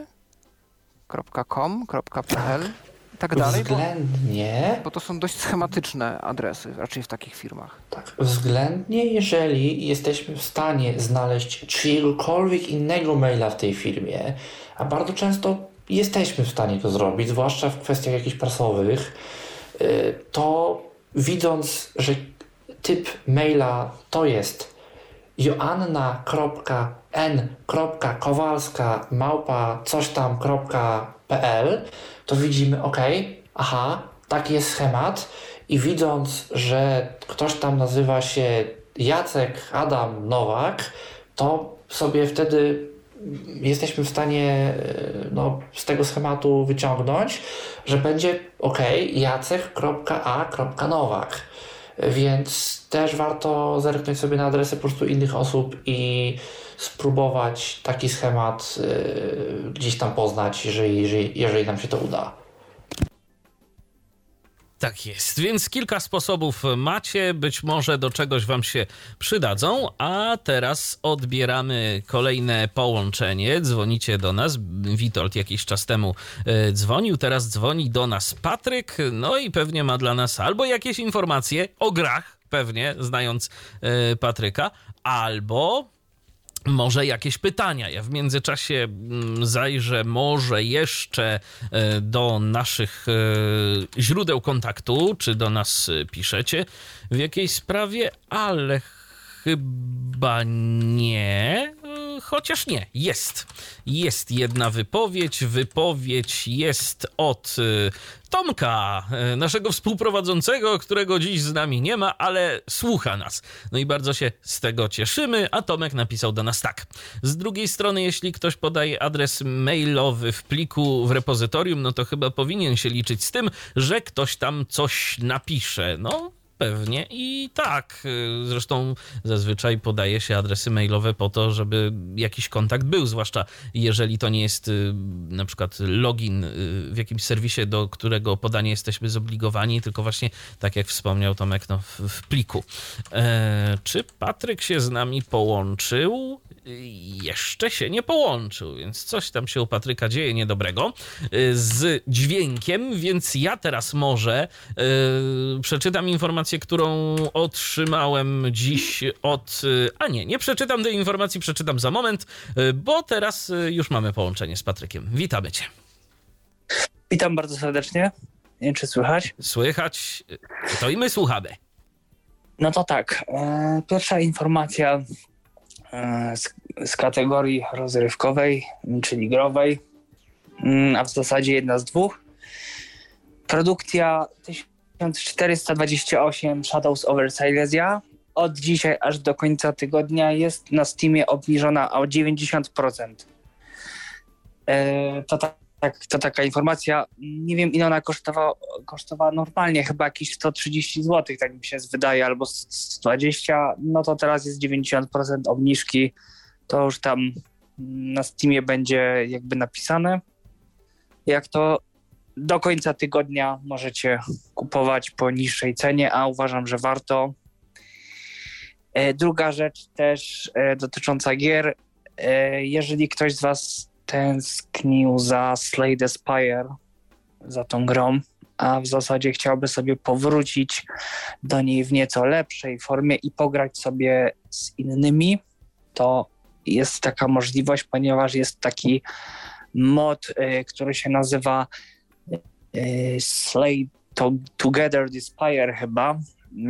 domenafirmy.com.pl i tak dalej.
Względnie.
Bo to są dość schematyczne adresy, raczej w takich firmach.
Tak, względnie jeżeli jesteśmy w stanie znaleźć czyjegokolwiek innego maila w tej firmie, a bardzo często jesteśmy w stanie to zrobić, zwłaszcza w kwestiach jakichś prasowych, to widząc, że typ maila to jest joanna.n.kowalska@cośtam.pl, to widzimy, taki jest schemat i widząc, że ktoś tam nazywa się Jacek Adam Nowak, to sobie wtedy jesteśmy w stanie z tego schematu wyciągnąć, że będzie Jacek.a.nowak. Więc też warto zerknąć sobie na adresy po prostu innych osób i spróbować taki schemat gdzieś tam poznać, jeżeli nam się to uda.
Tak jest, więc kilka sposobów macie, być może do czegoś wam się przydadzą, a teraz odbieramy kolejne połączenie. Dzwonicie do nas, Witold jakiś czas temu dzwonił, teraz dzwoni do nas Patryk, no i pewnie ma dla nas albo jakieś informacje o grach, pewnie, znając Patryka, albo może jakieś pytania. Ja w międzyczasie zajrzę może jeszcze do naszych źródeł kontaktu, czy do nas piszecie w jakiejś sprawie, ale chyba nie. Chociaż nie, jest jedna wypowiedź. Wypowiedź jest od Tomka, naszego współprowadzącego, którego dziś z nami nie ma, ale słucha nas. No i bardzo się z tego cieszymy, a Tomek napisał do nas tak. Z drugiej strony, jeśli ktoś podaje adres mailowy w pliku w repozytorium, no to chyba powinien się liczyć z tym, że ktoś tam coś napisze. No, pewnie i tak. Zresztą zazwyczaj podaje się adresy mailowe po to, żeby jakiś kontakt był, zwłaszcza jeżeli to nie jest na przykład login w jakimś serwisie, do którego podania jesteśmy zobligowani, tylko właśnie, tak jak wspomniał Tomek, w pliku. Czy Patryk się z nami połączył? Jeszcze się nie połączył, więc coś tam się u Patryka dzieje niedobrego z dźwiękiem, więc ja teraz może przeczytam informację, którą otrzymałem dziś od... nie przeczytam tej informacji, przeczytam za moment, bo teraz już mamy połączenie z Patrykiem. Witamy cię.
Witam bardzo serdecznie. Nie wiem, czy słychać?
Słychać, to i my słuchamy.
No to tak, pierwsza informacja z kategorii rozrywkowej, czyli growej, a w zasadzie jedna z dwóch. Produkcja 1428 Shadows over Silesia od dzisiaj aż do końca tygodnia jest na Steamie obniżona o 90%. To taka informacja. Nie wiem, ile ona kosztowała normalnie, chyba jakieś 130 zł, tak mi się wydaje, albo 120. No to teraz jest 90% obniżki. To już tam na Steamie będzie jakby napisane. Jak to do końca tygodnia możecie kupować po niższej cenie, a uważam, że warto. Druga rzecz też dotycząca gier. Jeżeli ktoś z was tęsknił za Slay the Spire, za tą grą, a w zasadzie chciałby sobie powrócić do niej w nieco lepszej formie i pograć sobie z innymi, to jest taka możliwość, ponieważ jest taki mod, który się nazywa Slay Together the Spire chyba.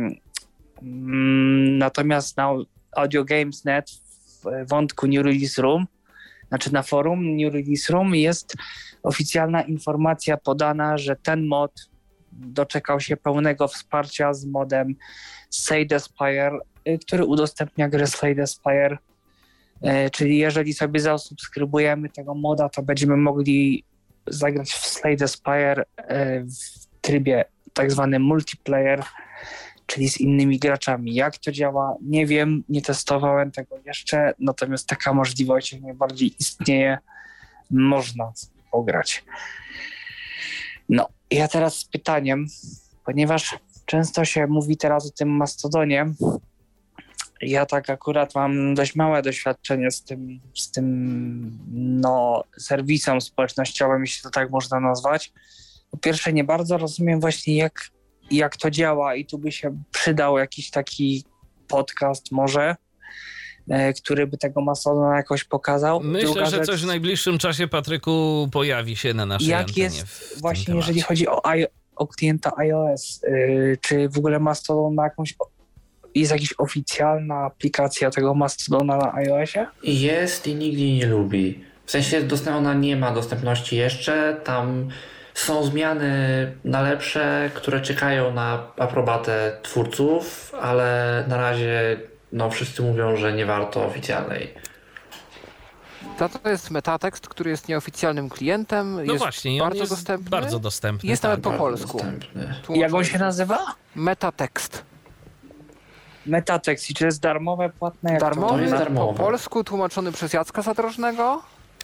Natomiast na Audio Games.net w wątku New Release Room, znaczy na forum New Release Room, jest oficjalna informacja podana, że ten mod doczekał się pełnego wsparcia z modem Slay the Spire, który udostępnia grę Slay the Spire. Czyli jeżeli sobie zasubskrybujemy tego moda, to będziemy mogli zagrać w Slay the Spire w trybie tak zwanym multiplayer, czyli z innymi graczami. Jak to działa? Nie wiem, nie testowałem tego jeszcze, natomiast taka możliwość jak najbardziej istnieje, można pograć. No, ja teraz z pytaniem, ponieważ często się mówi teraz o tym Mastodonie, ja tak akurat mam dość małe doświadczenie z tym serwisem społecznościowym, jeśli to tak można nazwać. Po pierwsze, nie bardzo rozumiem właśnie jak to działa i tu by się przydał jakiś taki podcast może, który by tego Mastodona jakoś pokazał.
Myślę, że coś w najbliższym czasie, Patryku, pojawi się na naszej antenie.
Jak jest właśnie, jeżeli chodzi o klienta iOS, czy w ogóle Mastodon ma jest jakaś oficjalna aplikacja tego Mastodona na iOSie?
Jest i nikt jej nie lubi. W sensie ona nie ma dostępności jeszcze. Tam są zmiany na lepsze, które czekają na aprobatę twórców, ale na razie wszyscy mówią, że nie warto oficjalnej.
To jest metatekst, który jest nieoficjalnym klientem.
No
jest
właśnie,
bardzo
on jest
dostępny.
bardzo dostępny.
Jest nawet po
Bardzo
polsku.
dostępny.
Jak on się nazywa?
Metatekst.
Metatekst. I czy jest darmowe, płatne? Jak
Darmowy,
To jest
po
darmowe.
polsku, tłumaczony przez Jacka Zadrożnego.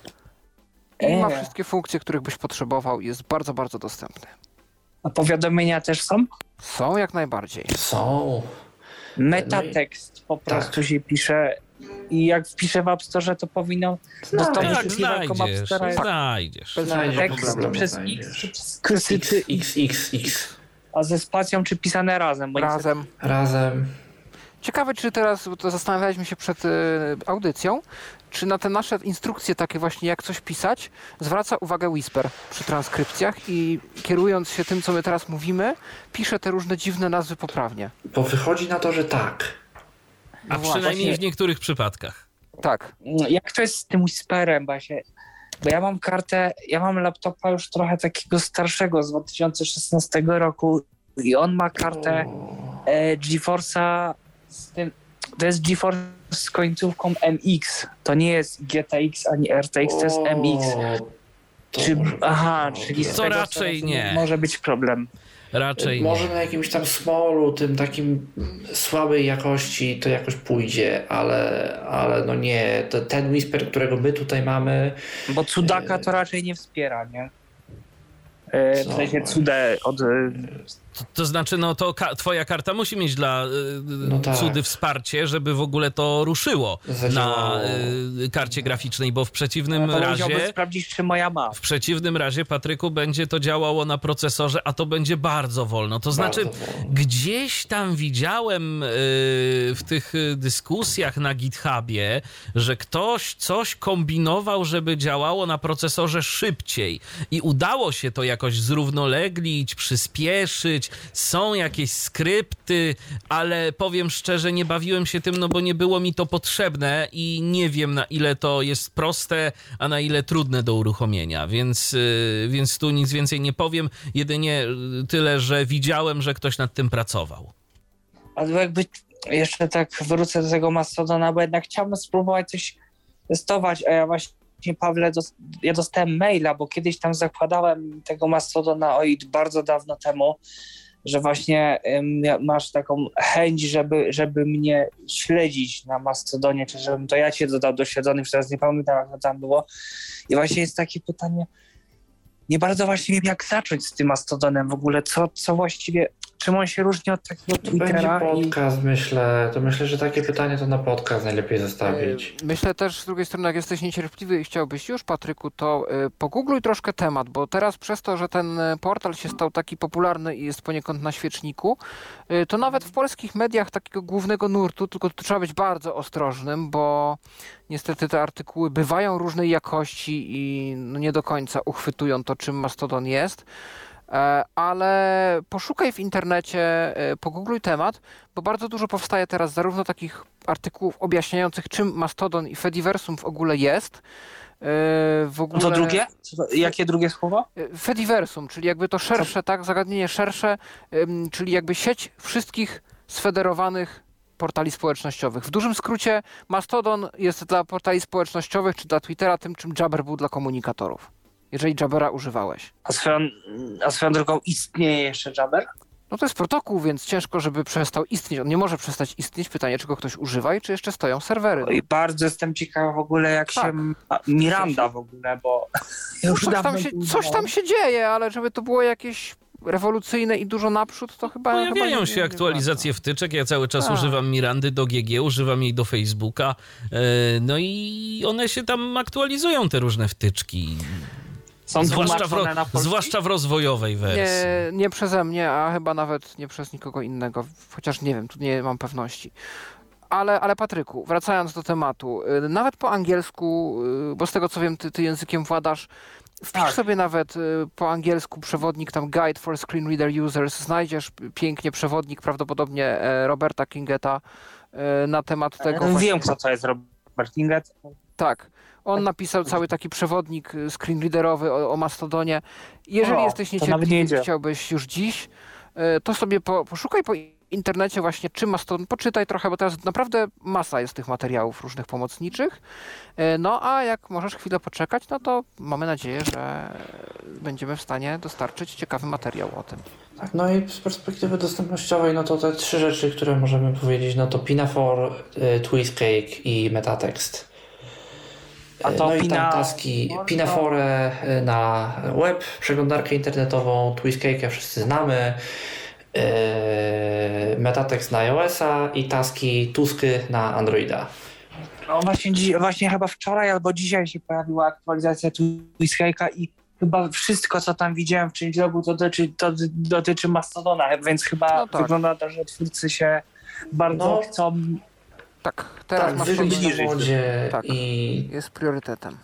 I ma
Eee.
wszystkie funkcje, których byś potrzebował. Jest bardzo, bardzo dostępny.
A powiadomienia też są?
Są jak najbardziej.
Są.
Metatekst po prostu się pisze i jak wpiszę w App Store, to powinno dostąpić
Tak,
wyszukiwarką App
znajdziesz,
Store'a.
znajdziesz.
Bez
Znajdziesz,
żadnego
bez
Tekst
problemu
przez
znajdziesz.
X, czy przez skróty, czy
XXX.
a ze spacją, czy pisane razem? Bo
Razem.
Razem.
Ciekawe, czy teraz, bo to zastanawialiśmy się przed audycją, czy na te nasze instrukcje takie właśnie, jak coś pisać, zwraca uwagę Whisper przy transkrypcjach i kierując się tym, co my teraz mówimy, pisze te różne dziwne nazwy poprawnie.
Bo wychodzi na to, że tak.
A
No
przynajmniej
właśnie.
w niektórych przypadkach.
Tak.
Jak to jest z tym Whisperem, bo ja mam kartę, ja mam laptopa już trochę takiego starszego z 2016 roku i on ma kartę GeForce'a z tym, to jest GeForce z końcówką MX, to nie jest GTX ani RTX, to jest MX.
To
Czy,
może być
aha,
problem.
czyli z
To
tego, co
raczej
rozumiem,
nie.
może być problem.
Raczej
Może
nie.
na jakimś tam smolu, tym takim słabej jakości to jakoś pójdzie, ale no nie, ten Whisper, którego my tutaj mamy,
Bo Cudaka to raczej nie wspiera, nie? W
Co?
sensie cudę od...
To znaczy, no to twoja karta musi mieć dla
No tak.
cudy wsparcie, żeby w ogóle to ruszyło
Zadziałało.
na karcie graficznej, bo w przeciwnym
to
razie...
musiałbym sprawdzić, czy moja ma.
W przeciwnym razie, Patryku, będzie to działało na procesorze, a to będzie bardzo wolno. To znaczy,
Bardzo wolno.
gdzieś tam widziałem w tych dyskusjach na GitHubie, że ktoś coś kombinował, żeby działało na procesorze szybciej i udało się to jakoś zrównoleglić, przyspieszyć. Są jakieś skrypty, ale powiem szczerze, nie bawiłem się tym, no bo nie było mi to potrzebne i nie wiem, na ile to jest proste, a na ile trudne do uruchomienia, więc tu nic więcej nie powiem, jedynie tyle, że widziałem, że ktoś nad tym pracował.
Ale jakby jeszcze tak wrócę do tego Mastodona, bo jednak chciałbym spróbować coś testować, a ja właśnie, Pawle, ja dostałem maila, bo kiedyś tam zakładałem tego Mastodona bardzo dawno temu, że właśnie masz taką chęć, żeby mnie śledzić na Mastodonie, czy żebym to ja cię dodał do śledzonych, już teraz nie pamiętam, jak to tam było. I właśnie jest takie pytanie, nie bardzo właśnie wiem, jak zacząć z tym Mastodonem w ogóle, co właściwie, czym on się różni od takiego
Będzie
Twittera
podcast, myślę. To myślę, że takie pytanie to na podcast najlepiej zostawić.
Myślę też z drugiej strony, jak jesteś niecierpliwy i chciałbyś już, Patryku, to pogoogluj troszkę temat, bo teraz przez to, że ten portal się stał taki popularny i jest poniekąd na świeczniku, to nawet w polskich mediach takiego głównego nurtu, tylko tu trzeba być bardzo ostrożnym, bo niestety te artykuły bywają różnej jakości i no nie do końca uchwytują to, czym Mastodon jest. Ale poszukaj w internecie, pogoogluj temat, bo bardzo dużo powstaje teraz zarówno takich artykułów objaśniających, czym Mastodon i Fediversum w ogóle jest. W ogóle...
To drugie? Jakie drugie słowo?
Fediversum, czyli jakby to szersze, tak, zagadnienie szersze, czyli jakby sieć wszystkich sfederowanych portali społecznościowych. W dużym skrócie Mastodon jest dla portali społecznościowych, czy dla Twittera tym, czym Jabber był dla komunikatorów. Jeżeli Jabbera używałeś.
A swoją drogą istnieje jeszcze Jabber?
No to jest protokół, więc ciężko, żeby przestał istnieć. On nie może przestać istnieć. Pytanie, czy go ktoś używa i czy jeszcze stoją serwery.
I bardzo jestem ciekaw w ogóle, jak
Tak.
się... Miranda w ogóle, bo... już dawno
Coś tam się dzieje, ale żeby to było jakieś rewolucyjne i dużo naprzód, to chyba...
Pojawiają
nie
się aktualizacje wtyczek, ja cały czas
Tak.
używam Mirandy do GG, używam jej do Facebooka, no i one się tam aktualizują, te różne wtyczki.
Są tłumaczone na polski?
Zwłaszcza w rozwojowej wersji.
Nie przeze mnie, a chyba nawet nie przez nikogo innego. Chociaż nie wiem, tu nie mam pewności. Ale Patryku, wracając do tematu, nawet po angielsku, bo z tego co wiem, ty językiem władasz, wpisz sobie nawet po angielsku przewodnik tam Guide for Screen Reader Users, znajdziesz pięknie przewodnik, prawdopodobnie Roberta Kingeta na temat tego.
Wiem, kto to jest Robert Kinget.
Tak. On napisał cały taki przewodnik screenreaderowy o Mastodonie. Jeżeli jesteś
to nawet nie
niecierpliwy,
idzie.
chciałbyś już dziś, to sobie poszukaj po internecie właśnie, czy Mastodon, poczytaj trochę, bo teraz naprawdę masa jest tych materiałów różnych pomocniczych. No a jak możesz chwilę poczekać, no to mamy nadzieję, że będziemy w stanie dostarczyć ciekawy materiał o tym.
Tak, no i z perspektywy dostępnościowej, no to te 3 rzeczy, które możemy powiedzieć, no to Pinafore, Twistcake i Metatext.
A to
no i tam taski Pinafore na web, przeglądarkę internetową, Twistcake'a wszyscy znamy, Metatext na iOS-a i taski Tusky na Androida.
No właśnie chyba wczoraj albo dzisiaj się pojawiła aktualizacja Twistcake'a i chyba wszystko, co tam widziałem w changelogu, to dotyczy Mastodona, więc chyba wygląda to, że twórcy się bardzo chcą...
Tak, teraz
Mastodon na wodzie i
jest priorytetem.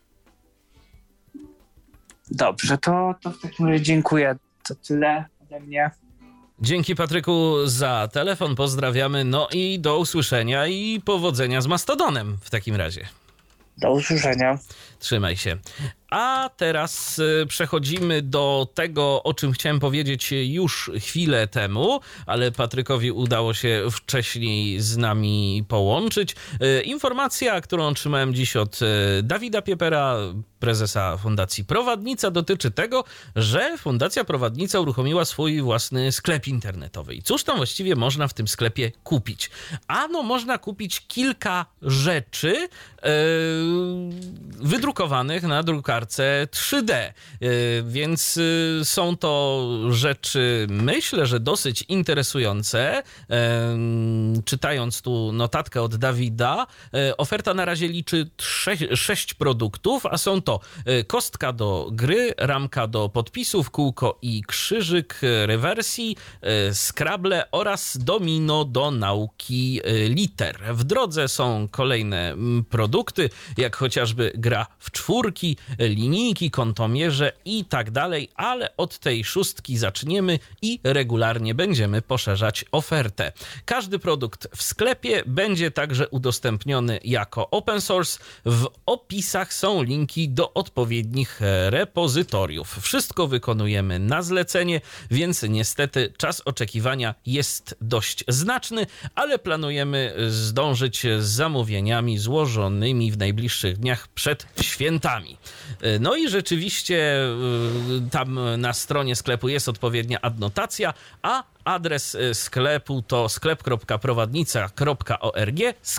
Dobrze, to w takim razie dziękuję. To tyle ode mnie.
Dzięki, Patryku, za telefon, pozdrawiamy, no i do usłyszenia i powodzenia z Mastodonem w takim razie.
Do usłyszenia.
Trzymaj się. A teraz przechodzimy do tego, o czym chciałem powiedzieć już chwilę temu, ale Patrykowi udało się wcześniej z nami połączyć. Informacja, którą otrzymałem dziś od Dawida Piepera, prezesa Fundacji Prowadnica, dotyczy tego, że Fundacja Prowadnica uruchomiła swój własny sklep internetowy. I cóż tam właściwie można w tym sklepie kupić? Ano, można kupić kilka rzeczy wydrukowanych na drukarce 3D, więc są to rzeczy, myślę, że dosyć interesujące. Czytając tu notatkę od Dawida, oferta na razie liczy 6 produktów, a są to kostka do gry, ramka do podpisów, kółko i krzyżyk rewersji, Scrabble oraz domino do nauki liter. W drodze są kolejne produkty, jak chociażby gra w czwórki, linijki, kątomierze i tak dalej, ale od tej 6 zaczniemy i regularnie będziemy poszerzać ofertę. Każdy produkt w sklepie będzie także udostępniony jako open source. W opisach są linki do odpowiednich repozytoriów. Wszystko wykonujemy na zlecenie, więc niestety czas oczekiwania jest dość znaczny, ale planujemy zdążyć z zamówieniami złożonymi w najbliższych dniach przed świętami. No i rzeczywiście tam na stronie sklepu jest odpowiednia adnotacja, a adres sklepu to sklep.prowadnica.org,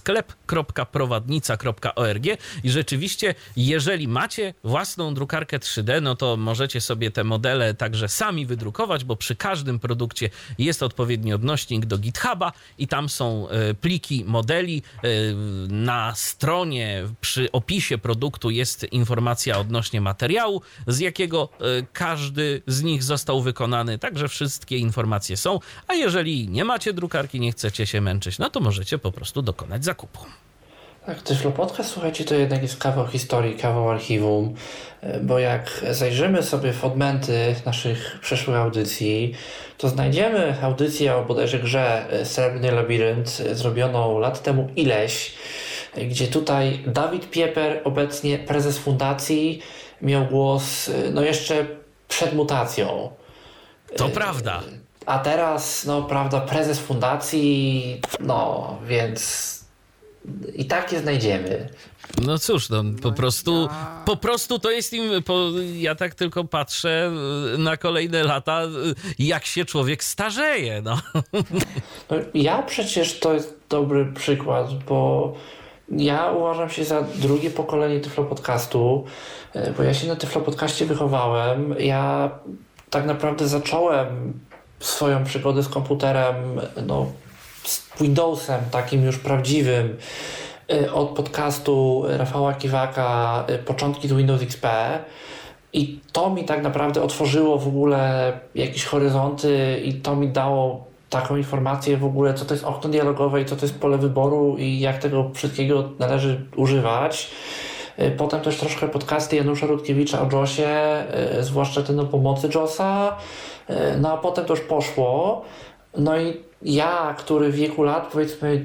sklep.prowadnica.org i rzeczywiście, jeżeli macie własną drukarkę 3D, no to możecie sobie te modele także sami wydrukować, bo przy każdym produkcie jest odpowiedni odnośnik do GitHuba i tam są pliki modeli. Na stronie przy opisie produktu jest informacja odnośnie materiału, z jakiego każdy z nich został wykonany, także wszystkie informacje są. A jeżeli nie macie drukarki, nie chcecie się męczyć, no to możecie po prostu dokonać zakupu.
Tak, Tyflo Podcast, słuchajcie, to jednak jest kawał historii, kawał archiwum, bo jak zajrzymy sobie w odmęty naszych przeszłych audycji, to znajdziemy audycję o bodajże grze Srebrny Labirynt, zrobioną lat temu ileś, gdzie tutaj Dawid Pieper, obecnie prezes fundacji, miał głos no jeszcze przed mutacją.
To prawda.
A teraz, no prawda, prezes fundacji, no więc i tak je znajdziemy.
No cóż, no po prostu to jest im, ja tak tylko patrzę na kolejne lata, jak się człowiek starzeje, no.
No ja przecież to jest dobry przykład, bo ja uważam się za drugie pokolenie Tyflo Podcastu, bo ja się na Tyflo Podcaście wychowałem. Ja tak naprawdę zacząłem swoją przygodę z komputerem, no, z Windowsem takim już prawdziwym, od podcastu Rafała Kiwaka, początki z Windows XP, i to mi tak naprawdę otworzyło w ogóle jakieś horyzonty i to mi dało taką informację w ogóle, co to jest okno dialogowe i co to jest pole wyboru i jak tego wszystkiego należy używać. Potem też troszkę podcasty Janusza Rutkiewicza o JOSie, zwłaszcza ten o pomocy JOSa. No a potem to już poszło. No i ja, który w wieku lat powiedzmy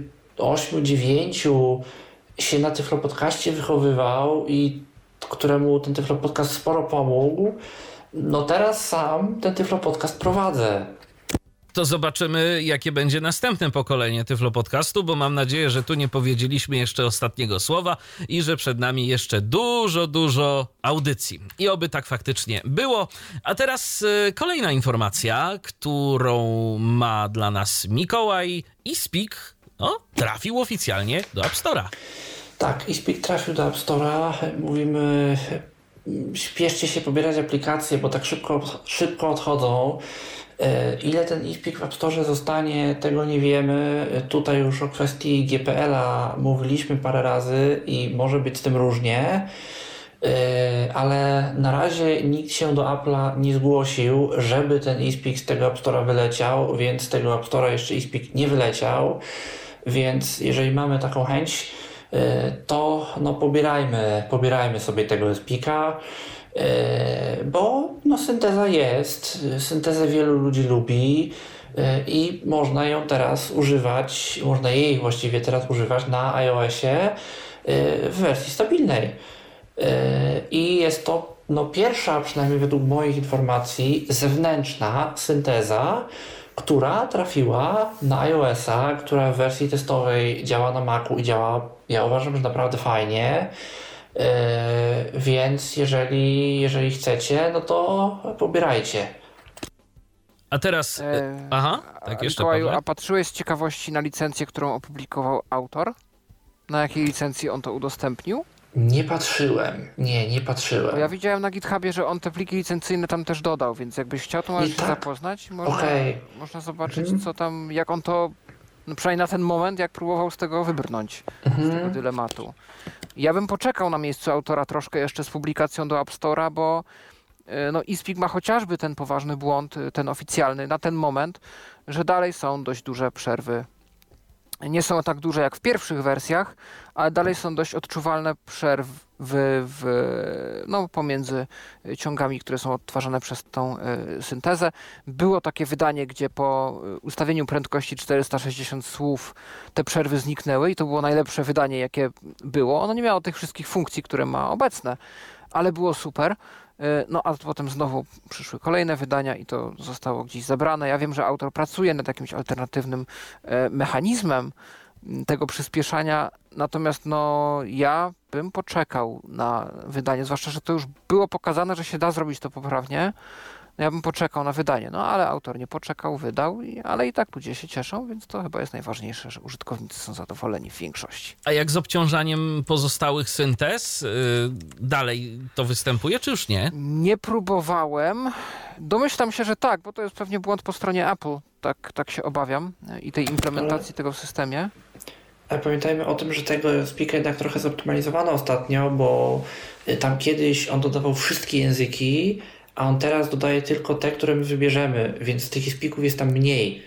8-9 się na Tyflo Podcaście wychowywał i któremu ten Tyflo Podcast sporo pomógł, no teraz sam ten Tyflo Podcast prowadzę.
To zobaczymy, jakie będzie następne pokolenie Tyflo Podcastu, bo mam nadzieję, że tu nie powiedzieliśmy jeszcze ostatniego słowa i że przed nami jeszcze dużo audycji. I oby tak faktycznie było. A teraz kolejna informacja, którą ma dla nas Mikołaj. eSpeak trafił oficjalnie do App Store'a.
Tak, eSpeak trafił do App Store'a. Mówimy, śpieszcie się pobierać aplikacje, bo tak szybko odchodzą. Ile ten eSpeak w App Store zostanie, tego nie wiemy. Tutaj już o kwestii GPL-a mówiliśmy parę razy i może być z tym różnie, ale na razie nikt się do Apple'a nie zgłosił, żeby ten eSpeak z tego App Store'a wyleciał, więc z tego App Store'a jeszcze eSpeak nie wyleciał, więc jeżeli mamy taką chęć, to pobierajmy sobie tego eSpeaka, bo synteza jest, syntezę wielu ludzi lubi i można ją teraz używać, można jej właściwie teraz używać na iOSie w wersji stabilnej. I jest to pierwsza, przynajmniej według moich informacji, zewnętrzna synteza, która trafiła na iOS-a, która w wersji testowej działa na Macu i działa, ja uważam, że naprawdę fajnie. Więc jeżeli chcecie, to pobierajcie.
A teraz... tak jeszcze
Mikołaju, a patrzyłeś z ciekawości na licencję, którą opublikował autor? Na jakiej licencji on to udostępnił?
Nie patrzyłem. Nie patrzyłem.
Bo ja widziałem na GitHubie, że on te pliki licencyjne tam też dodał, więc jakbyś chciał, to możesz się zapoznać. Można zobaczyć, co tam, jak on to, przynajmniej na ten moment, jak próbował z tego wybrnąć, z tego dylematu. Ja bym poczekał na miejscu autora troszkę jeszcze z publikacją do App Store'a, bo eSpeak ma chociażby ten poważny błąd, ten oficjalny, na ten moment, że dalej są dość duże przerwy. Nie są tak duże jak w pierwszych wersjach, ale dalej są dość odczuwalne przerwy pomiędzy ciągami, które są odtwarzane przez tą syntezę. Było takie wydanie, gdzie po ustawieniu prędkości 460 słów te przerwy zniknęły i to było najlepsze wydanie, jakie było. Ono nie miało tych wszystkich funkcji, które ma obecne, ale było super. A potem znowu przyszły kolejne wydania i to zostało gdzieś zabrane. Ja wiem, że autor pracuje nad jakimś alternatywnym mechanizmem tego przyspieszania, natomiast ja bym poczekał na wydanie, zwłaszcza, że to już było pokazane, że się da zrobić to poprawnie. Ja bym poczekał na wydanie, ale autor nie poczekał, wydał, ale i tak ludzie się cieszą, więc to chyba jest najważniejsze, że użytkownicy są zadowoleni w większości.
A jak z obciążaniem pozostałych syntez? Dalej to występuje, czy już nie?
Nie próbowałem. Domyślam się, że tak, bo to jest pewnie błąd po stronie Apple, tak się obawiam, i tej implementacji tego w systemie.
Ale pamiętajmy o tym, że tego speaka jednak trochę zoptymalizowano ostatnio, bo tam kiedyś on dodawał wszystkie języki, a on teraz dodaje tylko te, które my wybierzemy, więc tych speaków jest tam mniej.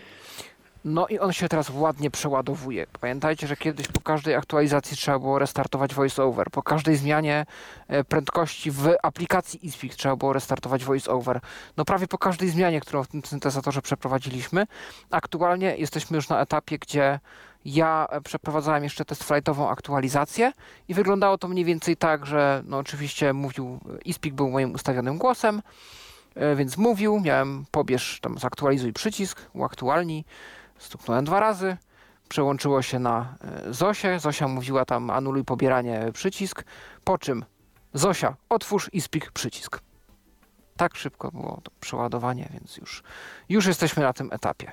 I on się teraz ładnie przeładowuje. Pamiętajcie, że kiedyś po każdej aktualizacji trzeba było restartować VoiceOver. Po każdej zmianie prędkości w aplikacji eSpeak trzeba było restartować VoiceOver. Prawie po każdej zmianie, którą w tym syntezatorze przeprowadziliśmy. Aktualnie jesteśmy już na etapie, gdzie ja przeprowadzałem jeszcze test flightową aktualizację i wyglądało to mniej więcej tak, że oczywiście eSpeak był moim ustawionym głosem, więc mówił, miałem pobierz, tam zaktualizuj przycisk, uaktualnij, stuknąłem 2 razy, przełączyło się na Zosię, Zosia mówiła tam anuluj pobieranie przycisk, po czym Zosia otwórz eSpeak przycisk. Tak szybko było to przeładowanie, więc już jesteśmy na tym etapie.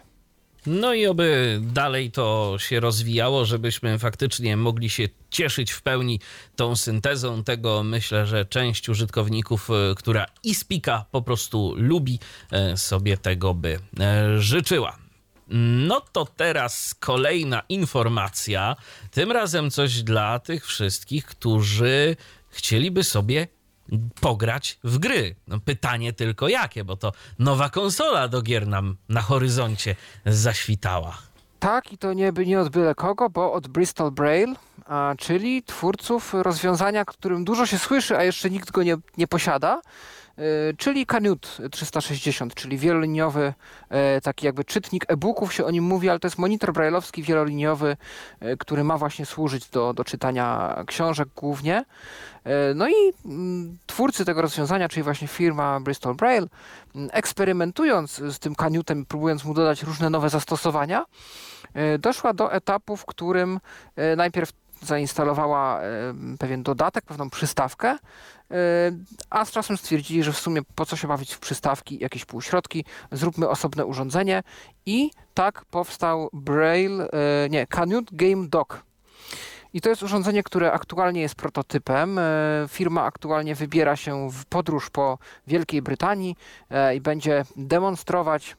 I oby dalej to się rozwijało, żebyśmy faktycznie mogli się cieszyć w pełni tą syntezą. Tego myślę, że część użytkowników, która eSpeaka po prostu lubi, sobie tego by życzyła. To teraz kolejna informacja. Tym razem coś dla tych wszystkich, którzy chcieliby sobie pograć w gry. Pytanie tylko jakie, bo to nowa konsola do gier nam na horyzoncie zaświtała.
Tak, i to nie od byle kogo, bo od Bristol Braille, czyli twórców rozwiązania, którym dużo się słyszy, a jeszcze nikt go nie posiada. czyli Canute 360, czyli wieloliniowy taki jakby czytnik e-booków się o nim mówi, ale to jest monitor braille'owski wieloliniowy, który ma właśnie służyć do czytania książek głównie. No i twórcy tego rozwiązania, czyli właśnie firma Bristol Braille, eksperymentując z tym Canute'em, próbując mu dodać różne nowe zastosowania, doszła do etapu, w którym najpierw zainstalowała pewien dodatek, pewną przystawkę, a z czasem stwierdzili, że w sumie po co się bawić w przystawki, jakieś półśrodki, zróbmy osobne urządzenie i tak powstał Canute Game Dock. I to jest urządzenie, które aktualnie jest prototypem. Firma aktualnie wybiera się w podróż po Wielkiej Brytanii i będzie demonstrować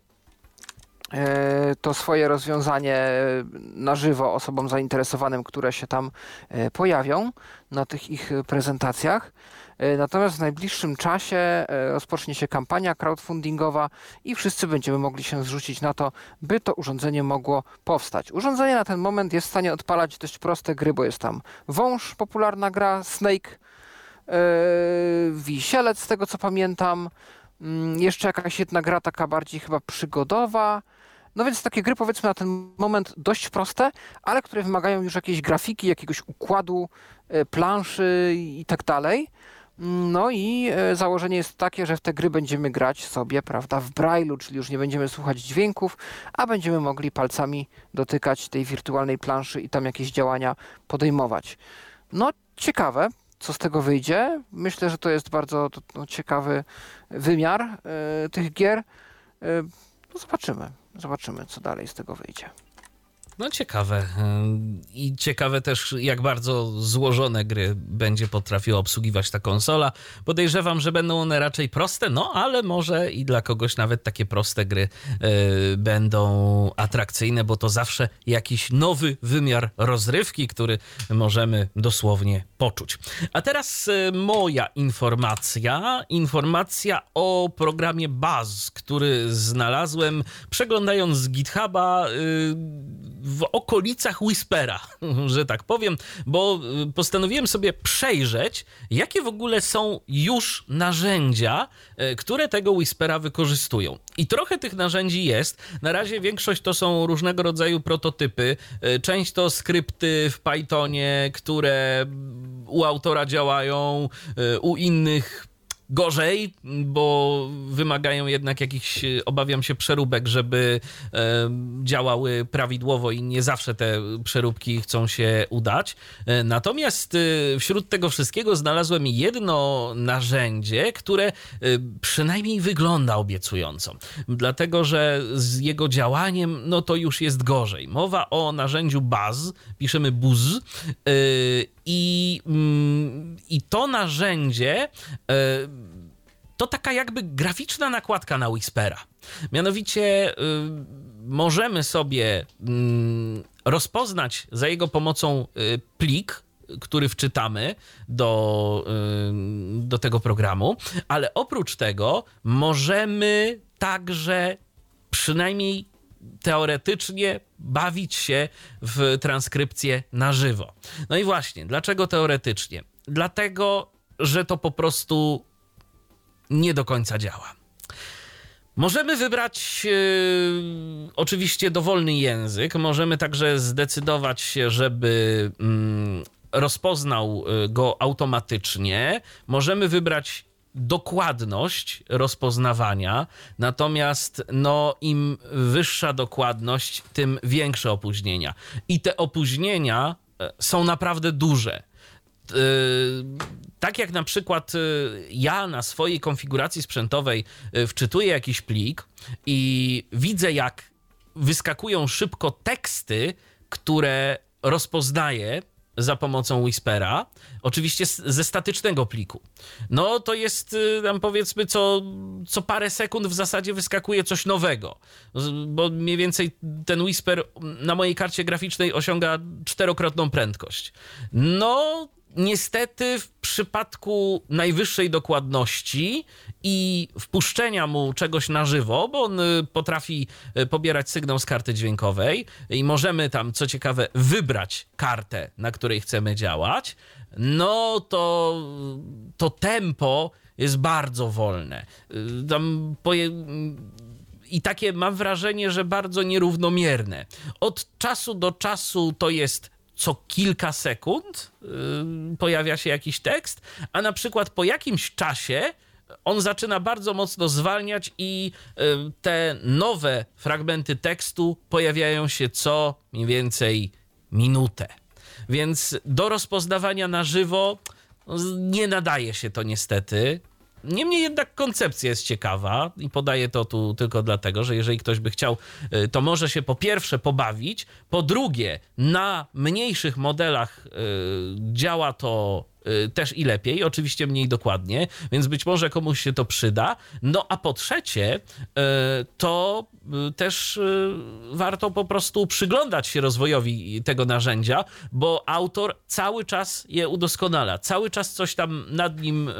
to swoje rozwiązanie na żywo osobom zainteresowanym, które się tam pojawią na tych ich prezentacjach. Natomiast w najbliższym czasie rozpocznie się kampania crowdfundingowa i wszyscy będziemy mogli się zrzucić na to, by to urządzenie mogło powstać. Urządzenie na ten moment jest w stanie odpalać dość proste gry, bo jest tam Wąż, popularna gra, Snake, Wisielec, z tego co pamiętam, jeszcze jakaś jedna gra taka bardziej chyba przygodowa. No więc takie gry, powiedzmy, na ten moment dość proste, ale które wymagają już jakiejś grafiki, jakiegoś układu, planszy i tak dalej. No i założenie jest takie, że w te gry będziemy grać sobie, prawda, w Braille'u, czyli już nie będziemy słuchać dźwięków, a będziemy mogli palcami dotykać tej wirtualnej planszy i tam jakieś działania podejmować. No ciekawe, co z tego wyjdzie. Myślę, że to jest bardzo ciekawy wymiar tych gier. No zobaczymy, co dalej z tego wyjdzie.
No ciekawe. I ciekawe też, jak bardzo złożone gry będzie potrafiła obsługiwać ta konsola. Podejrzewam, że będą one raczej proste, no ale może i dla kogoś nawet takie proste gry będą atrakcyjne, bo to zawsze jakiś nowy wymiar rozrywki, który możemy dosłownie poczuć. A teraz moja informacja o programie Buzz, który znalazłem przeglądając GitHuba w okolicach Whispera, że tak powiem, bo postanowiłem sobie przejrzeć, jakie w ogóle są już narzędzia, które tego Whispera wykorzystują. I trochę tych narzędzi jest. Na razie większość to są różnego rodzaju prototypy. Część to skrypty w Pythonie, które u autora działają, u innych gorzej, bo wymagają jednak jakichś, obawiam się, przeróbek, żeby działały prawidłowo i nie zawsze te przeróbki chcą się udać. Natomiast wśród tego wszystkiego znalazłem jedno narzędzie, które przynajmniej wygląda obiecująco, dlatego że z jego działaniem no to już jest gorzej. Mowa o narzędziu Buzz, piszemy Buzz, i to narzędzie to taka jakby graficzna nakładka na Whispera. Mianowicie możemy sobie rozpoznać za jego pomocą plik, który wczytamy do tego programu, ale oprócz tego możemy także przynajmniej teoretycznie bawić się w transkrypcję na żywo. No i właśnie, dlaczego teoretycznie? Dlatego, że to po prostu nie do końca działa. Możemy wybrać oczywiście dowolny język, możemy także zdecydować się, żeby rozpoznał go automatycznie, możemy wybrać dokładność rozpoznawania, natomiast no, im wyższa dokładność, tym większe opóźnienia. I te opóźnienia są naprawdę duże. Tak jak na przykład ja na swojej konfiguracji sprzętowej wczytuję jakiś plik i widzę, jak wyskakują szybko teksty, które rozpoznaję za pomocą Whispera, oczywiście ze statycznego pliku. No to jest tam powiedzmy co parę sekund w zasadzie wyskakuje coś nowego, bo mniej więcej ten Whisper na mojej karcie graficznej osiąga 4-krotną prędkość. No niestety w przypadku najwyższej dokładności i wpuszczenia mu czegoś na żywo, bo on potrafi pobierać sygnał z karty dźwiękowej i możemy tam, co ciekawe, wybrać kartę, na której chcemy działać, no to tempo jest bardzo wolne. I takie mam wrażenie, że bardzo nierównomierne. Od czasu do czasu to jest co kilka sekund pojawia się jakiś tekst, a na przykład po jakimś czasie on zaczyna bardzo mocno zwalniać i te nowe fragmenty tekstu pojawiają się co mniej więcej minutę. Więc do rozpoznawania na żywo nie nadaje się to niestety. Niemniej jednak koncepcja jest ciekawa i podaję to tu tylko dlatego, że jeżeli ktoś by chciał, to może się po pierwsze pobawić, po drugie na mniejszych modelach działa to też i lepiej, oczywiście mniej dokładnie, więc być może komuś się to przyda. No a po trzecie, to też warto po prostu przyglądać się rozwojowi tego narzędzia, bo autor cały czas je udoskonala, cały czas coś tam nad nim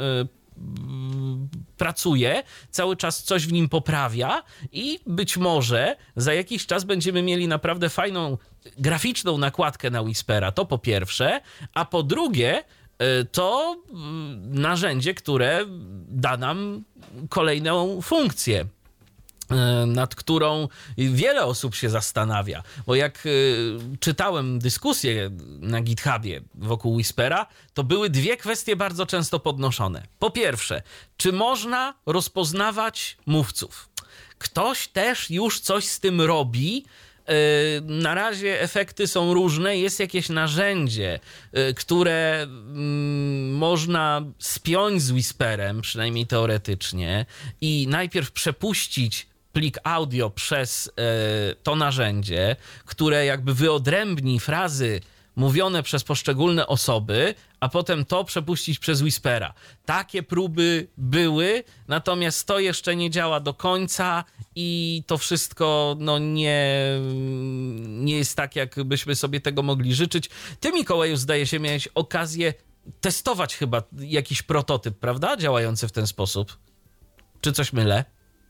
pracuje, cały czas coś w nim poprawia i być może za jakiś czas będziemy mieli naprawdę fajną graficzną nakładkę na Whispera, to po pierwsze, a po drugie to narzędzie, które da nam kolejną funkcję, nad którą wiele osób się zastanawia, bo jak czytałem dyskusje na GitHubie wokół Whispera, to były dwie kwestie bardzo często podnoszone. Po pierwsze, czy można rozpoznawać mówców? Ktoś też już coś z tym robi. Na razie efekty są różne, jest jakieś narzędzie, które można spiąć z Whisperem, przynajmniej teoretycznie, i najpierw przepuścić plik audio przez to narzędzie, które jakby wyodrębni frazy mówione przez poszczególne osoby, a potem to przepuścić przez Whispera. Takie próby były, natomiast to jeszcze nie działa do końca i to wszystko nie jest tak, jak byśmy sobie tego mogli życzyć. Ty, Mikołaju, zdaje się, miałeś okazję testować chyba jakiś prototyp, prawda? Działający w ten sposób. Czy coś mylę?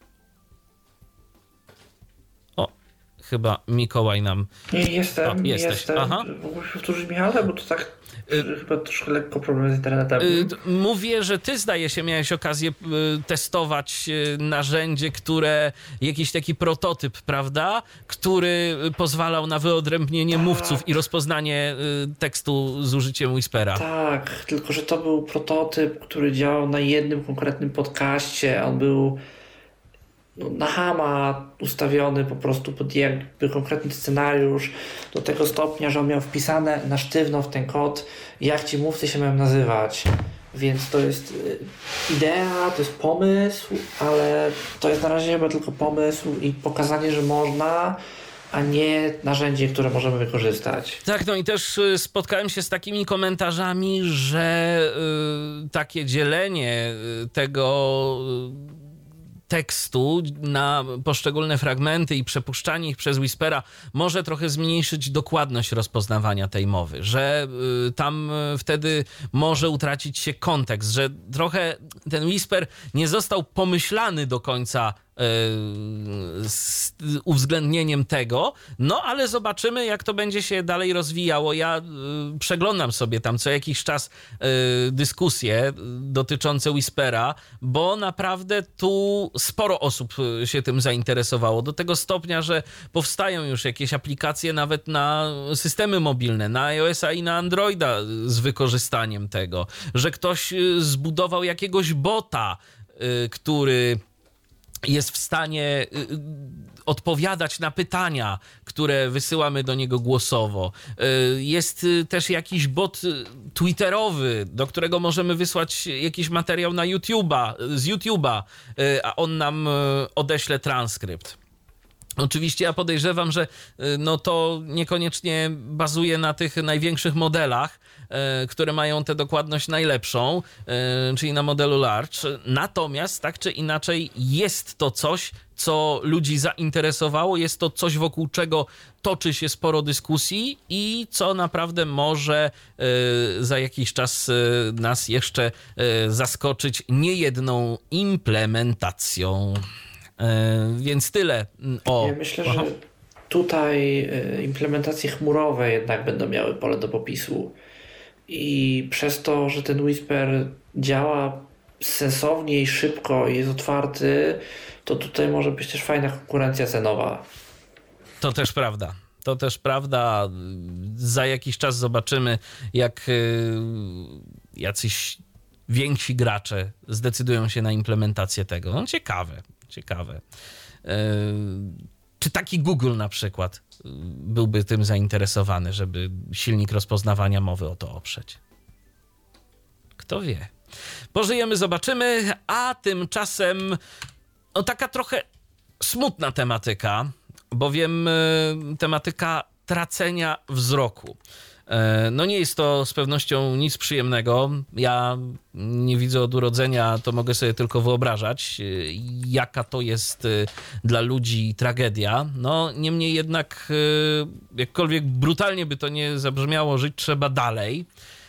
Chyba Mikołaj nam...
Nie, jestem.
Aha.
Mógłbyś powtórzyć, Michale, bo to tak chyba troszkę lekko problem z internetem.
Mówię, że ty, zdaje się, miałeś okazję testować narzędzie, które... Jakiś taki prototyp, prawda? Który pozwalał na wyodrębnienie mówców i rozpoznanie tekstu z użyciem Whispera.
Tak, tylko że to był prototyp, który działał na jednym konkretnym podcaście. On był na chama ustawiony po prostu pod jakby konkretny scenariusz do tego stopnia, że on miał wpisane na sztywno w ten kod, jak ci mówcy się mają nazywać. Więc to jest idea, to jest pomysł, ale to jest na razie chyba tylko pomysł i pokazanie, że można, a nie narzędzie, które możemy wykorzystać.
Tak, no i też spotkałem się z takimi komentarzami, że takie dzielenie tego tekstu na poszczególne fragmenty i przepuszczanie ich przez Whispera może trochę zmniejszyć dokładność rozpoznawania tej mowy, że tam wtedy może utracić się kontekst, że trochę ten Whisper nie został pomyślany do końca z uwzględnieniem tego, no ale zobaczymy, jak to będzie się dalej rozwijało. Ja przeglądam sobie tam co jakiś czas dyskusje dotyczące Whispera, bo naprawdę tu sporo osób się tym zainteresowało, do tego stopnia, że powstają już jakieś aplikacje nawet na systemy mobilne, na iOS-a i na Androida z wykorzystaniem tego, że ktoś zbudował jakiegoś bota, który jest w stanie odpowiadać na pytania, które wysyłamy do niego głosowo. Jest też jakiś bot twitterowy, do którego możemy wysłać jakiś materiał na z YouTube'a, a on nam odeśle transkrypt. Oczywiście ja podejrzewam, że to niekoniecznie bazuje na tych największych modelach, które mają tę dokładność najlepszą, czyli na modelu large. Natomiast tak czy inaczej jest to coś, co ludzi zainteresowało, jest to coś, wokół czego toczy się sporo dyskusji i co naprawdę może za jakiś czas nas jeszcze zaskoczyć niejedną implementacją. Więc tyle o...
Ja myślę, że tutaj implementacje chmurowe jednak będą miały pole do popisu i przez to, że ten Whisper działa sensownie i szybko jest otwarty, to tutaj może być też fajna konkurencja cenowa.
To też prawda. To też prawda. Za jakiś czas zobaczymy, jak jacyś więksi gracze zdecydują się na implementację tego. No, ciekawe. Czy taki Google na przykład byłby tym zainteresowany, żeby silnik rozpoznawania mowy o to oprzeć? Kto wie. Pożyjemy, zobaczymy, a tymczasem taka trochę smutna tematyka, bowiem tematyka tracenia wzroku. No nie jest to z pewnością nic przyjemnego. Ja nie widzę od urodzenia, to mogę sobie tylko wyobrażać, jaka to jest dla ludzi tragedia. No niemniej jednak, jakkolwiek brutalnie by to nie zabrzmiało, żyć trzeba dalej.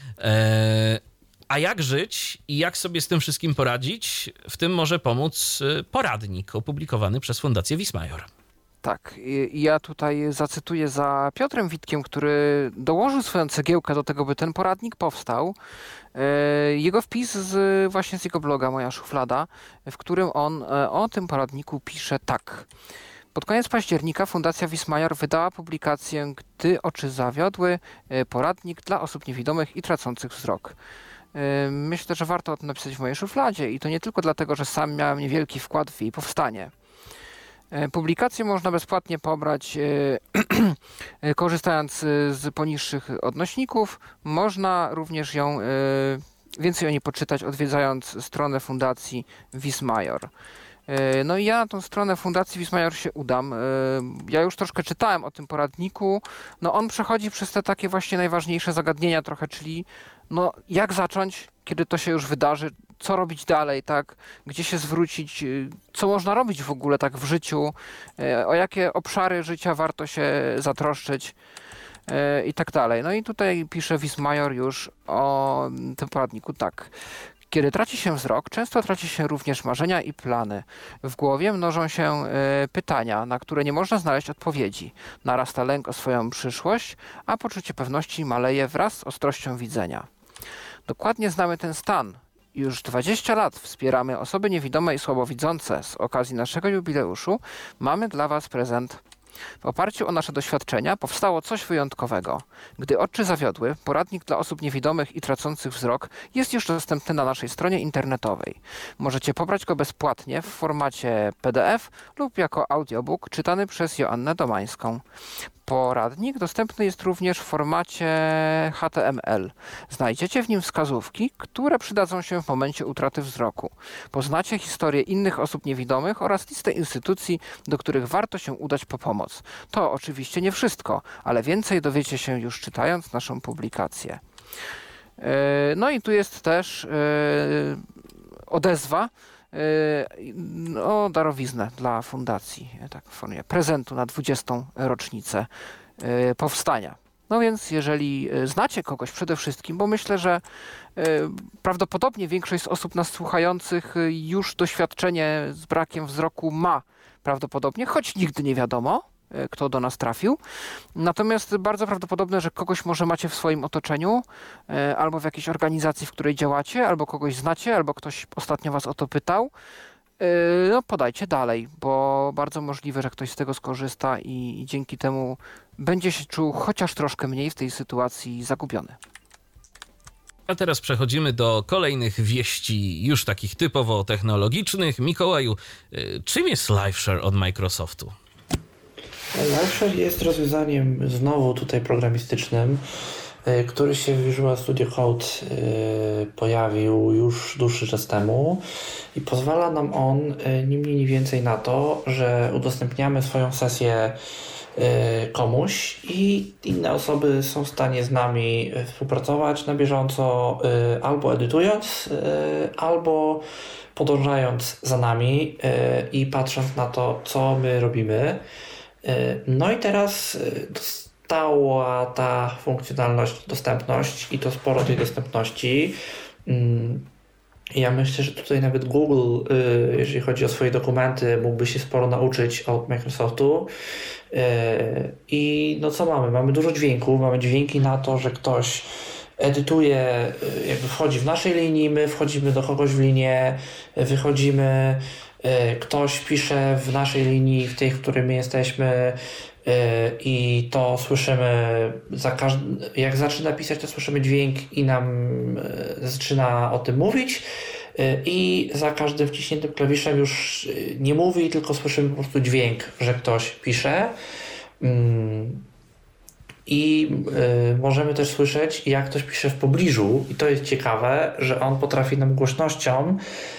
A jak żyć i jak sobie z tym wszystkim poradzić, w tym może pomóc poradnik opublikowany przez Fundację Wismajor.
Tak, i ja tutaj zacytuję za Piotrem Witkiem, który dołożył swoją cegiełkę do tego, by ten poradnik powstał. Jego wpis właśnie z jego bloga Moja Szuflada, w którym on o tym poradniku pisze tak. Pod koniec października Fundacja Wismajor wydała publikację Gdy oczy zawiodły, poradnik dla osób niewidomych i tracących wzrok. Myślę, że warto o tym napisać w mojej szufladzie i to nie tylko dlatego, że sam miałem niewielki wkład w jej powstanie. Publikację można bezpłatnie pobrać korzystając z poniższych odnośników. Można również więcej o niej poczytać, odwiedzając stronę Fundacji Wismajor. No i ja na tą stronę Fundacji Wismajor się udam. Ja już troszkę czytałem o tym poradniku. No on przechodzi przez te takie właśnie najważniejsze zagadnienia trochę, czyli no jak zacząć, kiedy to się już wydarzy, co robić dalej, tak? Gdzie się zwrócić, co można robić w ogóle tak w życiu, o jakie obszary życia warto się zatroszczyć i tak dalej. No i tutaj pisze Wismajor już o tym poradniku tak. Kiedy traci się wzrok, często traci się również marzenia i plany. W głowie mnożą się pytania, na które nie można znaleźć odpowiedzi. Narasta lęk o swoją przyszłość, a poczucie pewności maleje wraz z ostrością widzenia. Dokładnie znamy ten stan. Już 20 lat wspieramy osoby niewidome i słabowidzące. Z okazji naszego jubileuszu mamy dla Was prezent. W oparciu o nasze doświadczenia powstało coś wyjątkowego. Gdy oczy zawiodły, poradnik dla osób niewidomych i tracących wzrok jest już dostępny na naszej stronie internetowej. Możecie pobrać go bezpłatnie w formacie PDF lub jako audiobook czytany przez Joannę Domańską. Poradnik dostępny jest również w formacie HTML. Znajdziecie w nim wskazówki, które przydadzą się w momencie utraty wzroku. Poznacie historię innych osób niewidomych oraz listę instytucji, do których warto się udać po pomoc. To oczywiście nie wszystko, ale więcej dowiecie się już czytając naszą publikację. No i tu jest też odezwa o darowiznę dla fundacji, tak w formie prezentu na 20. rocznicę powstania. No więc jeżeli znacie kogoś przede wszystkim, bo myślę, że prawdopodobnie większość z osób nas słuchających już doświadczenie z brakiem wzroku ma prawdopodobnie, choć nigdy nie wiadomo, kto do nas trafił. Natomiast bardzo prawdopodobne, że kogoś może macie w swoim otoczeniu, albo w jakiejś organizacji, w której działacie, albo kogoś znacie, albo ktoś ostatnio was o to pytał. No podajcie dalej, bo bardzo możliwe, że ktoś z tego skorzysta i dzięki temu będzie się czuł chociaż troszkę mniej w tej sytuacji zagubiony.
A teraz przechodzimy do kolejnych wieści już takich typowo technologicznych. Mikołaju, czym jest LiveShare od Microsoftu?
LiveShare jest rozwiązaniem znowu tutaj programistycznym, który się w Visual Studio Code pojawił już dłuższy czas temu i pozwala nam on ni mniej ni więcej na to, że udostępniamy swoją sesję komuś i inne osoby są w stanie z nami współpracować na bieżąco, albo edytując, albo podążając za nami i patrząc na to, co my robimy. No i teraz dostała ta funkcjonalność, dostępność i to sporo tej dostępności. Ja myślę, że tutaj nawet Google, jeżeli chodzi o swoje dokumenty, mógłby się sporo nauczyć od Microsoftu. I no co mamy? Mamy dużo dźwięków, mamy dźwięki na to, że ktoś edytuje, jakby wchodzi w naszej linii, my wchodzimy do kogoś w linię, wychodzimy, ktoś pisze w naszej linii, w tej, w której my jesteśmy, i to słyszymy, jak zaczyna pisać, to słyszymy dźwięk i nam zaczyna o tym mówić, i za każdym wciśniętym klawiszem już nie mówi, tylko słyszymy po prostu dźwięk, że ktoś pisze. I możemy też słyszeć, jak ktoś pisze w pobliżu, i to jest ciekawe, że on potrafi nam głośnością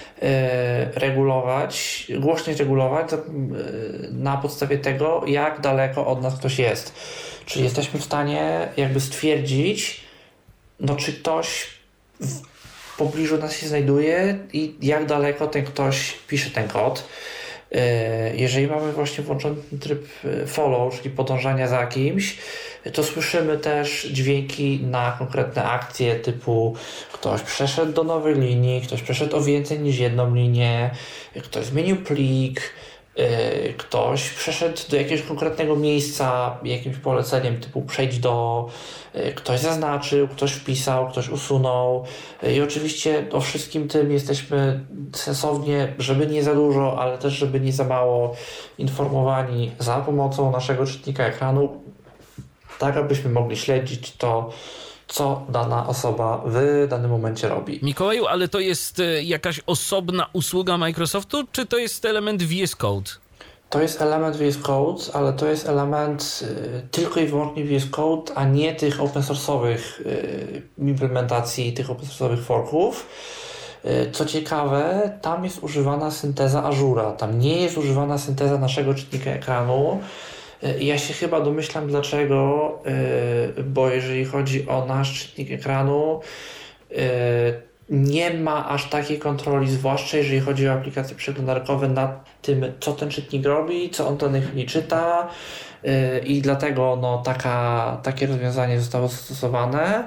głośność regulować na podstawie tego, jak daleko od nas ktoś jest. Czyli jesteśmy w stanie jakby stwierdzić, no, czy ktoś w pobliżu nas się znajduje i jak daleko ten ktoś pisze ten kod. Jeżeli mamy właśnie włączony ten tryb follow, czyli podążania za kimś, to słyszymy też dźwięki na konkretne akcje typu ktoś przeszedł do nowej linii, ktoś przeszedł o więcej niż jedną linię, ktoś zmienił plik, ktoś przeszedł do jakiegoś konkretnego miejsca jakimś poleceniem typu przejdź do, ktoś zaznaczył, ktoś wpisał, ktoś usunął, i oczywiście o wszystkim tym jesteśmy sensownie, żeby nie za dużo, ale też żeby nie za mało, informowani za pomocą naszego czytnika ekranu, tak abyśmy mogli śledzić to, co dana osoba w danym momencie robi.
Mikołaju, ale to jest jakaś osobna usługa Microsoftu, czy to jest element VS Code?
To jest element VS Code, ale to jest element tylko i wyłącznie VS Code, a nie tych open source'owych implementacji, tych open source'owych forków. Co ciekawe, tam jest używana synteza Azure'a, tam nie jest używana synteza naszego czytnika ekranu. Ja się chyba domyślam dlaczego, bo jeżeli chodzi o nasz czytnik ekranu, nie ma aż takiej kontroli, zwłaszcza jeżeli chodzi o aplikacje przeglądarkowe, nad tym, co ten czytnik robi, co on w danej chwili czyta, i dlatego no, takie rozwiązanie zostało zastosowane.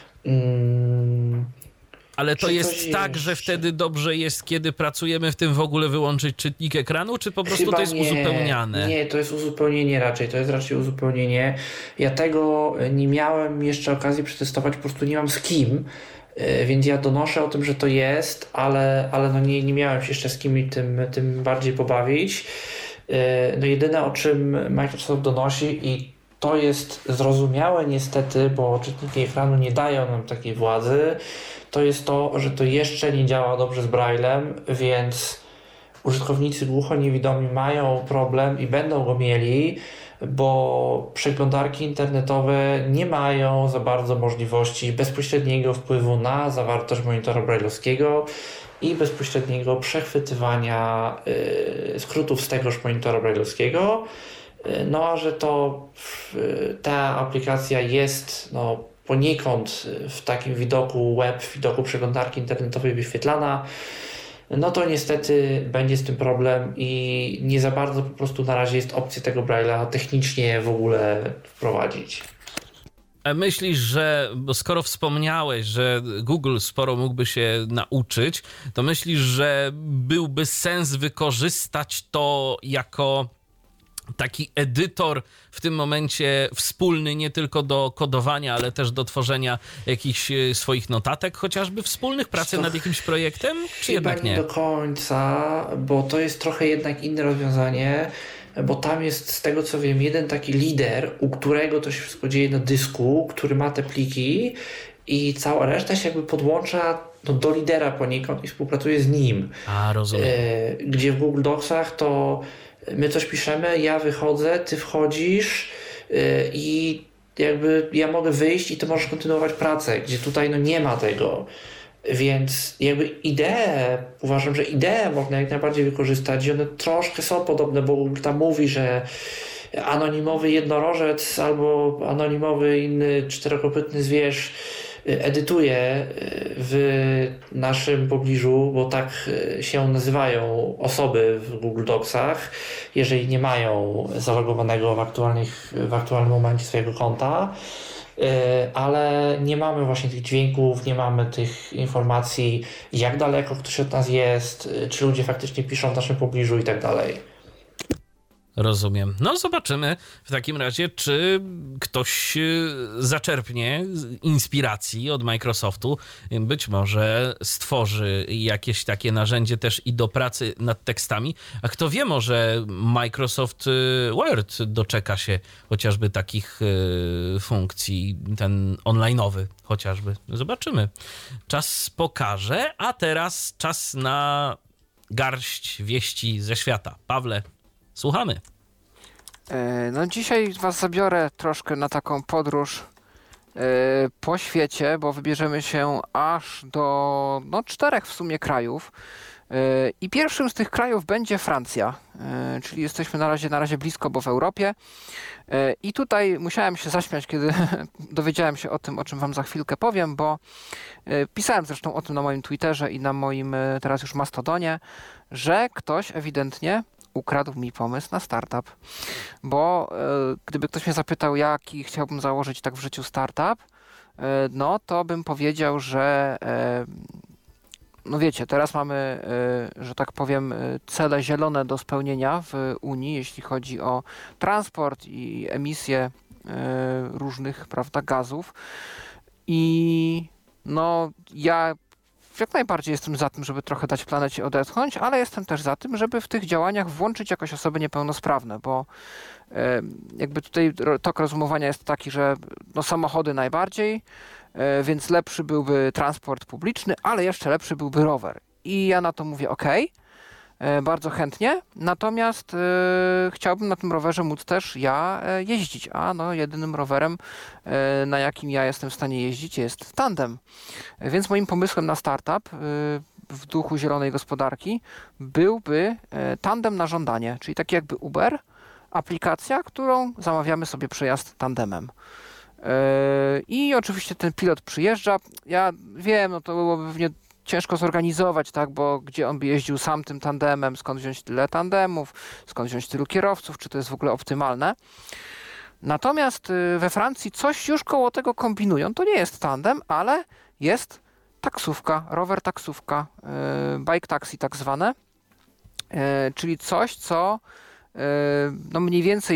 Ale to jest tak, że wtedy dobrze jest, kiedy pracujemy w tym, w ogóle wyłączyć czytnik ekranu, czy po prostu
Chyba
to jest uzupełniane?
Nie, to jest uzupełnienie raczej, to jest raczej uzupełnienie. Ja tego nie miałem jeszcze okazji przetestować, po prostu nie mam z kim, więc ja donoszę o tym, że to jest, ale no nie miałem się jeszcze z kim tym bardziej pobawić. No jedyne, o czym Microsoft donosi, i to jest zrozumiałe niestety, bo czytniki ekranu nie dają nam takiej władzy, to jest to, że to jeszcze nie działa dobrze z Braillem, więc użytkownicy głuchoniewidomi mają problem i będą go mieli, bo przeglądarki internetowe nie mają za bardzo możliwości bezpośredniego wpływu na zawartość monitora brailleowskiego i bezpośredniego przechwytywania skrótów z tegoż monitora brailleowskiego. No a że ta aplikacja jest poniekąd w takim widoku web, w widoku przeglądarki internetowej wyświetlana, no to niestety będzie z tym problem i nie za bardzo po prostu na razie jest opcja tego Braille'a technicznie w ogóle wprowadzić.
Myślisz, że, bo skoro wspomniałeś, że Google sporo mógłby się nauczyć, to myślisz, że byłby sens wykorzystać to jako taki edytor w tym momencie wspólny, nie tylko do kodowania, ale też do tworzenia jakichś swoich notatek, chociażby wspólnych, pracy nad jakimś projektem, czy jednak nie?
Nie do końca, bo to jest trochę jednak inne rozwiązanie, bo tam jest, z tego co wiem, jeden taki lider, u którego to się wszystko dzieje na dysku, który ma te pliki, i cała reszta się jakby podłącza do lidera poniekąd i współpracuje z nim.
A, rozumiem.
Gdzie w Google Docsach to my coś piszemy, ja wychodzę, ty wchodzisz i jakby ja mogę wyjść i ty możesz kontynuować pracę, gdzie tutaj nie ma tego. Więc jakby uważam, że ideę można jak najbardziej wykorzystać i one troszkę są podobne, bo tam mówi, że anonimowy jednorożec albo anonimowy inny czterokopytny zwierz edytuje w naszym pobliżu, bo tak się nazywają osoby w Google Docsach, jeżeli nie mają zalogowanego w aktualnym momencie swojego konta, ale nie mamy właśnie tych dźwięków, nie mamy tych informacji, jak daleko ktoś od nas jest, czy ludzie faktycznie piszą w naszym pobliżu i tak dalej.
Rozumiem. No zobaczymy w takim razie, czy ktoś zaczerpnie inspiracji od Microsoftu. Być może stworzy jakieś takie narzędzie też i do pracy nad tekstami. A kto wie, może Microsoft Word doczeka się chociażby takich funkcji, ten online'owy chociażby. Zobaczymy. Czas pokaże, a teraz czas na garść wieści ze świata. Pawle, słuchamy.
No dzisiaj was zabiorę troszkę na taką podróż po świecie, bo wybierzemy się aż do 4 w sumie krajów. I pierwszym z tych krajów będzie Francja, czyli jesteśmy na razie blisko, bo w Europie. I tutaj musiałem się zaśmiać, kiedy dowiedziałem się o tym, o czym wam za chwilkę powiem, bo pisałem zresztą o tym na moim Twitterze i na moim teraz już Mastodonie, że ktoś ewidentnie ukradł mi pomysł na startup. Bo gdyby ktoś mnie zapytał, jaki chciałbym założyć tak w życiu startup, no to bym powiedział, że no wiecie, teraz mamy, że tak powiem, cele zielone do spełnienia w Unii, jeśli chodzi o transport i emisję różnych, prawda, gazów. I no ja jak najbardziej jestem za tym, żeby trochę dać planecie odetchnąć, ale jestem też za tym, żeby w tych działaniach włączyć jakoś osoby niepełnosprawne, bo jakby tutaj tok rozumowania jest taki, że no samochody najbardziej, więc lepszy byłby transport publiczny, ale jeszcze lepszy byłby rower. I ja na to mówię okej, bardzo chętnie, natomiast chciałbym na tym rowerze móc też ja jeździć, a no jedynym rowerem, na jakim ja jestem w stanie jeździć, jest tandem. Więc moim pomysłem na startup w duchu zielonej gospodarki byłby tandem na żądanie, czyli taki jakby Uber, aplikacja, którą zamawiamy sobie przejazd tandemem. I oczywiście ten pilot przyjeżdża. Ja wiem, no to byłoby pewnie ciężko zorganizować, tak, bo gdzie on by jeździł sam tym tandemem, skąd wziąć tyle tandemów, skąd wziąć tylu kierowców, czy to jest w ogóle optymalne. Natomiast we Francji coś już koło tego kombinują. To nie jest tandem, ale jest taksówka, rower taksówka, bike taxi tak zwane, czyli coś, co no mniej więcej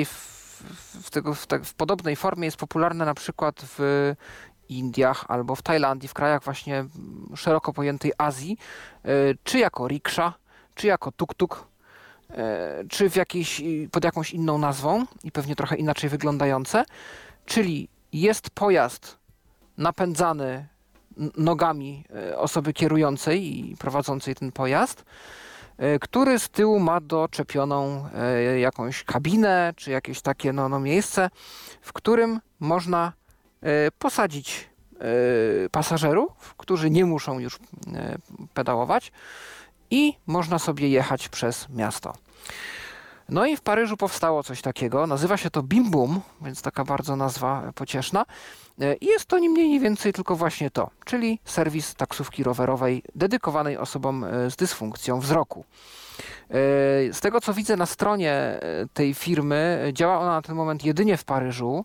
w podobnej formie jest popularne na przykład w Indiach albo w Tajlandii, w krajach właśnie szeroko pojętej Azji, czy jako riksza, czy jako tuk-tuk, czy pod jakąś inną nazwą i pewnie trochę inaczej wyglądające, czyli jest pojazd napędzany nogami osoby kierującej i prowadzącej ten pojazd, który z tyłu ma doczepioną jakąś kabinę, czy jakieś takie miejsce, w którym można posadzić pasażerów, którzy nie muszą już pedałować i można sobie jechać przez miasto. No i w Paryżu powstało coś takiego, nazywa się to Bim Bum, więc taka bardzo nazwa pocieszna i jest to ni mniej ni więcej tylko właśnie to, czyli serwis taksówki rowerowej dedykowanej osobom z dysfunkcją wzroku. Z tego co widzę na stronie tej firmy, działa ona na ten moment jedynie w Paryżu.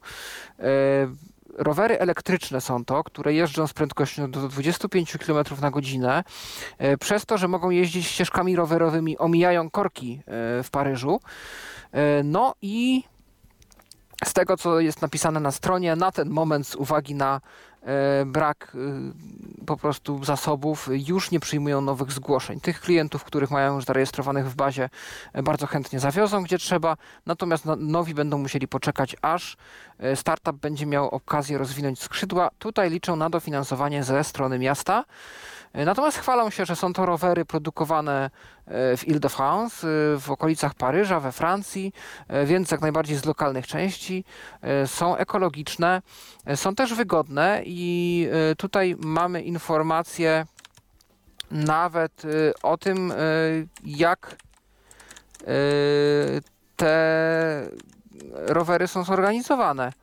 Rowery elektryczne są to, które jeżdżą z prędkością do 25 km na godzinę. Przez to, że mogą jeździć ścieżkami rowerowymi, omijają korki w Paryżu. No i z tego, co jest napisane na stronie, na ten moment z uwagi na brak po prostu zasobów już nie przyjmują nowych zgłoszeń. Tych klientów, których mają już zarejestrowanych w bazie, bardzo chętnie zawiozą gdzie trzeba, natomiast nowi będą musieli poczekać, aż startup będzie miał okazję rozwinąć skrzydła. Tutaj liczą na dofinansowanie ze strony miasta. Natomiast chwalą się, że są to rowery produkowane w Ile-de-France, w okolicach Paryża, we Francji, więc jak najbardziej z lokalnych części. Są ekologiczne, są też wygodne i tutaj mamy informacje nawet o tym, jak te rowery są zorganizowane.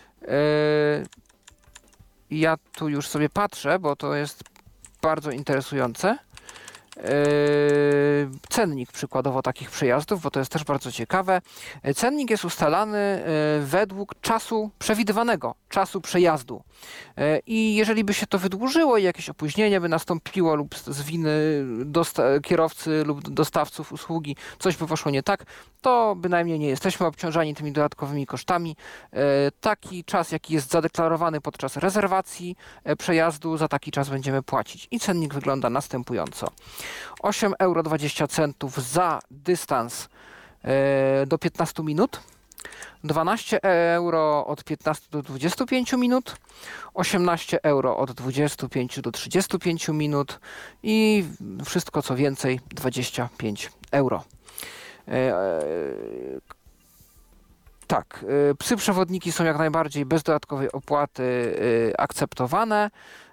Ja tu już sobie patrzę, bo to jest bardzo interesujące. cennik przykładowo takich przejazdów, bo to jest też bardzo ciekawe. Cennik jest ustalany według czasu przewidywanego, czasu przejazdu. I jeżeli by się to wydłużyło i jakieś opóźnienie by nastąpiło lub z winy kierowcy lub dostawców usługi coś by poszło nie tak, to bynajmniej nie jesteśmy obciążani tymi dodatkowymi kosztami. Taki czas, jaki jest zadeklarowany podczas rezerwacji przejazdu, za taki czas będziemy płacić. I cennik wygląda następująco. 8,20 € za dystans do 15 minut, 12 € od 15 do 25 minut, 18 € od 25 do 35 minut i wszystko co więcej 25 €. Tak, psy przewodniki są jak najbardziej bez dodatkowej opłaty akceptowane.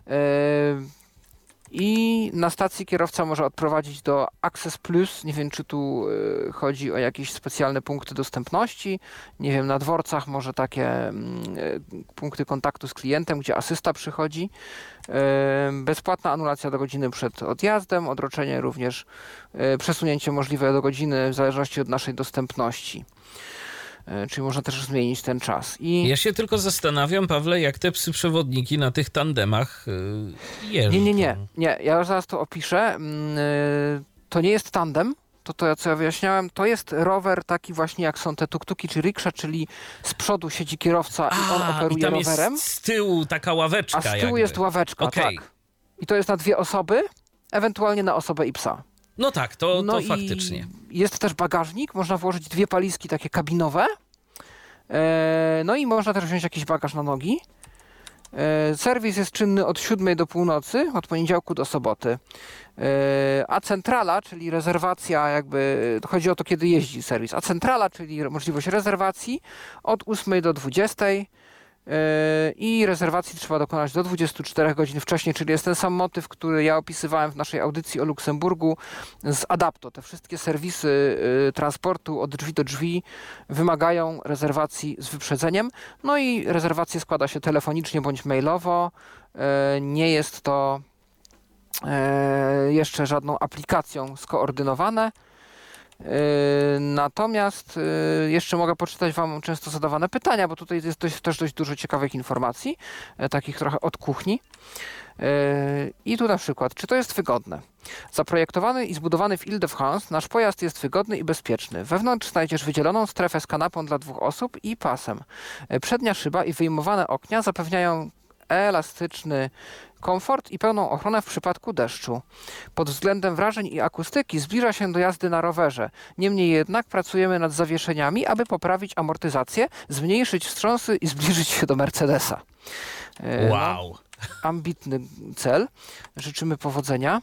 I na stacji kierowca może odprowadzić do Access Plus. Nie wiem, czy tu chodzi o jakieś specjalne punkty dostępności. Nie wiem, na dworcach może takie punkty kontaktu z klientem, gdzie asysta przychodzi. Bezpłatna anulacja do godziny przed odjazdem, odroczenie również, przesunięcie możliwe do godziny w zależności od naszej dostępności. Czyli można też zmienić ten czas.
Ja się tylko zastanawiam, Pawle, jak te psy przewodniki na tych tandemach jeżdżą.
Nie. Ja zaraz to opiszę. To nie jest tandem. To, co ja wyjaśniałem, to jest rower taki właśnie jak są te tuk-tuki czy riksza, czyli z przodu siedzi kierowca i on operuje
i tam
rowerem.
Jest z tyłu taka ławeczka.
A z tyłu jest ławeczka,
okay.
Tak. I to jest na 2 osoby, ewentualnie na osobę i psa.
No tak, to faktycznie.
Jest też bagażnik, można włożyć 2 paliski takie kabinowe. No i można też wziąć jakiś bagaż na nogi. Serwis jest czynny od 7 do północy, od poniedziałku do soboty. A centrala, czyli rezerwacja, jakby chodzi o to, kiedy jeździ serwis. A centrala, czyli możliwość rezerwacji od 8 do 20. I rezerwacji trzeba dokonać do 24 godzin wcześniej, czyli jest ten sam motyw, który ja opisywałem w naszej audycji o Luksemburgu z Adapto. Te wszystkie serwisy transportu od drzwi do drzwi wymagają rezerwacji z wyprzedzeniem. No i rezerwację składa się telefonicznie bądź mailowo. Nie jest to jeszcze żadną aplikacją skoordynowane. Natomiast jeszcze mogę poczytać Wam często zadawane pytania, bo tutaj jest też dość dużo ciekawych informacji, takich trochę od kuchni. I tu na przykład, czy to jest wygodne? Zaprojektowany i zbudowany w Ile-de-France, nasz pojazd jest wygodny i bezpieczny. Wewnątrz znajdziesz wydzieloną strefę z kanapą dla 2 osób i pasem. Przednia szyba i wyjmowane okna zapewniają elastyczny komfort i pełną ochronę w przypadku deszczu. Pod względem wrażeń i akustyki zbliża się do jazdy na rowerze. Niemniej jednak pracujemy nad zawieszeniami, aby poprawić amortyzację, zmniejszyć wstrząsy i zbliżyć się do Mercedesa.
Wow!
Ambitny cel. Życzymy powodzenia.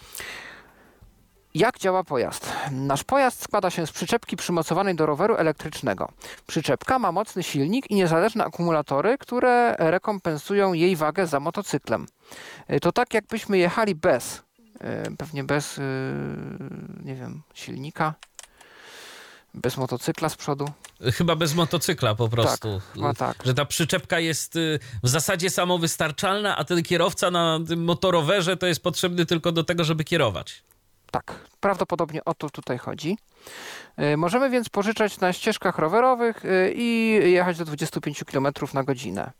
Jak działa pojazd? Nasz pojazd składa się z przyczepki przymocowanej do roweru elektrycznego. Przyczepka ma mocny silnik i niezależne akumulatory, które rekompensują jej wagę za motocyklem. To tak jakbyśmy jechali pewnie bez, nie wiem, silnika, bez motocykla z przodu.
Chyba bez motocykla po prostu.
Tak.
Że ta przyczepka jest w zasadzie samowystarczalna, a ten kierowca na tym motorowerze to jest potrzebny tylko do tego, żeby kierować.
Tak, prawdopodobnie o to tutaj chodzi. Możemy więc pożyczać na ścieżkach rowerowych i jechać do 25 km na godzinę.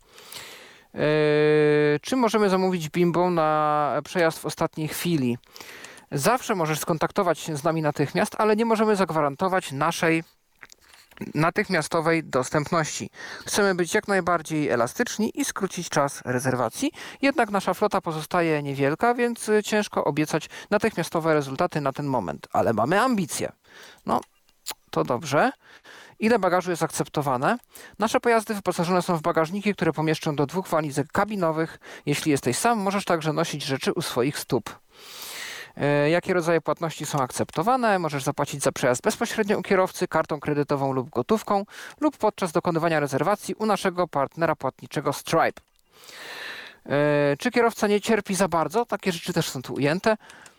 Czy możemy zamówić Bimbo na przejazd w ostatniej chwili? Zawsze możesz skontaktować się z nami natychmiast, ale nie możemy zagwarantować naszej natychmiastowej dostępności. Chcemy być jak najbardziej elastyczni i skrócić czas rezerwacji, jednak nasza flota pozostaje niewielka, więc ciężko obiecać natychmiastowe rezultaty na ten moment, ale mamy ambicje. No, to dobrze. Ile bagażu jest akceptowane? Nasze pojazdy wyposażone są w bagażniki, które pomieszczą do 2 walizek kabinowych. Jeśli jesteś sam, możesz także nosić rzeczy u swoich stóp. Jakie rodzaje płatności są akceptowane? Możesz zapłacić za przejazd bezpośrednio u kierowcy, kartą kredytową lub gotówką, lub podczas dokonywania rezerwacji u naszego partnera płatniczego Stripe. Czy kierowca nie cierpi za bardzo? Takie rzeczy też są tu ujęte.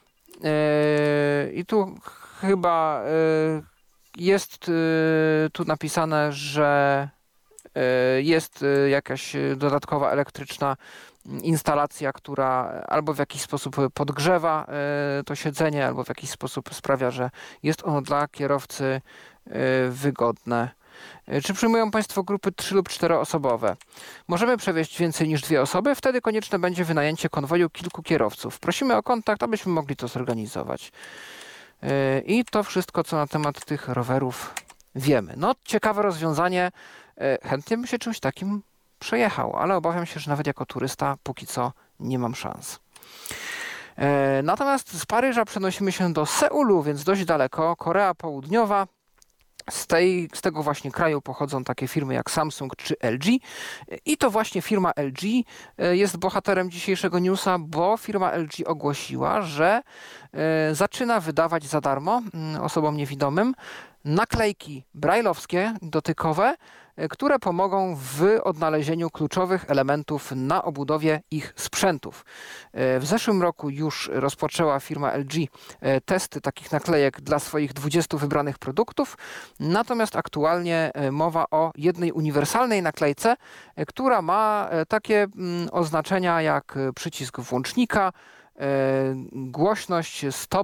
I tu chyba jest tu napisane, że jest jakaś dodatkowa elektryczna instalacja, która albo w jakiś sposób podgrzewa to siedzenie, albo w jakiś sposób sprawia, że jest ono dla kierowcy wygodne. Czy przyjmują Państwo grupy 3 lub 4-osobowe? Możemy przewieźć więcej niż 2 osoby, wtedy konieczne będzie wynajęcie konwoju kilku kierowców. Prosimy o kontakt, abyśmy mogli to zorganizować. I to wszystko, co na temat tych rowerów wiemy. No, ciekawe rozwiązanie. Chętnie bym się czymś takim przejechał, ale obawiam się, że nawet jako turysta póki co nie mam szans. Natomiast z Paryża przenosimy się do Seulu, więc dość daleko. Korea Południowa. Z tego właśnie kraju pochodzą takie firmy jak Samsung czy LG i to właśnie firma LG jest bohaterem dzisiejszego newsa, bo firma LG ogłosiła, że zaczyna wydawać za darmo osobom niewidomym naklejki brajlowskie, dotykowe, które pomogą w odnalezieniu kluczowych elementów na obudowie ich sprzętów. W zeszłym roku już rozpoczęła firma LG testy takich naklejek dla swoich 20 wybranych produktów, natomiast aktualnie mowa o jednej uniwersalnej naklejce, która ma takie oznaczenia jak przycisk włącznika, głośność, stop,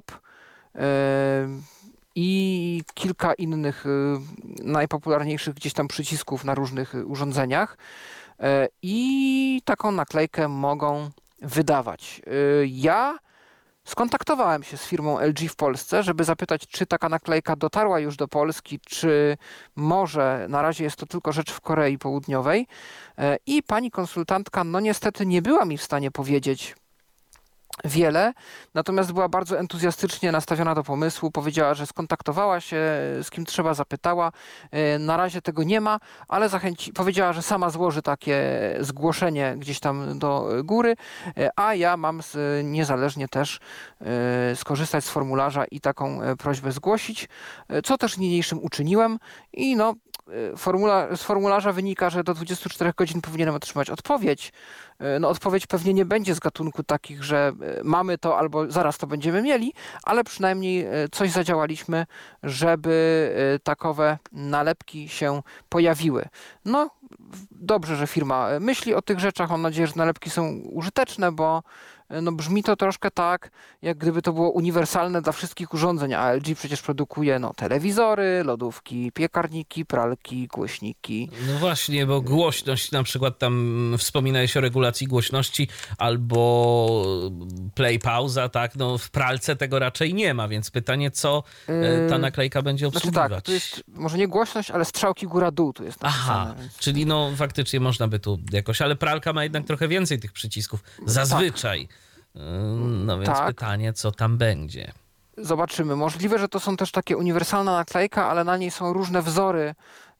i kilka innych najpopularniejszych gdzieś tam przycisków na różnych urządzeniach i taką naklejkę mogą wydawać. Ja skontaktowałem się z firmą LG w Polsce, żeby zapytać, czy taka naklejka dotarła już do Polski, czy może na razie jest to tylko rzecz w Korei Południowej i pani konsultantka no niestety nie była mi w stanie powiedzieć wiele, natomiast była bardzo entuzjastycznie nastawiona do pomysłu, powiedziała, że skontaktowała się z kim trzeba, zapytała, na razie tego nie ma, ale powiedziała, że sama złoży takie zgłoszenie gdzieś tam do góry, a ja mam niezależnie też skorzystać z formularza i taką prośbę zgłosić, co też niniejszym uczyniłem i no z formularza wynika, że do 24 godzin powinienem otrzymać odpowiedź. No odpowiedź pewnie nie będzie z gatunku takich, że mamy to albo zaraz to będziemy mieli, ale przynajmniej coś zadziałaliśmy, żeby takowe nalepki się pojawiły. No dobrze, że firma myśli o tych rzeczach. Mam nadzieję, że nalepki są użyteczne, bo no brzmi to troszkę tak, jak gdyby to było uniwersalne dla wszystkich urządzeń, a LG przecież produkuje no, telewizory, lodówki, piekarniki, pralki, głośniki.
No właśnie, bo głośność, na przykład tam wspominałeś o regulacji głośności albo play, pauza, tak, no w pralce tego raczej nie ma, więc pytanie, co ta naklejka będzie obsługiwać.
Znaczy tak, to jest może nie głośność, ale strzałki góra-dół tu jest napisane.
Aha, więc... czyli no faktycznie można by tu jakoś, ale pralka ma jednak trochę więcej tych przycisków, zazwyczaj. Tak. No więc tak. Pytanie, co tam będzie.
Zobaczymy. Możliwe, że to są też takie uniwersalna naklejka, ale na niej są różne wzory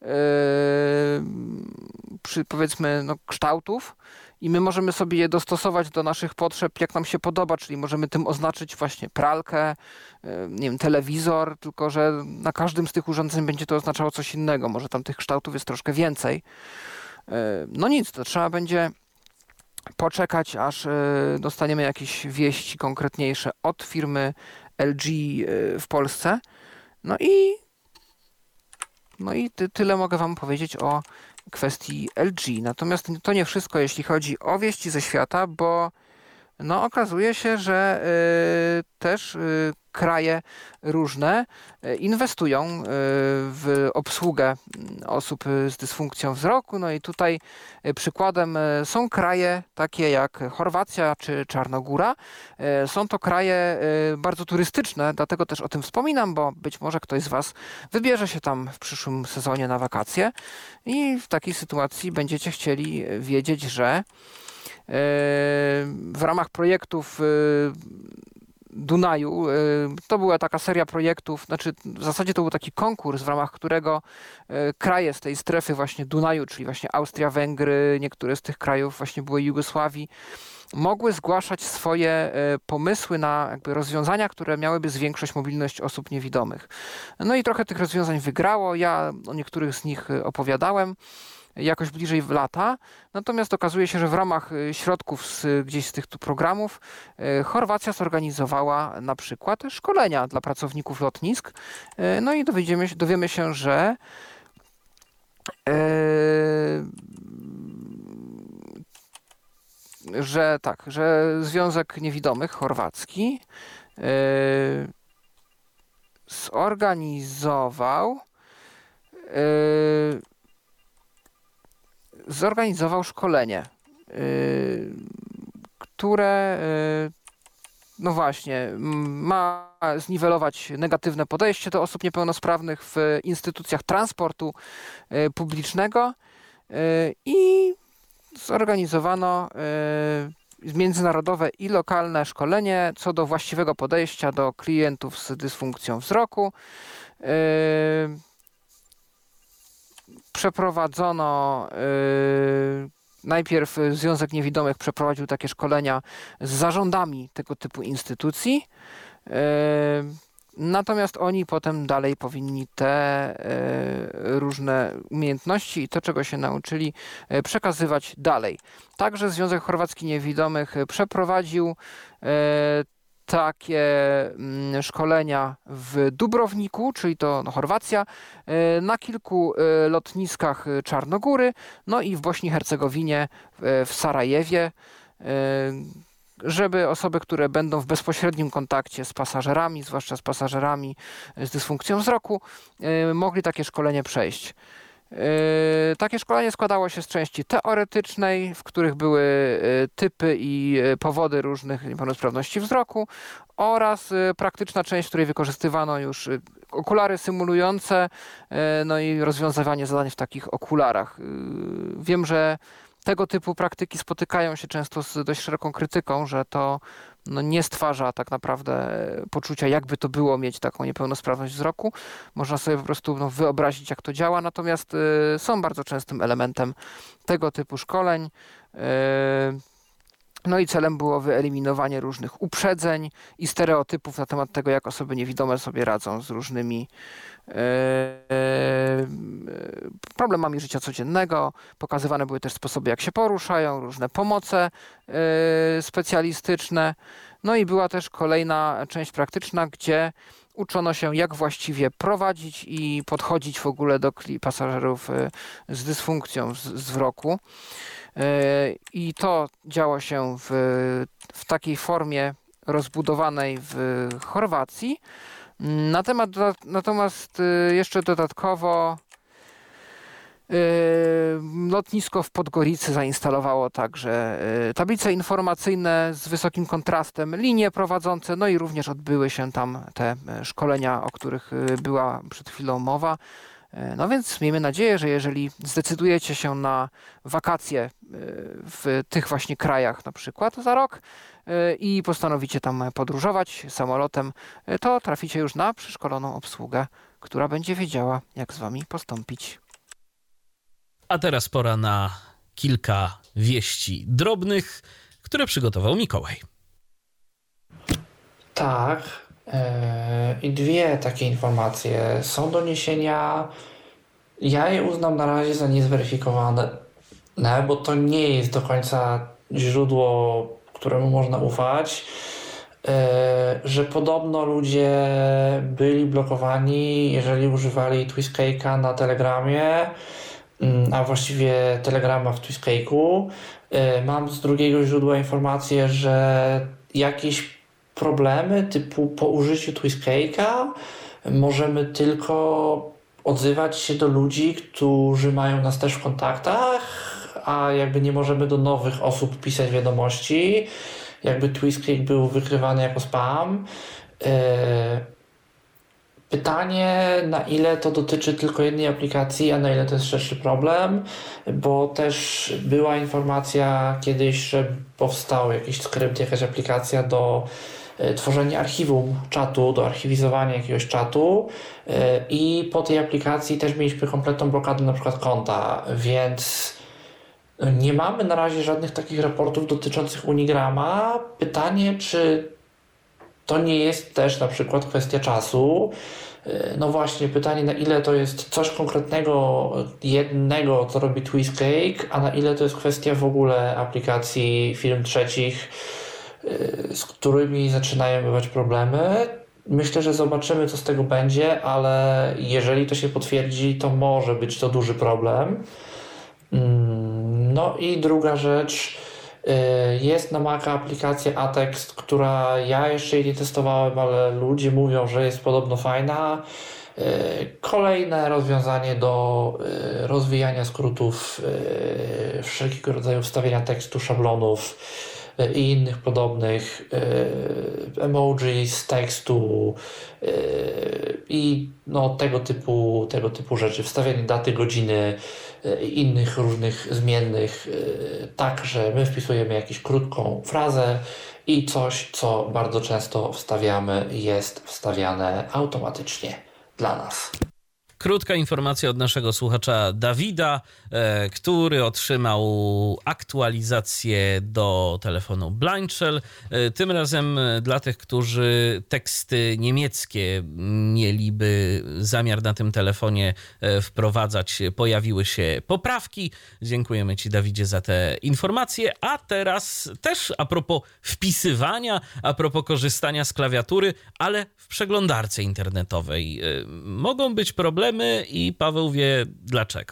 powiedzmy no, kształtów i my możemy sobie je dostosować do naszych potrzeb, jak nam się podoba, czyli możemy tym oznaczyć właśnie pralkę, nie wiem, telewizor, tylko że na każdym z tych urządzeń będzie to oznaczało coś innego. Może tam tych kształtów jest troszkę więcej. No nic, to trzeba będzie poczekać, aż dostaniemy jakieś wieści konkretniejsze od firmy LG w Polsce. No i tyle mogę wam powiedzieć o kwestii LG. Natomiast to nie wszystko, jeśli chodzi o wieści ze świata, bo no okazuje się, że też kraje różne inwestują w obsługę osób z dysfunkcją wzroku. No i tutaj przykładem są kraje takie jak Chorwacja czy Czarnogóra. Są to kraje bardzo turystyczne, dlatego też o tym wspominam, bo być może ktoś z was wybierze się tam w przyszłym sezonie na wakacje i w takiej sytuacji będziecie chcieli wiedzieć, że w ramach projektów Dunaju, to była taka seria projektów, znaczy w zasadzie to był taki konkurs, w ramach którego kraje z tej strefy właśnie Dunaju, czyli właśnie Austria, Węgry, niektóre z tych krajów właśnie były Jugosławii, mogły zgłaszać swoje pomysły na jakby rozwiązania, które miałyby zwiększyć mobilność osób niewidomych. No i trochę tych rozwiązań wygrało, ja o niektórych z nich opowiadałem jakoś bliżej w lata. Natomiast okazuje się, że w ramach środków gdzieś z tych tu programów Chorwacja zorganizowała na przykład szkolenia dla pracowników lotnisk. No i dowiemy się, że że Związek Niewidomych Chorwacki zorganizował szkolenie, które no właśnie ma zniwelować negatywne podejście do osób niepełnosprawnych w instytucjach transportu publicznego i zorganizowano międzynarodowe i lokalne szkolenie co do właściwego podejścia do klientów z dysfunkcją wzroku. Przeprowadzono najpierw Związek Niewidomych przeprowadził takie szkolenia z zarządami tego typu instytucji, natomiast oni potem dalej powinni te różne umiejętności i to, czego się nauczyli, przekazywać dalej. Także Związek Chorwacki Niewidomych przeprowadził takie szkolenia w Dubrowniku, czyli to Chorwacja, na kilku lotniskach Czarnogóry, no i w Bośni i Hercegowinie, w Sarajewie, żeby osoby, które będą w bezpośrednim kontakcie z pasażerami, zwłaszcza z pasażerami z dysfunkcją wzroku, mogli takie szkolenie przejść. Takie szkolenie składało się z części teoretycznej, w których były typy i powody różnych niepełnosprawności wzroku, oraz praktyczna część, w której wykorzystywano już okulary symulujące, no i rozwiązywanie zadań w takich okularach. Wiem, że tego typu praktyki spotykają się często z dość szeroką krytyką, że to nie stwarza tak naprawdę poczucia, jakby to było mieć taką niepełnosprawność wzroku. Można sobie po prostu wyobrazić, jak to działa, natomiast są bardzo częstym elementem tego typu szkoleń. No i celem było wyeliminowanie różnych uprzedzeń i stereotypów na temat tego, jak osoby niewidome sobie radzą z różnymi problemami życia codziennego. Pokazywane były też sposoby, jak się poruszają, różne pomoce specjalistyczne. No i była też kolejna część praktyczna, gdzie uczono się, jak właściwie prowadzić i podchodzić w ogóle do pasażerów z dysfunkcją wzroku. I to działo się w takiej formie rozbudowanej w Chorwacji. Natomiast jeszcze dodatkowo lotnisko w Podgoricy zainstalowało także tablice informacyjne z wysokim kontrastem, linie prowadzące, no i również odbyły się tam te szkolenia, o których była przed chwilą mowa. No więc miejmy nadzieję, że jeżeli zdecydujecie się na wakacje w tych właśnie krajach na przykład za rok i postanowicie tam podróżować samolotem, to traficie już na przeszkoloną obsługę, która będzie wiedziała, jak z wami postąpić.
A teraz pora na kilka wieści drobnych, które przygotował Mikołaj.
Tak. I dwie takie informacje. Są doniesienia, ja je uznam na razie za niezweryfikowane, bo to nie jest do końca źródło, któremu można ufać, że podobno ludzie byli blokowani, jeżeli używali Twistcake'a na Telegramie, a właściwie Telegrama w Twistcake'u. Mam z drugiego źródła informację, że jakieś problemy typu po użyciu Twistcake'a możemy tylko odzywać się do ludzi, którzy mają nas też w kontaktach, a jakby nie możemy do nowych osób pisać wiadomości. Jakby Twistcake był wykrywany jako spam. Pytanie, na ile to dotyczy tylko jednej aplikacji, a na ile to jest szerszy problem, bo też była informacja kiedyś, że powstał jakiś skrypt, jakaś aplikacja do tworzenia archiwum czatu, do archiwizowania jakiegoś czatu i po tej aplikacji też mieliśmy kompletną blokadę na przykład konta, więc nie mamy na razie żadnych takich raportów dotyczących Unigrama. Pytanie, czy to nie jest też na przykład kwestia czasu. No właśnie, pytanie, na ile to jest coś konkretnego, jednego, co robi Twistcake, a na ile to jest kwestia w ogóle aplikacji firm trzecich, z którymi zaczynają bywać problemy. Myślę, że zobaczymy, co z tego będzie, ale jeżeli to się potwierdzi, to może być to duży problem. No i druga rzecz, Jest na Maca aplikacja Atext, która ja jeszcze jej nie testowałem, ale ludzie mówią, że jest podobno fajna. Kolejne rozwiązanie do rozwijania skrótów, wszelkiego rodzaju wstawienia tekstu, szablonów i innych podobnych emoji z tekstu i no, tego typu rzeczy, wstawianie daty, godziny i innych różnych zmiennych, tak, że my wpisujemy jakąś krótką frazę i coś, co bardzo często wstawiamy, jest wstawiane automatycznie dla nas.
Krótka informacja od naszego słuchacza Dawida, który otrzymał aktualizację do telefonu Blind Shell. Tym razem dla tych, którzy teksty niemieckie mieliby zamiar na tym telefonie wprowadzać, pojawiły się poprawki. Dziękujemy Ci, Dawidzie, za te informacje. A teraz też a propos wpisywania, a propos korzystania z klawiatury, ale w przeglądarce internetowej. Mogą być problemy i Paweł wie dlaczego.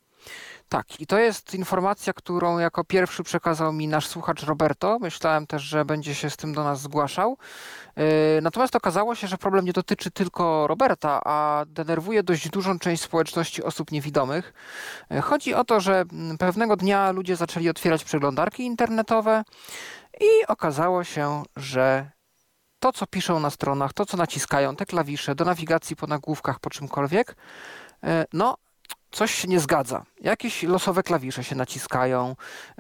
Tak, i to jest informacja, którą jako pierwszy przekazał mi nasz słuchacz Roberto. Myślałem też, że będzie się z tym do nas zgłaszał. Natomiast okazało się, że problem nie dotyczy tylko Roberta, a denerwuje dość dużą część społeczności osób niewidomych. Chodzi o to, że pewnego dnia ludzie zaczęli otwierać przeglądarki internetowe i okazało się, że to, co piszą na stronach, to, co naciskają, te klawisze do nawigacji po nagłówkach, po czymkolwiek, no, coś się nie zgadza. Jakieś losowe klawisze się naciskają,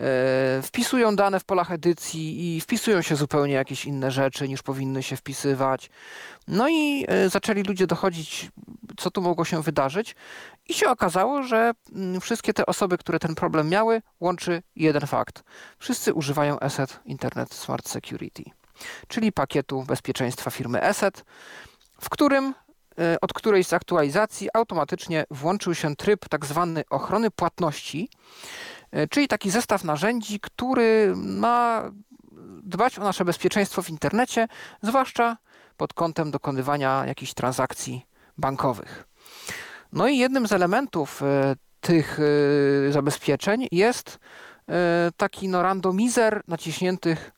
wpisują dane w polach edycji i wpisują się zupełnie jakieś inne rzeczy, niż powinny się wpisywać. No i zaczęli ludzie dochodzić, co tu mogło się wydarzyć. I się okazało, że wszystkie te osoby, które ten problem miały, łączy jeden fakt. Wszyscy używają ESET Internet Smart Security, czyli pakietu bezpieczeństwa firmy ESET, w którym od którejś z aktualizacji automatycznie włączył się tryb tak zwany ochrony płatności, czyli taki zestaw narzędzi, który ma dbać o nasze bezpieczeństwo w internecie, zwłaszcza pod kątem dokonywania jakichś transakcji bankowych. No i jednym z elementów tych zabezpieczeń jest taki randomizer naciśniętych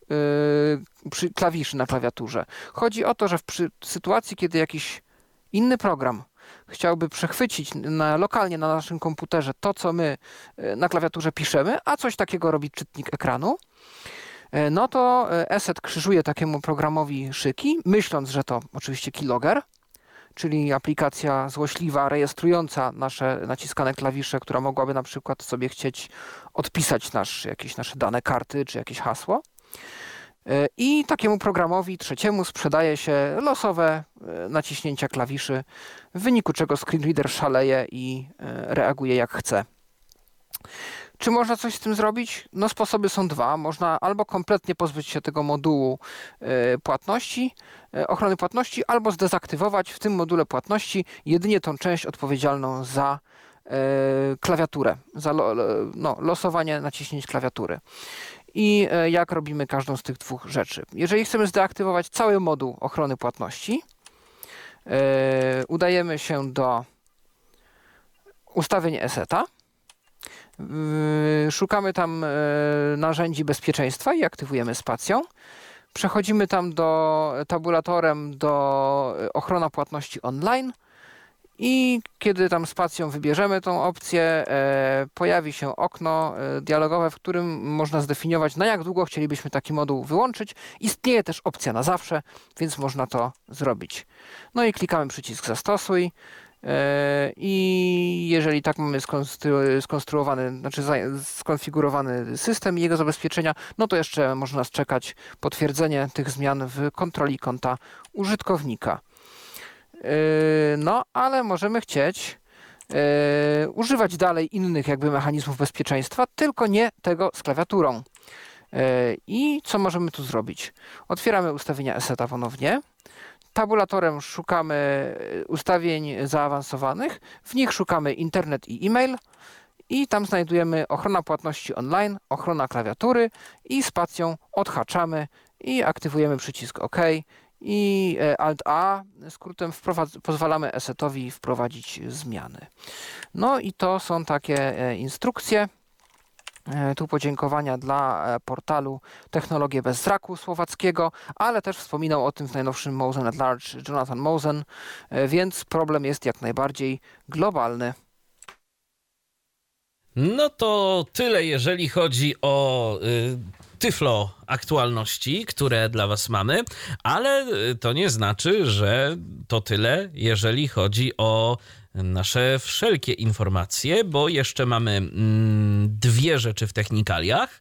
klawiszy na klawiaturze. Chodzi o to, że przy sytuacji, kiedy jakiś inny program chciałby przechwycić lokalnie na naszym komputerze to, co my na klawiaturze piszemy, a coś takiego robi czytnik ekranu, no to ESET krzyżuje takiemu programowi szyki, myśląc, że to oczywiście keylogger, czyli aplikacja złośliwa, rejestrująca nasze naciskane klawisze, która mogłaby na przykład sobie chcieć odpisać jakieś nasze dane karty czy jakieś hasło. I takiemu programowi trzeciemu sprzedaje się losowe naciśnięcia klawiszy, w wyniku czego screenreader szaleje i reaguje jak chce. Czy można coś z tym zrobić? No sposoby są dwa. Można albo kompletnie pozbyć się tego modułu płatności, ochrony płatności, albo zdezaktywować w tym module płatności jedynie tą część odpowiedzialną za klawiaturę, za losowanie naciśnięć klawiatury. I jak robimy każdą z tych dwóch rzeczy. Jeżeli chcemy zdeaktywować cały moduł ochrony płatności, udajemy się do ustawień ESET-a, szukamy tam narzędzi bezpieczeństwa i aktywujemy spacją. Przechodzimy tam tabulatorem do ochrona płatności online i kiedy tam spacją wybierzemy tą opcję, pojawi się okno dialogowe, w którym można zdefiniować, na jak długo chcielibyśmy taki moduł wyłączyć. Istnieje też opcja na zawsze, więc można to zrobić. No i klikamy przycisk zastosuj i jeżeli tak mamy skonfigurowany system i jego zabezpieczenia, no to jeszcze można nas czekać potwierdzenie tych zmian w kontroli konta użytkownika. No, ale możemy chcieć używać dalej innych mechanizmów bezpieczeństwa, tylko nie tego z klawiaturą. I co możemy tu zrobić? Otwieramy ustawienia ESET-a ponownie. Tabulatorem szukamy ustawień zaawansowanych. W nich szukamy internet i e-mail. I tam znajdujemy ochrona płatności online, ochrona klawiatury i spacją odhaczamy i aktywujemy przycisk OK. I Alt-A skrótem pozwalamy ESET-owi wprowadzić zmiany. No i to są takie instrukcje. Tu podziękowania dla portalu Technologie bez wzroku słowackiego, ale też wspominał o tym w najnowszym Mosen at Large Jonathan Mosen, więc problem jest jak najbardziej globalny.
No to tyle, jeżeli chodzi o Tyflo aktualności, które dla was mamy, ale to nie znaczy, że to tyle, jeżeli chodzi o nasze wszelkie informacje, bo jeszcze mamy dwie rzeczy w technikaliach.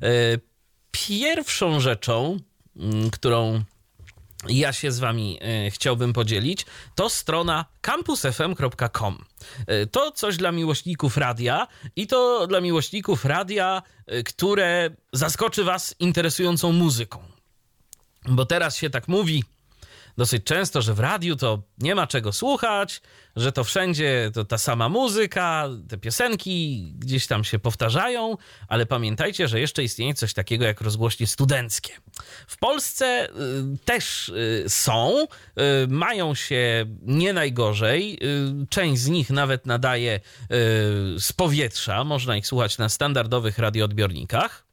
Pierwszą rzeczą, którą ja się z wami chciałbym podzielić, to strona campusfm.com. To coś dla miłośników radia i to dla miłośników radia, które zaskoczy was interesującą muzyką. Bo teraz się tak mówi dosyć często, że w radiu to nie ma czego słuchać, że to wszędzie to ta sama muzyka, te piosenki gdzieś tam się powtarzają, ale pamiętajcie, że jeszcze istnieje coś takiego jak rozgłośnie studenckie. W Polsce też są, mają się nie najgorzej, część z nich nawet nadaje z powietrza, można ich słuchać na standardowych radioodbiornikach.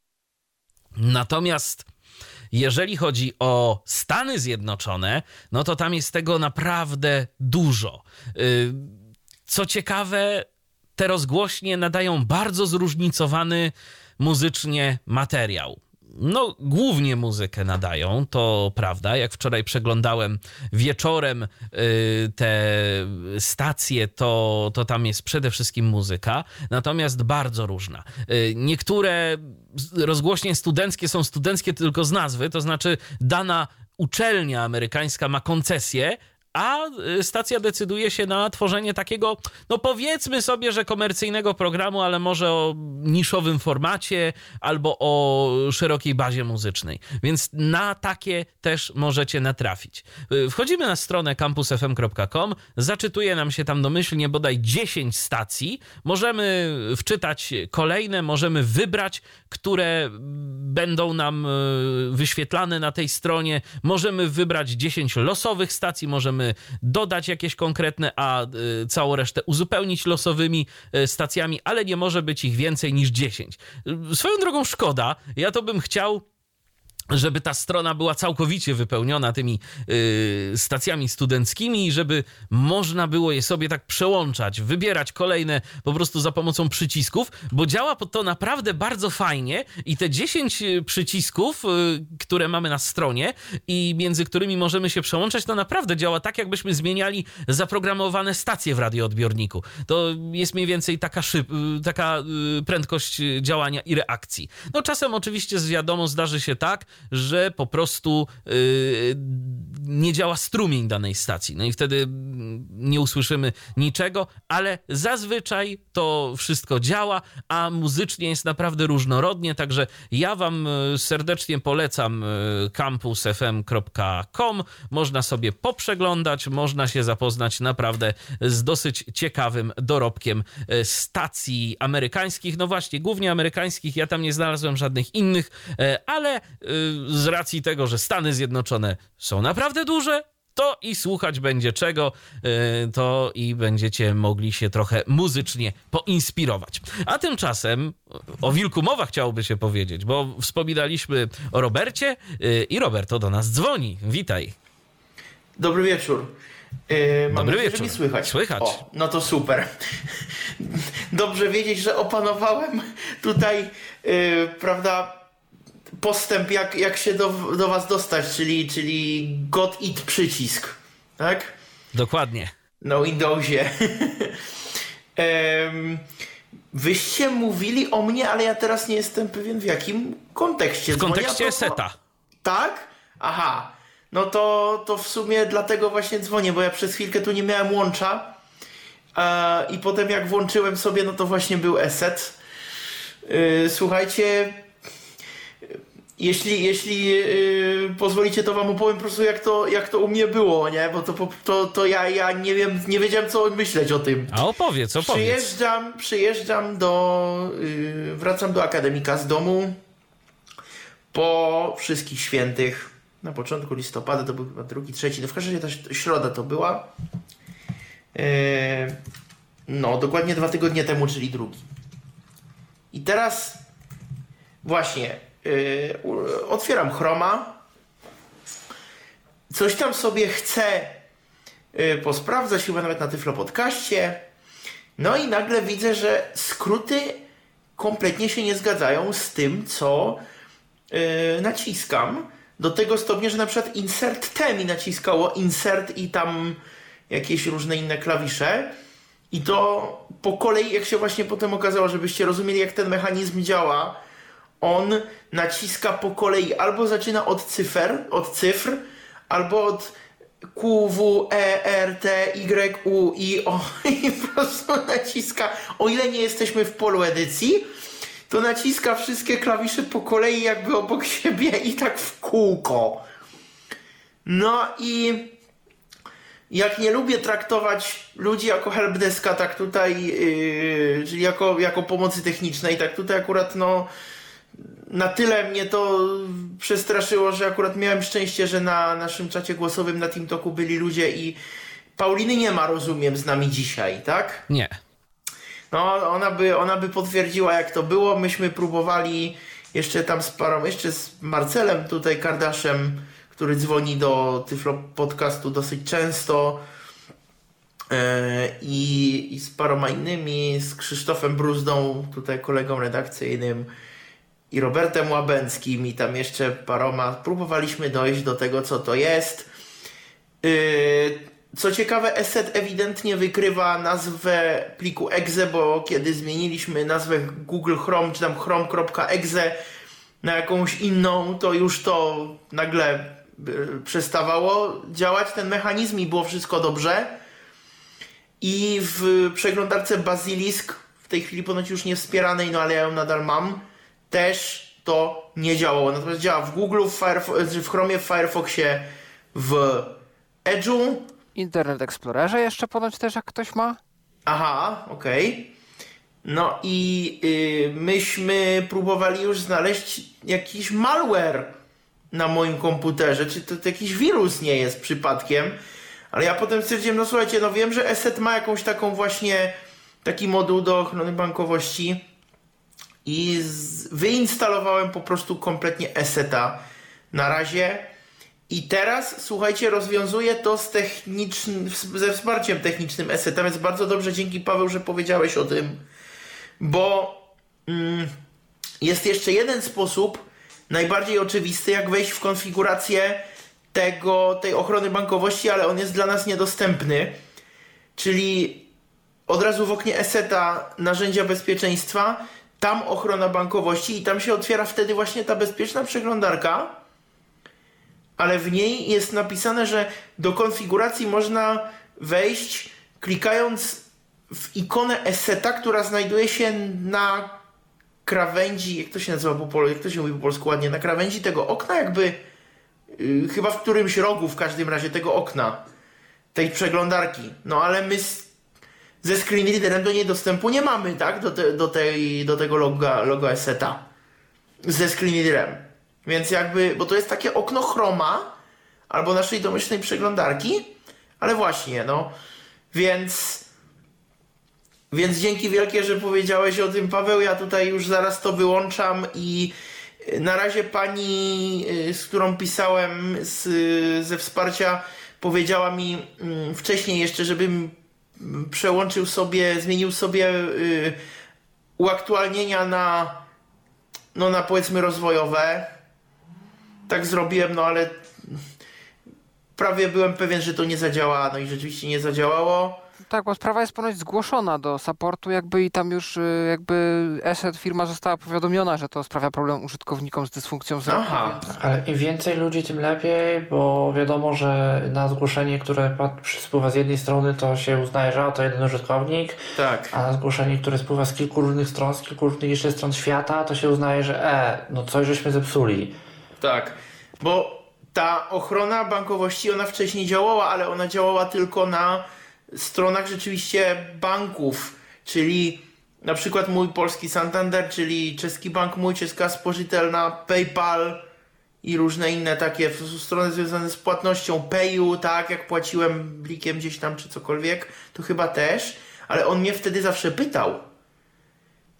Natomiast jeżeli chodzi o Stany Zjednoczone, no to tam jest tego naprawdę dużo. Co ciekawe, te rozgłośnie nadają bardzo zróżnicowany muzycznie materiał. No, głównie muzykę nadają, to prawda. Jak wczoraj przeglądałem wieczorem te stacje, to tam jest przede wszystkim muzyka, natomiast bardzo różna. Niektóre rozgłośnie studenckie są studenckie tylko z nazwy, to znaczy dana uczelnia amerykańska ma koncesję, a stacja decyduje się na tworzenie takiego, no powiedzmy sobie, że komercyjnego programu, ale może o niszowym formacie albo o szerokiej bazie muzycznej. Więc na takie też możecie natrafić. Wchodzimy na stronę campusfm.com, zaczytuje nam się tam domyślnie bodaj 10 stacji. Możemy wczytać kolejne, możemy wybrać, które będą nam wyświetlane na tej stronie. Możemy wybrać 10 losowych stacji, możemy dodać jakieś konkretne, a całą resztę uzupełnić losowymi stacjami, ale nie może być ich więcej niż 10. Swoją drogą szkoda, ja to bym chciał, żeby ta strona była całkowicie wypełniona tymi stacjami studenckimi i żeby można było je sobie tak przełączać, wybierać kolejne po prostu za pomocą przycisków, bo działa to naprawdę bardzo fajnie i te 10 przycisków, które mamy na stronie i między którymi możemy się przełączać, to naprawdę działa tak, jakbyśmy zmieniali zaprogramowane stacje w radioodbiorniku. To jest mniej więcej taka prędkość działania i reakcji. No czasem oczywiście wiadomo, zdarzy się tak, że po prostu nie działa strumień danej stacji. No i wtedy nie usłyszymy niczego, ale zazwyczaj to wszystko działa, a muzycznie jest naprawdę różnorodnie, także ja wam serdecznie polecam campusfm.com. Można sobie poprzeglądać, można się zapoznać naprawdę z dosyć ciekawym dorobkiem stacji amerykańskich. No właśnie, głównie amerykańskich, ja tam nie znalazłem żadnych innych, ale z racji tego, że Stany Zjednoczone są naprawdę duże, to i słuchać będzie czego, to i będziecie mogli się trochę muzycznie poinspirować. A tymczasem o wilku mowa chciałoby się powiedzieć, bo wspominaliśmy o Robercie i Roberto do nas dzwoni. Witaj.
Dobry wieczór. Mam nadzieję, że mi słychać.
Słychać.
O, no to super. Dobrze wiedzieć, że opanowałem tutaj, prawda, postęp, jak się do was dostać, czyli God Eat przycisk, tak?
Dokładnie.
Na Windowsie. Wyście mówili o mnie, ale ja teraz nie jestem pewien w jakim kontekście.
W kontekście seta.
Tak? Aha. No to w sumie dlatego właśnie dzwonię, bo ja przez chwilkę tu nie miałem łącza i potem jak włączyłem sobie, no to właśnie był ESET. Słuchajcie, jeśli pozwolicie, to wam opowiem po prostu jak to u mnie było, nie? Bo to ja nie wiedziałem co myśleć o tym.
A opowiedz.
Przyjeżdżam wracam do akademika z domu po Wszystkich Świętych. Na początku listopada, to był chyba 2, 3, no w każdym razie ta środa to była. No, dokładnie 2 tygodnie temu, czyli 2. I teraz właśnie otwieram Chroma, coś tam sobie chcę posprawdzać, chyba nawet na Tyflo Podcaście. No i nagle widzę, że skróty kompletnie się nie zgadzają z tym, co naciskam. Do tego stopnia, że na przykład Insert T mi naciskało Insert i tam jakieś różne inne klawisze. I to po kolei, jak się właśnie potem okazało, żebyście rozumieli, jak ten mechanizm działa, on naciska po kolei, albo zaczyna od cyfr, albo od Q, W, E, R, T, Y, U, I, O i po prostu naciska, o ile nie jesteśmy w polu edycji, to naciska wszystkie klawisze po kolei jakby obok siebie i tak w kółko. No i jak nie lubię traktować ludzi jako helpdeska, tak tutaj, czyli jako pomocy technicznej, tak tutaj akurat no na tyle mnie to przestraszyło, że akurat miałem szczęście, że na naszym czacie głosowym na TeamTalku byli ludzie i Pauliny nie ma, rozumiem, z nami dzisiaj, tak?
Nie.
No, ona by potwierdziła, jak to było. Myśmy próbowali jeszcze tam jeszcze z Marcelem tutaj Kardaszem, który dzwoni do Tyflo Podcastu dosyć często i z paroma innymi, z Krzysztofem Bruzdą, tutaj kolegą redakcyjnym i Robertem Łabęckim i tam jeszcze paroma. Próbowaliśmy dojść do tego, co to jest. Co ciekawe, ESET ewidentnie wykrywa nazwę pliku exe, bo kiedy zmieniliśmy nazwę Google Chrome, czy tam chrome.exe na jakąś inną, to już to nagle przestawało działać ten mechanizm i było wszystko dobrze. I w przeglądarce Basilisk, w tej chwili ponoć już nie wspieranej, no ale ja ją nadal mam, też to nie działało. Natomiast działa w Google, w Chromie, w Firefoxie, w Edge'u.
Internet Explorerze jeszcze ponoć też, jak ktoś ma?
Aha, okej. No i myśmy próbowali już znaleźć jakiś malware na moim komputerze. Czy to jakiś wirus nie jest przypadkiem? Ale ja potem stwierdziłem, no słuchajcie, no wiem, że ESET ma jakąś taką właśnie, taki moduł do ochrony bankowości i wyinstalowałem po prostu kompletnie ESETA na razie. I teraz, słuchajcie, rozwiązuję to ze wsparciem technicznym ESETA, więc bardzo dobrze, dzięki Paweł, że powiedziałeś o tym, bo jest jeszcze jeden sposób, najbardziej oczywisty, jak wejść w konfigurację tej ochrony bankowości, ale on jest dla nas niedostępny, czyli od razu w oknie ESETA narzędzia bezpieczeństwa, tam ochrona bankowości i tam się otwiera wtedy właśnie ta bezpieczna przeglądarka, ale w niej jest napisane, że do konfiguracji można wejść klikając w ikonę ESETA, która znajduje się na krawędzi, jak to się nazywa po polsku, jak to się mówi po polsku ładnie, na krawędzi tego okna jakby, chyba w którymś rogu w każdym razie tego okna, tej przeglądarki. No ale my ze screen readerem do niej dostępu nie mamy, tak? Do tego loga ESETA. Ze screen readerem. Więc jakby, bo to jest takie okno Chroma albo naszej domyślnej przeglądarki, ale właśnie, no. Więc dzięki wielkie, że powiedziałeś o tym, Paweł. Ja tutaj już zaraz to wyłączam i na razie pani, z którą pisałem ze wsparcia, powiedziała mi wcześniej jeszcze, żebym przełączył sobie, zmienił sobie uaktualnienia na powiedzmy rozwojowe. Tak zrobiłem, no ale prawie byłem pewien, że to nie zadziała, no i rzeczywiście nie zadziałało.
Tak, bo sprawa jest ponoć zgłoszona do supportu jakby i tam już jakby ESET firma została powiadomiona, że to sprawia problem użytkownikom z dysfunkcją wzroku.
Aha.
Więc...
Ale im więcej ludzi, tym lepiej, bo wiadomo, że na zgłoszenie, które spływa z jednej strony, to się uznaje, że to jeden użytkownik,
Tak.
a na zgłoszenie, które spływa z kilku różnych stron, z kilku różnych jeszcze stron świata, to się uznaje, że no coś żeśmy zepsuli.
Tak, bo ta ochrona bankowości, ona wcześniej działała, ale ona działała tylko na stronach rzeczywiście banków, czyli na przykład mój polski Santander, czyli czeski bank mój, czeska spożytelna, PayPal i różne inne takie strony związane z płatnością, Payu, tak, jak płaciłem blikiem gdzieś tam czy cokolwiek, to chyba też, ale on mnie wtedy zawsze pytał,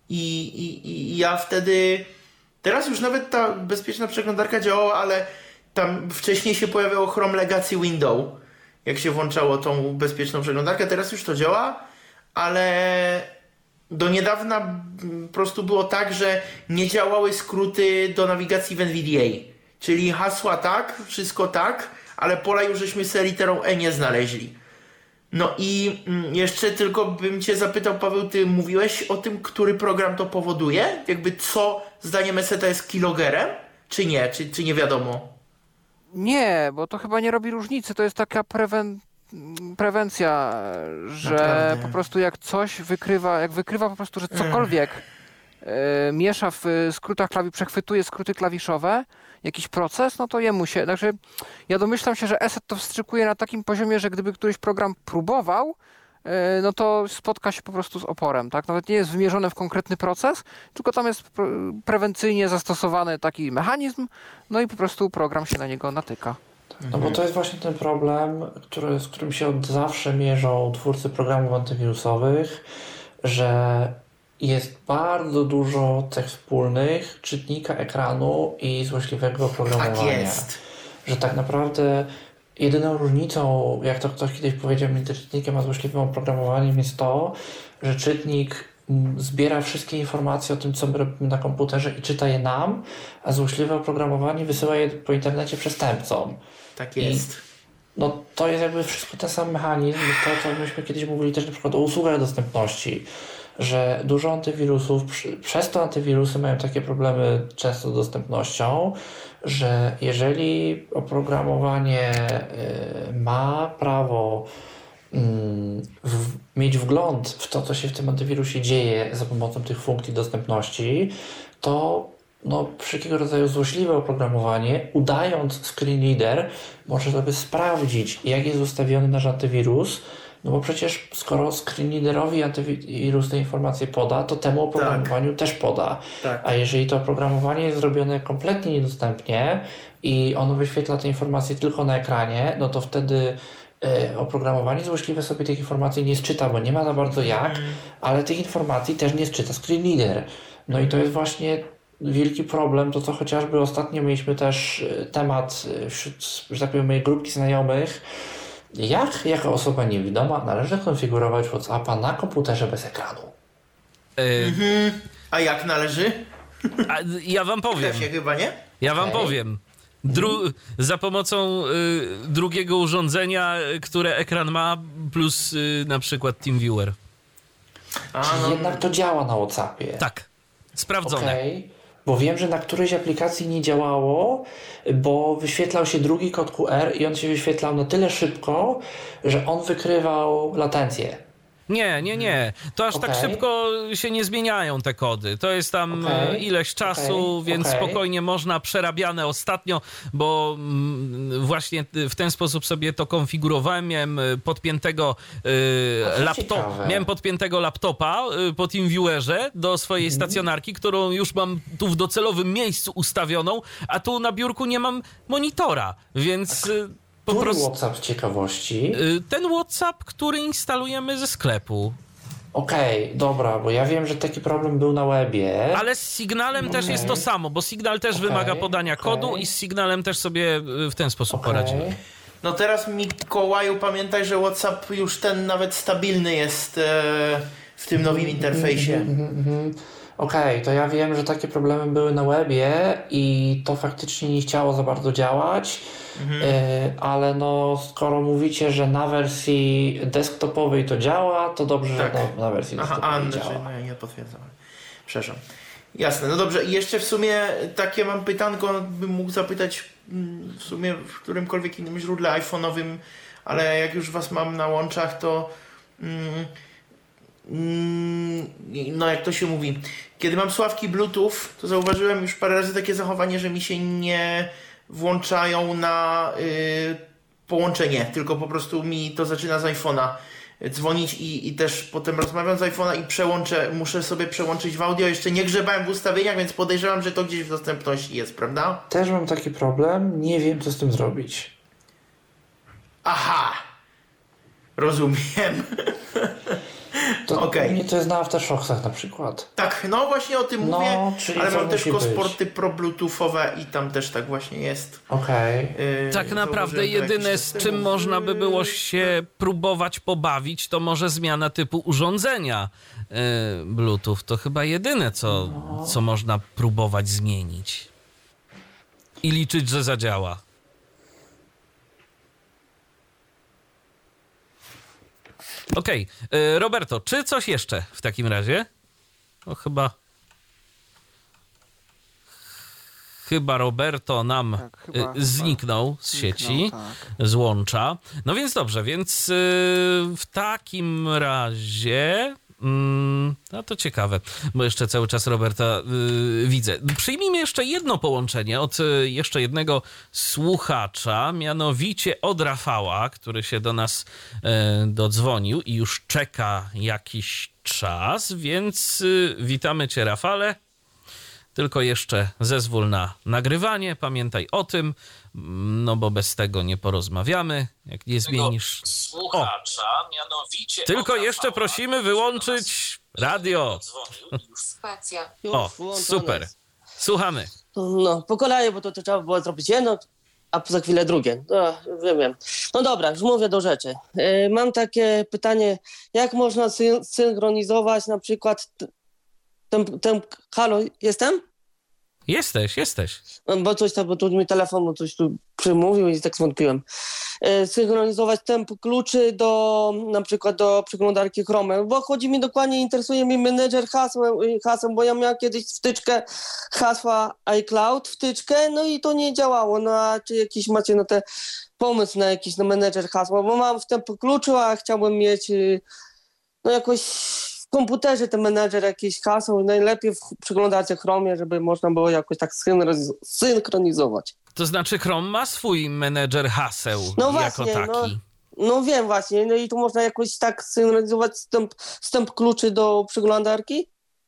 I ja wtedy... Teraz już nawet ta bezpieczna przeglądarka działała, ale tam wcześniej się pojawiało Chrome Legacy Window, jak się włączało tą bezpieczną przeglądarkę. Teraz już to działa, ale do niedawna po prostu było tak, że nie działały skróty do nawigacji w NVDA. Czyli hasła tak, wszystko tak, ale pola już żeśmy sobie literą E nie znaleźli. No i jeszcze tylko bym cię zapytał, Paweł, ty mówiłeś o tym, który program to powoduje? Jakby co zdaniem Esseta jest keylogerem? Czy nie? Czy nie wiadomo?
Nie, bo to chyba nie robi różnicy. To jest taka prewencja, że
Naprawdę.
po prostu jak coś wykrywa po prostu, że cokolwiek miesza w skrótach przechwytuje skróty klawiszowe, jakiś proces, no to jemu się... Także ja domyślam się, że Esset to wstrzykuje na takim poziomie, że gdyby któryś program próbował, no to spotka się po prostu z oporem, tak? Nawet nie jest wymierzone w konkretny proces, tylko tam jest prewencyjnie zastosowany taki mechanizm, no i po prostu program się na niego natyka.
No bo to jest właśnie ten problem, z którym się od zawsze mierzą twórcy programów antywirusowych, że jest bardzo dużo cech wspólnych czytnika ekranu i złośliwego oprogramowania.
Tak jest.
Że tak naprawdę jedyną różnicą, jak to ktoś kiedyś powiedział, między czytnikiem a złośliwym oprogramowaniem jest to, że czytnik zbiera wszystkie informacje o tym, co my robimy na komputerze i czyta je nam, a złośliwe oprogramowanie wysyła je po internecie przestępcom.
Tak jest.
No to jest jakby wszystko ten sam mechanizm, to co myśmy kiedyś mówili też na przykład o usługach dostępności, że dużo antywirusów, przez to antywirusy mają takie problemy często z dostępnością, że jeżeli oprogramowanie ma prawo mieć wgląd w to, co się w tym antywirusie dzieje za pomocą tych funkcji dostępności, to wszelkiego rodzaju złośliwe oprogramowanie, udając screen reader, może sobie sprawdzić, jak jest ustawiony nasz antywirus, no bo przecież skoro screen readerowi antywirus te informacje poda, to temu oprogramowaniu też poda.
Tak.
A jeżeli to oprogramowanie jest zrobione kompletnie niedostępnie i ono wyświetla te informacje tylko na ekranie, no to wtedy oprogramowanie złośliwe sobie tych informacji nie zczyta, bo nie ma za bardzo jak, ale tych informacji też nie zczyta screen reader. No i to jest właśnie wielki problem, to co chociażby ostatnio mieliśmy też temat wśród, że tak powiem, mojej grupki znajomych, jak jako osoba niewidoma należy konfigurować WhatsAppa na komputerze bez ekranu.
A jak należy?
Ja wam powiem.
Da się chyba, nie?
Ja wam powiem. Za pomocą drugiego urządzenia, które ekran ma, plus na przykład TeamViewer.
Czyli jednak to działa na WhatsAppie.
Tak, sprawdzone.
Okay. Bo wiem, że na którejś aplikacji nie działało, bo wyświetlał się drugi kod QR i on się wyświetlał na tyle szybko, że on wykrywał latencję.
Nie. To aż tak szybko się nie zmieniają te kody. To jest tam ileś czasu, więc spokojnie można, przerabiane ostatnio, bo właśnie w ten sposób sobie to konfigurowałem. Miałem podpiętego laptopa po TeamViewerze do swojej stacjonarki, którą już mam tu w docelowym miejscu ustawioną, a tu na biurku nie mam monitora, więc...
Który WhatsApp z ciekawości?
Ten WhatsApp, który instalujemy ze sklepu.
Okej, dobra, bo ja wiem, że taki problem był na webie.
Ale z Signalem też jest to samo, bo Signal też wymaga podania kodu i z Signalem też sobie w ten sposób poradzimy.
No teraz, Mikołaju, pamiętaj, że WhatsApp już ten nawet stabilny jest w tym nowym interfejsie.
Okej, to ja wiem, że takie problemy były na webie i to faktycznie nie chciało za bardzo działać, ale no skoro mówicie, że na wersji desktopowej to działa, to dobrze, że na wersji desktopowej działa.
No ja nie potwierdzałem. Przepraszam. Jasne, no dobrze. I jeszcze w sumie takie mam pytanko, bym mógł zapytać w sumie w którymkolwiek innym źródle iPhone'owym, ale jak już was mam na łączach, to no jak to się mówi, kiedy mam słuchawki Bluetooth, to zauważyłem już parę razy takie zachowanie, że mi się nie włączają na połączenie, tylko po prostu mi to zaczyna z iPhone'a dzwonić i też potem rozmawiam z iPhone'a i muszę sobie przełączyć w audio. Jeszcze nie grzebałem w ustawieniach, więc podejrzewam, że to gdzieś w dostępności jest, prawda?
Też mam taki problem, nie wiem co z tym zrobić.
Aha! Rozumiem.
To
Okej.
mnie to jest na Aftershocksach na przykład.
Tak, no właśnie o tym
No,
mówię,
czyli
ale
to
mam też
musi być.
Cosporty Pro Bluetoothowe i tam też tak właśnie jest.
Okej.
Tak naprawdę
Zauważyłem to
jedyne,
jakiś
z
czas
czym
temu.
można by było się próbować pobawić, to może zmiana typu urządzenia Bluetooth. To chyba jedyne, co można próbować zmienić. I liczyć, że zadziała. Okej. Roberto, czy coś jeszcze w takim razie? No chyba Roberto nam
Tak, chyba
zniknął z sieci,
tak.
z łącza. No więc dobrze, więc w takim razie... No to ciekawe, bo jeszcze cały czas Roberta widzę. Przyjmijmy jeszcze jedno połączenie od jeszcze jednego słuchacza, mianowicie od Rafała, który się do nas dodzwonił i już czeka jakiś czas, więc witamy cię, Rafale. Tylko jeszcze zezwól na nagrywanie, pamiętaj o tym, no bo bez tego nie porozmawiamy, jak nie zmienisz...
Słuchacza, mianowicie...
Tylko jeszcze prosimy wyłączyć radio.
Spacja.
O, super. Słuchamy.
No, po kolei, bo to trzeba było zrobić jedno, a za chwilę drugie. No, wiem. No dobra, już mówię do rzeczy. Mam takie pytanie, jak można synchronizować na przykład halo, jestem?
Jesteś.
Bo coś tam, bo tu mi telefon coś tu przemówił i tak zwątpiłem. Synchronizować temp kluczy na przykład do przeglądarki Chrome, bo chodzi mi dokładnie, interesuje mnie menedżer haseł, bo ja miałem kiedyś wtyczkę hasła iCloud, no i to nie działało. No a czy jakiś macie na pomysł na jakiś menedżer hasła, bo mam w temp kluczu, a chciałbym mieć no jakoś w komputerze ten menedżer jakiś haseł, najlepiej w przeglądarce Chromie, żeby można było jakoś tak synchronizować.
To znaczy Chrome ma swój menedżer haseł jako taki.
No wiem właśnie, no i tu można jakoś tak synchronizować wstęp kluczy do przeglądarki?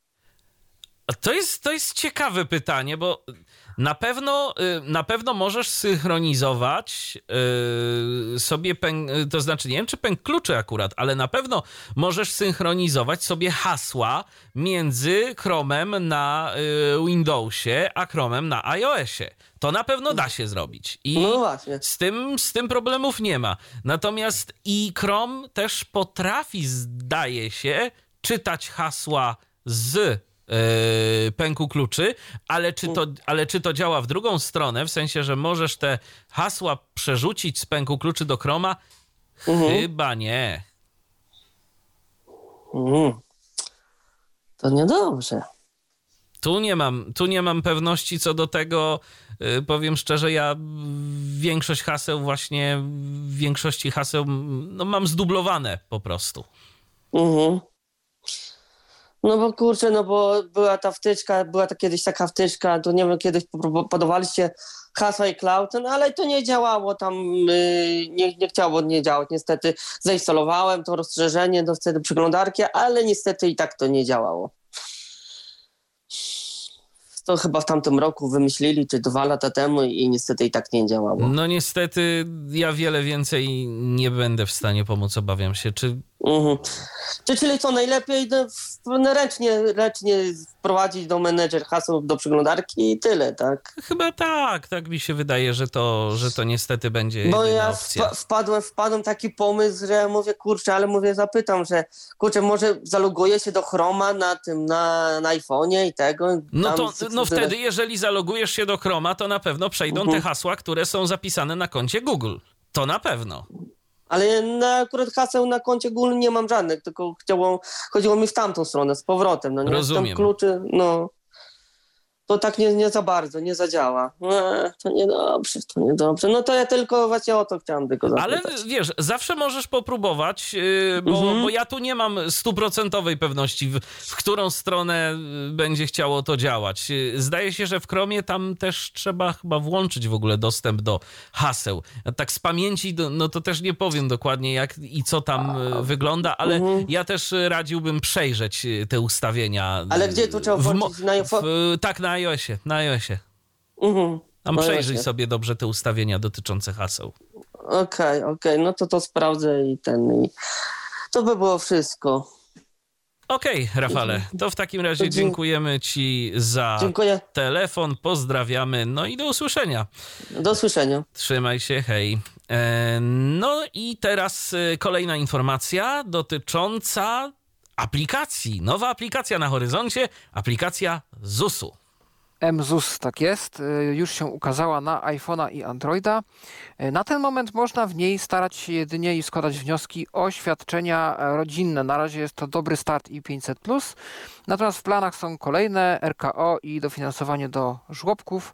To jest ciekawe pytanie, bo na pewno możesz synchronizować sobie to znaczy nie wiem, czy pęk kluczy akurat, ale na pewno możesz synchronizować sobie hasła między Chromem na Windowsie, a Chromem na iOSie. To na pewno da się zrobić. I
no właśnie.
Z tym problemów nie ma. Natomiast i Chrome też potrafi, zdaje się, czytać hasła z pęku kluczy, ale czy to działa w drugą stronę, w sensie, że możesz te hasła przerzucić z pęku kluczy do Chroma? Chyba nie.
To niedobrze.
Tu nie mam pewności co do tego. Powiem szczerze, ja większość haseł no, mam zdublowane po prostu.
No bo kurczę, no bo była kiedyś taka wtyczka, to nie wiem, kiedyś podawaliście hasła iCloud, no ale to nie działało tam, nie chciało nie działać, niestety zainstalowałem to rozszerzenie do wtedy przeglądarki, ale niestety i tak to nie działało. To chyba w tamtym roku wymyślili, czy 2 lata temu i niestety i tak nie działało.
No niestety ja wiele więcej nie będę w stanie pomóc, obawiam się.
Czyli co, najlepiej ręcznie wprowadzić do menedżer haseł do przeglądarki i tyle, tak?
Chyba tak mi się wydaje, że to niestety będzie jedyna opcja.
Bo ja wpadłem taki pomysł, że mówię, kurczę, ale zapytam, że kurczę, może zaloguję się do Chroma na iPhone'ie i tego.
No wtedy, jeżeli zalogujesz się do Chroma, to na pewno przejdą te hasła, które są zapisane na koncie Google. To na pewno.
Ale akurat haseł na koncie Google nie mam żadnych, tylko chodziło mi w tamtą stronę, z powrotem. No, nie?
Rozumiem.
Kluczy, no, to tak nie za bardzo, nie zadziała. To niedobrze. No to ja tylko właśnie o to chciałem tylko zapytać.
Ale wiesz, zawsze możesz popróbować, bo ja tu nie mam 100% pewności, w którą stronę będzie chciało to działać. Zdaje się, że w Chromie tam też trzeba chyba włączyć w ogóle dostęp do haseł. Tak z pamięci, no to też nie powiem dokładnie jak i co tam wygląda, ale ja też radziłbym przejrzeć te ustawienia.
Ale gdzie tu trzeba włączyć?
Tak, na iOSie. Tam przejrzyj sobie dobrze te ustawienia dotyczące haseł.
Okej, no to sprawdzę i to by było wszystko.
Okej, Rafale, to w takim razie dziękujemy Ci za telefon, pozdrawiamy, no i do usłyszenia.
Do usłyszenia.
Trzymaj się, hej. No i teraz kolejna informacja dotycząca aplikacji. Nowa aplikacja na horyzoncie, aplikacja ZUS-u.
mZUS, tak jest, już się ukazała na iPhone'a i Androida. Na ten moment można w niej starać się jedynie i składać wnioski o świadczenia rodzinne. Na razie jest to Dobry Start i 500+. Natomiast w planach są kolejne RKO i dofinansowanie do żłobków.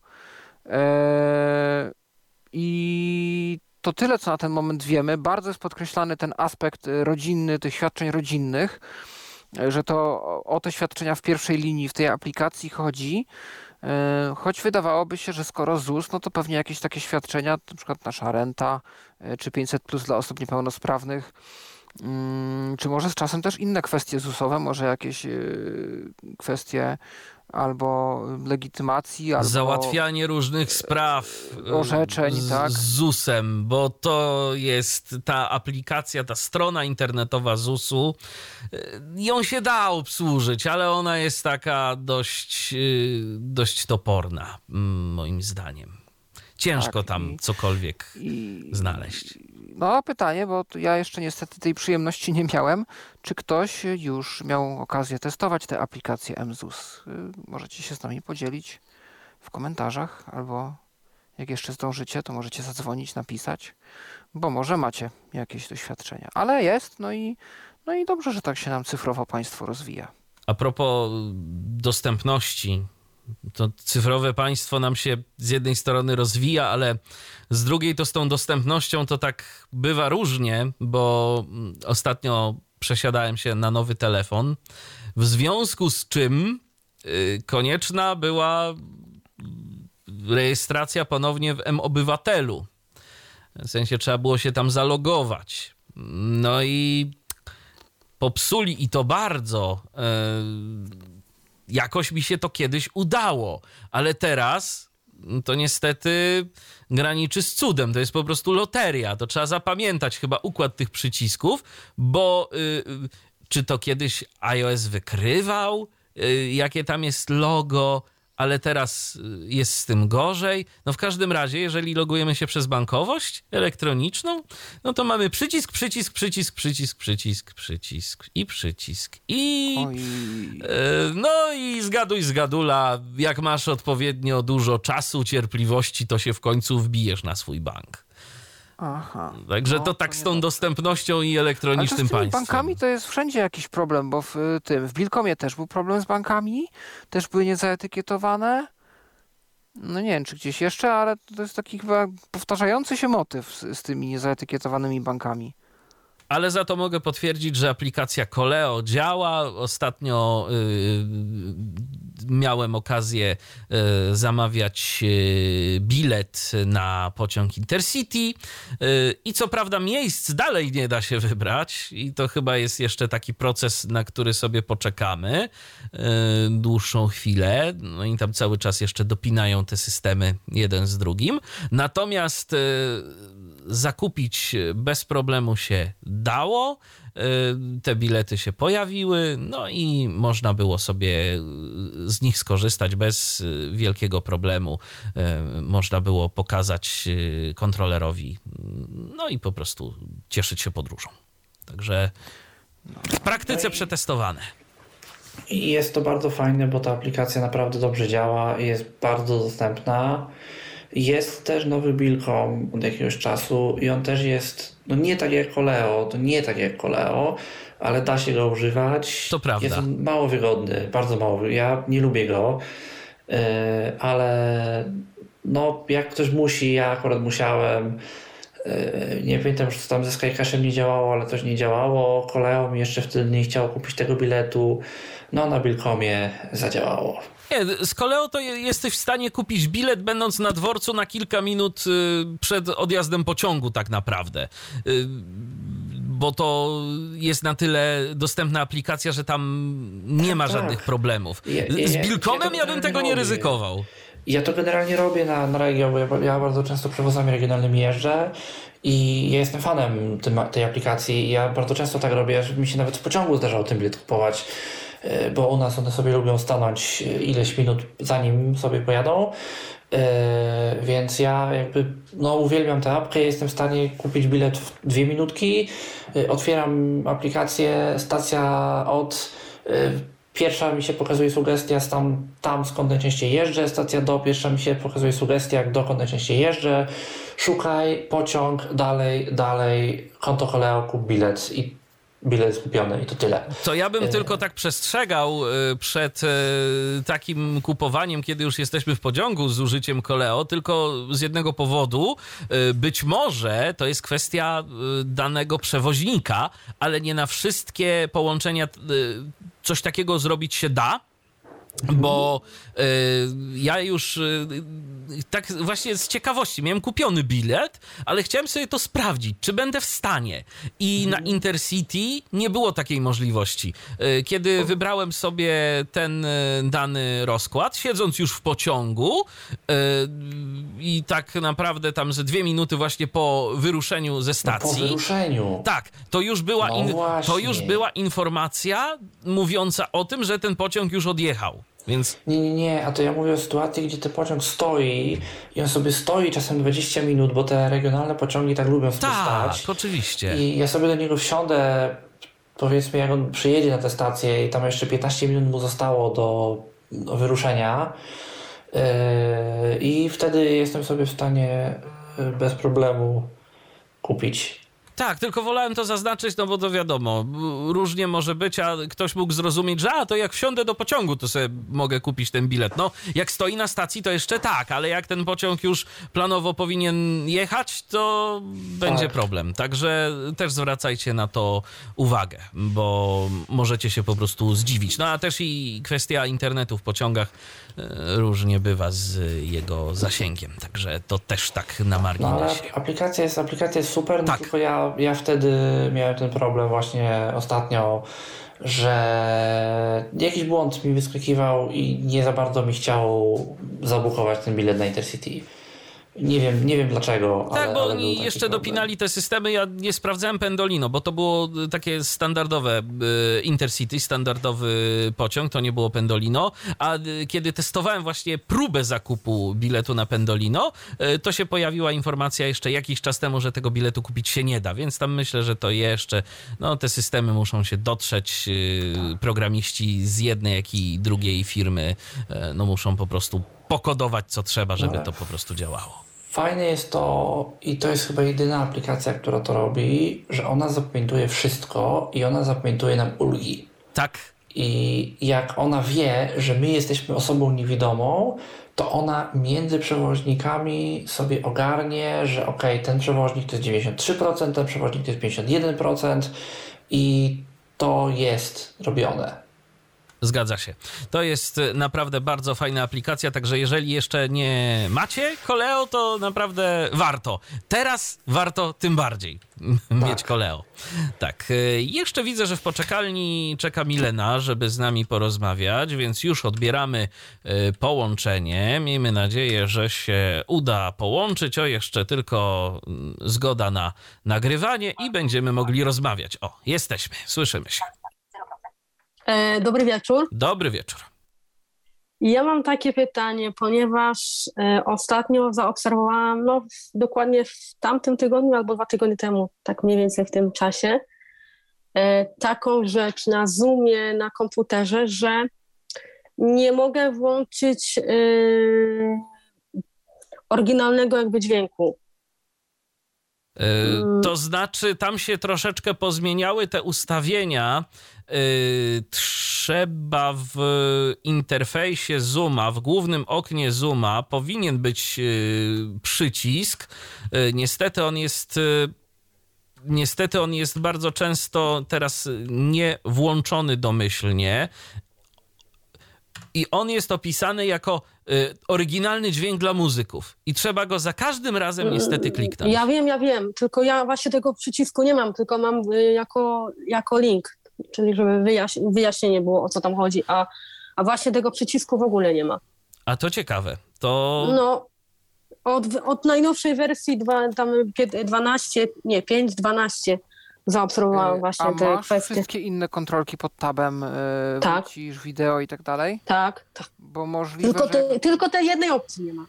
I to tyle, co na ten moment wiemy. Bardzo jest podkreślany ten aspekt rodzinny, tych świadczeń rodzinnych, że to o te świadczenia w pierwszej linii w tej aplikacji chodzi. Choć wydawałoby się, że skoro ZUS, no to pewnie jakieś takie świadczenia, na przykład nasza renta, czy 500+ dla osób niepełnosprawnych, czy może z czasem też inne kwestie ZUS-owe, może jakieś kwestie albo legitymacji, albo
załatwianie różnych spraw,
orzeczeń, tak?
Z ZUS-em, bo to jest ta aplikacja, ta strona internetowa ZUS-u. Ją się da obsłużyć, ale ona jest taka dość toporna, moim zdaniem. Ciężko tam cokolwiek znaleźć.
No pytanie, bo ja jeszcze niestety tej przyjemności nie miałem. Czy ktoś już miał okazję testować tę aplikację mZUS? Możecie się z nami podzielić w komentarzach, albo jak jeszcze zdążycie, to możecie zadzwonić, napisać, bo może macie jakieś doświadczenia. Ale jest, no i dobrze, że tak się nam cyfrowo państwo rozwija.
A propos dostępności, to cyfrowe państwo nam się z jednej strony rozwija, ale z drugiej to z tą dostępnością to tak bywa różnie, bo ostatnio przesiadałem się na nowy telefon, w związku z czym konieczna była rejestracja ponownie w mObywatelu. W sensie trzeba było się tam zalogować. No i popsuli i to bardzo. Jakoś mi się to kiedyś udało, ale teraz to niestety graniczy z cudem. To jest po prostu loteria. To trzeba zapamiętać chyba układ tych przycisków, bo czy to kiedyś iOS wykrywał, jakie tam jest logo, ale teraz jest z tym gorzej. No w każdym razie, jeżeli logujemy się przez bankowość elektroniczną, no to mamy przycisk i przycisk. No i zgaduj zgadula, jak masz odpowiednio dużo czasu, cierpliwości, to się w końcu wbijesz na swój bank.
Aha.
Także to tak z tą dostępnością i elektronicznym państwem.
Z bankami to jest wszędzie jakiś problem, bo w Bilkomie też był problem z bankami, też były niezaetykietowane. No nie wiem, czy gdzieś jeszcze, ale to jest taki chyba powtarzający się motyw z tymi niezaetykietowanymi bankami.
Ale za to mogę potwierdzić, że aplikacja Koleo działa. Ostatnio miałem okazję zamawiać bilet na pociąg Intercity i co prawda miejsc dalej nie da się wybrać i to chyba jest jeszcze taki proces, na który sobie poczekamy dłuższą chwilę. No i tam cały czas jeszcze dopinają te systemy jeden z drugim. Natomiast zakupić bez problemu się dało, te bilety się pojawiły, no i można było sobie z nich skorzystać bez wielkiego problemu. Można było pokazać kontrolerowi, no i po prostu cieszyć się podróżą. Także w praktyce przetestowane.
I jest to bardzo fajne, bo ta aplikacja naprawdę dobrze działa i jest bardzo dostępna. Jest też nowy Bilkom od jakiegoś czasu i on też jest, no nie tak jak Koleo, ale da się go używać.
To prawda.
Jest on mało wygodny, bardzo mało. Ja nie lubię go, ale no jak ktoś musi, ja akurat musiałem. Nie pamiętam, że tam ze Skycashem nie działało, ale coś nie działało. Koleo mi jeszcze wtedy nie chciało kupić tego biletu. No na Bilkomie zadziałało.
Nie, z Koleo to jesteś w stanie kupić bilet, będąc na dworcu na kilka minut przed odjazdem pociągu tak naprawdę. Bo to jest na tyle dostępna aplikacja, że tam nie ma żadnych problemów. Z Bilkomem ja bym tego nie ryzykował.
Ja to generalnie robię na Regio, bo ja bardzo często przewozami regionalnymi jeżdżę i ja jestem fanem tej aplikacji i ja bardzo często tak robię, że mi się nawet w pociągu zdarzało tym bilet kupować, bo u nas one sobie lubią stanąć ileś minut zanim sobie pojadą, więc ja jakby uwielbiam tę apkę, jestem w stanie kupić bilet w 2 minutki, otwieram aplikację, stacja pierwsza mi się pokazuje sugestia tam skąd najczęściej jeżdżę, stacja pierwsza mi się pokazuje sugestia dokąd najczęściej jeżdżę, szukaj, pociąg, dalej, konto Koleo, kup bilet i bilet jest kupiony i to tyle.
To ja bym tylko tak przestrzegał przed takim kupowaniem, kiedy już jesteśmy w pociągu z użyciem Koleo, tylko z jednego powodu. Być może to jest kwestia danego przewoźnika, ale nie na wszystkie połączenia coś takiego zrobić się da. Bo ja już tak właśnie z ciekawości miałem kupiony bilet, ale chciałem sobie to sprawdzić, czy będę w stanie. I na Intercity nie było takiej możliwości. Kiedy wybrałem sobie ten dany rozkład, siedząc już w pociągu i tak naprawdę tam ze 2 minuty właśnie po wyruszeniu ze stacji.
Po wyruszeniu.
Tak, to już była informacja mówiąca o tym, że ten pociąg już odjechał. Więc...
Nie, a to ja mówię o sytuacji, gdzie ten pociąg stoi i on sobie stoi czasem 20 minut, bo te regionalne pociągi tak lubią sobie stać.
Tak, oczywiście.
I ja sobie do niego wsiądę, powiedzmy jak on przyjedzie na tę stację i tam jeszcze 15 minut mu zostało do wyruszenia i wtedy jestem sobie w stanie bez problemu kupić.
Tak, tylko wolałem to zaznaczyć, no bo to wiadomo, różnie może być, a ktoś mógł zrozumieć, że to jak wsiądę do pociągu, to sobie mogę kupić ten bilet. No, jak stoi na stacji, to jeszcze tak, ale jak ten pociąg już planowo powinien jechać, to będzie problem. Także też zwracajcie na to uwagę, bo możecie się po prostu zdziwić. No a też i kwestia internetu w pociągach różnie bywa z jego zasięgiem, także to też tak na marginesie.
Ale aplikacja jest super,
tak.
Tylko ja wtedy miałem ten problem właśnie ostatnio, że jakiś błąd mi wyskakiwał i nie za bardzo mi chciało zabukować ten bilet na Intercity. Nie wiem dlaczego.
Tak, bo oni jeszcze dopinali te systemy. Ja nie sprawdzałem Pendolino, bo to było takie standardowe Intercity, standardowy pociąg, to nie było Pendolino. A kiedy testowałem właśnie próbę zakupu biletu na Pendolino, to się pojawiła informacja jeszcze jakiś czas temu, że tego biletu kupić się nie da. Więc tam myślę, że to jeszcze, te systemy muszą się dotrzeć. Programiści z jednej, jak i drugiej firmy, muszą po prostu pokodować co trzeba, żeby to po prostu działało.
Fajne jest to, i to jest chyba jedyna aplikacja, która to robi, że ona zapamiętuje wszystko i ona zapamiętuje nam ulgi.
Tak.
I jak ona wie, że my jesteśmy osobą niewidomą, to ona między przewoźnikami sobie ogarnie, że ten przewoźnik to jest 93%, ten przewoźnik to jest 51% i to jest robione.
Zgadza się. To jest naprawdę bardzo fajna aplikacja, także jeżeli jeszcze nie macie Koleo, to naprawdę warto. Teraz warto tym bardziej mieć Koleo. Tak. Jeszcze widzę, że w poczekalni czeka Milena, żeby z nami porozmawiać, więc już odbieramy połączenie. Miejmy nadzieję, że się uda połączyć. Jeszcze tylko zgoda na nagrywanie i będziemy mogli rozmawiać. Jesteśmy. Słyszymy się.
Dobry wieczór.
Dobry wieczór.
Ja mam takie pytanie, ponieważ ostatnio zaobserwowałam, dokładnie w tamtym tygodniu albo 2 tygodnie temu, tak mniej więcej w tym czasie, taką rzecz na Zoomie, na komputerze, że nie mogę włączyć oryginalnego jakby dźwięku.
To znaczy, tam się troszeczkę pozmieniały te ustawienia. Trzeba w interfejsie Zooma, w głównym oknie Zooma powinien być przycisk. Niestety on jest bardzo często teraz nie włączony domyślnie. I on jest opisany jako oryginalny dźwięk dla muzyków. I trzeba go za każdym razem niestety kliknąć.
Ja wiem. Tylko ja właśnie tego przycisku nie mam, tylko mam jako link. Czyli żeby wyjaśnienie było, o co tam chodzi. A właśnie tego przycisku w ogóle nie ma.
A to ciekawe.
No, od najnowszej wersji 5.12 zaobserwowałam właśnie te
masz
kwestie.
wszystkie inne kontrolki pod tabem,
Tak.
wrócisz, wideo i tak dalej?
Tak.
Bo możliwe,
Tylko tej jednej opcji nie ma.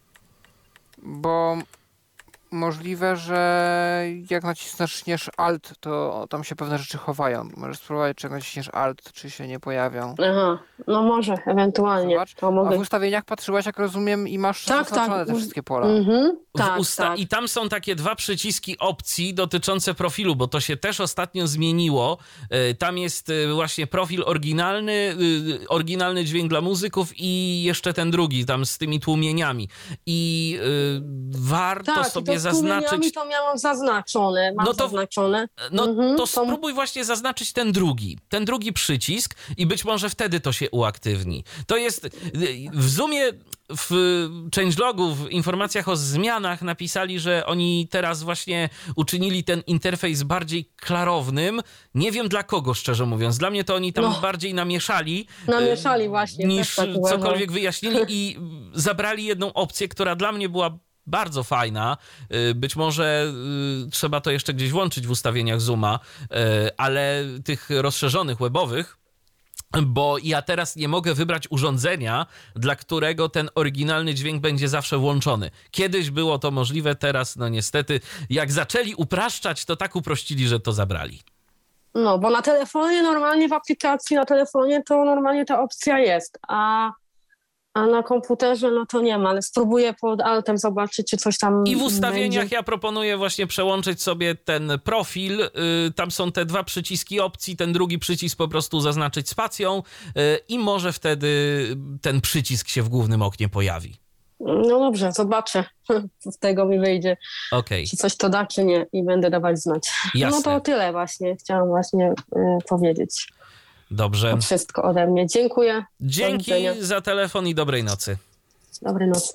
Bo możliwe, że jak naciśniesz Alt, to tam się pewne rzeczy chowają. Możesz spróbować, czy jak naciśniesz Alt, czy się nie pojawią.
Aha, no może, ewentualnie.
Zobacz.
To mogę...
A w ustawieniach patrzyłaś, jak rozumiem, i masz zaznaczone te wszystkie pola.
I tam są takie 2 przyciski opcji dotyczące profilu, bo to się też ostatnio zmieniło. Tam jest właśnie profil oryginalny dźwięk dla muzyków i jeszcze ten drugi, tam z tymi tłumieniami. I warto sobie zaznaczyć...
to miałam zaznaczone.
To spróbuj właśnie zaznaczyć ten drugi przycisk i być może wtedy to się uaktywni. To jest w Zoomie, w changelogu, w informacjach o zmianach napisali, że oni teraz właśnie uczynili ten interfejs bardziej klarownym. Nie wiem dla kogo, szczerze mówiąc. Dla mnie to oni tam bardziej namieszali
właśnie.
Niż cokolwiek wyjaśnili i zabrali jedną opcję, która dla mnie była bardzo fajna. Być może trzeba to jeszcze gdzieś włączyć w ustawieniach Zooma, ale tych rozszerzonych webowych, bo ja teraz nie mogę wybrać urządzenia, dla którego ten oryginalny dźwięk będzie zawsze włączony. Kiedyś było to możliwe, teraz no niestety jak zaczęli upraszczać, to tak uprościli, że to zabrali.
No, bo na telefonie normalnie, w aplikacji na telefonie to normalnie ta opcja jest, a na komputerze no to nie ma, ale spróbuję pod Altem zobaczyć, czy coś tam
I w ustawieniach
będzie.
ja proponuję właśnie przełączyć sobie ten profil, tam są te 2 przyciski opcji, ten drugi przycisk po prostu zaznaczyć spacją i może wtedy ten przycisk się w głównym oknie pojawi.
No dobrze, zobaczę, co z tego mi wyjdzie. Czy coś to da, czy nie i będę dawać znać.
Jasne.
No to tyle właśnie, chciałam właśnie powiedzieć.
Dobrze.
To wszystko ode mnie. Dziękuję.
Dzięki za telefon i dobrej nocy.
Dobranoc.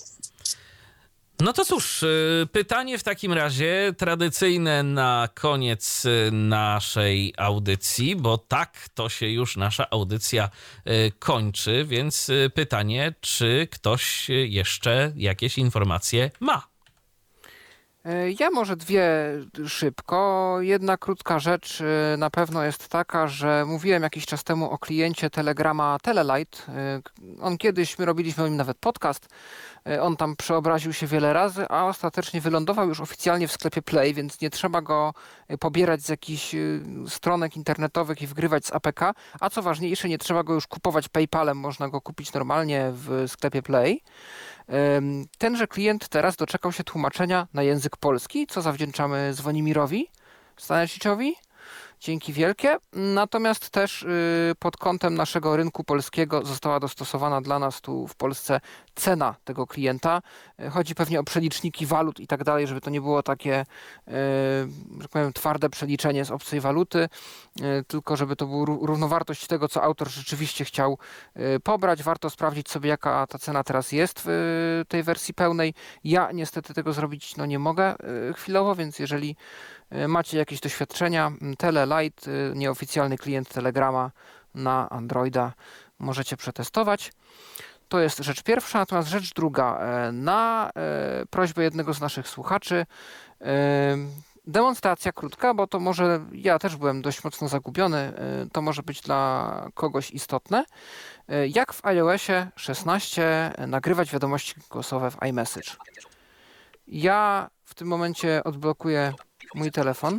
No to cóż, pytanie w takim razie tradycyjne na koniec naszej audycji, bo tak to się już nasza audycja kończy, więc pytanie, czy ktoś jeszcze jakieś informacje ma?
Ja może 2 szybko. Jedna krótka rzecz na pewno jest taka, że mówiłem jakiś czas temu o kliencie Telegrama Telelight. On kiedyś, my robiliśmy o nim nawet podcast. On tam przeobraził się wiele razy, a ostatecznie wylądował już oficjalnie w sklepie Play, więc nie trzeba go pobierać z jakichś stronek internetowych i wgrywać z APK, a co ważniejsze, nie trzeba go już kupować PayPalem, można go kupić normalnie w sklepie Play. Tenże klient teraz doczekał się tłumaczenia na język polski, co zawdzięczamy Zwonimirowi Staneciczowi. Dzięki wielkie. Natomiast też pod kątem naszego rynku polskiego została dostosowana dla nas tu w Polsce cena tego klienta. Chodzi pewnie o przeliczniki walut i tak dalej, żeby to nie było takie, że powiem, twarde przeliczenie z obcej waluty, tylko żeby to była równowartość tego, co autor rzeczywiście chciał pobrać. Warto sprawdzić sobie, jaka ta cena teraz jest w tej wersji pełnej. Ja niestety tego zrobić nie mogę chwilowo, więc jeżeli macie jakieś doświadczenia, Telelight, nieoficjalny klient Telegrama na Androida, możecie przetestować. To jest rzecz pierwsza. Natomiast rzecz druga. Na prośbę jednego z naszych słuchaczy demonstracja krótka, bo to może, ja też byłem dość mocno zagubiony, to może być dla kogoś istotne. Jak w iOSie 16 nagrywać wiadomości głosowe w iMessage. Ja w tym momencie odblokuję mój telefon.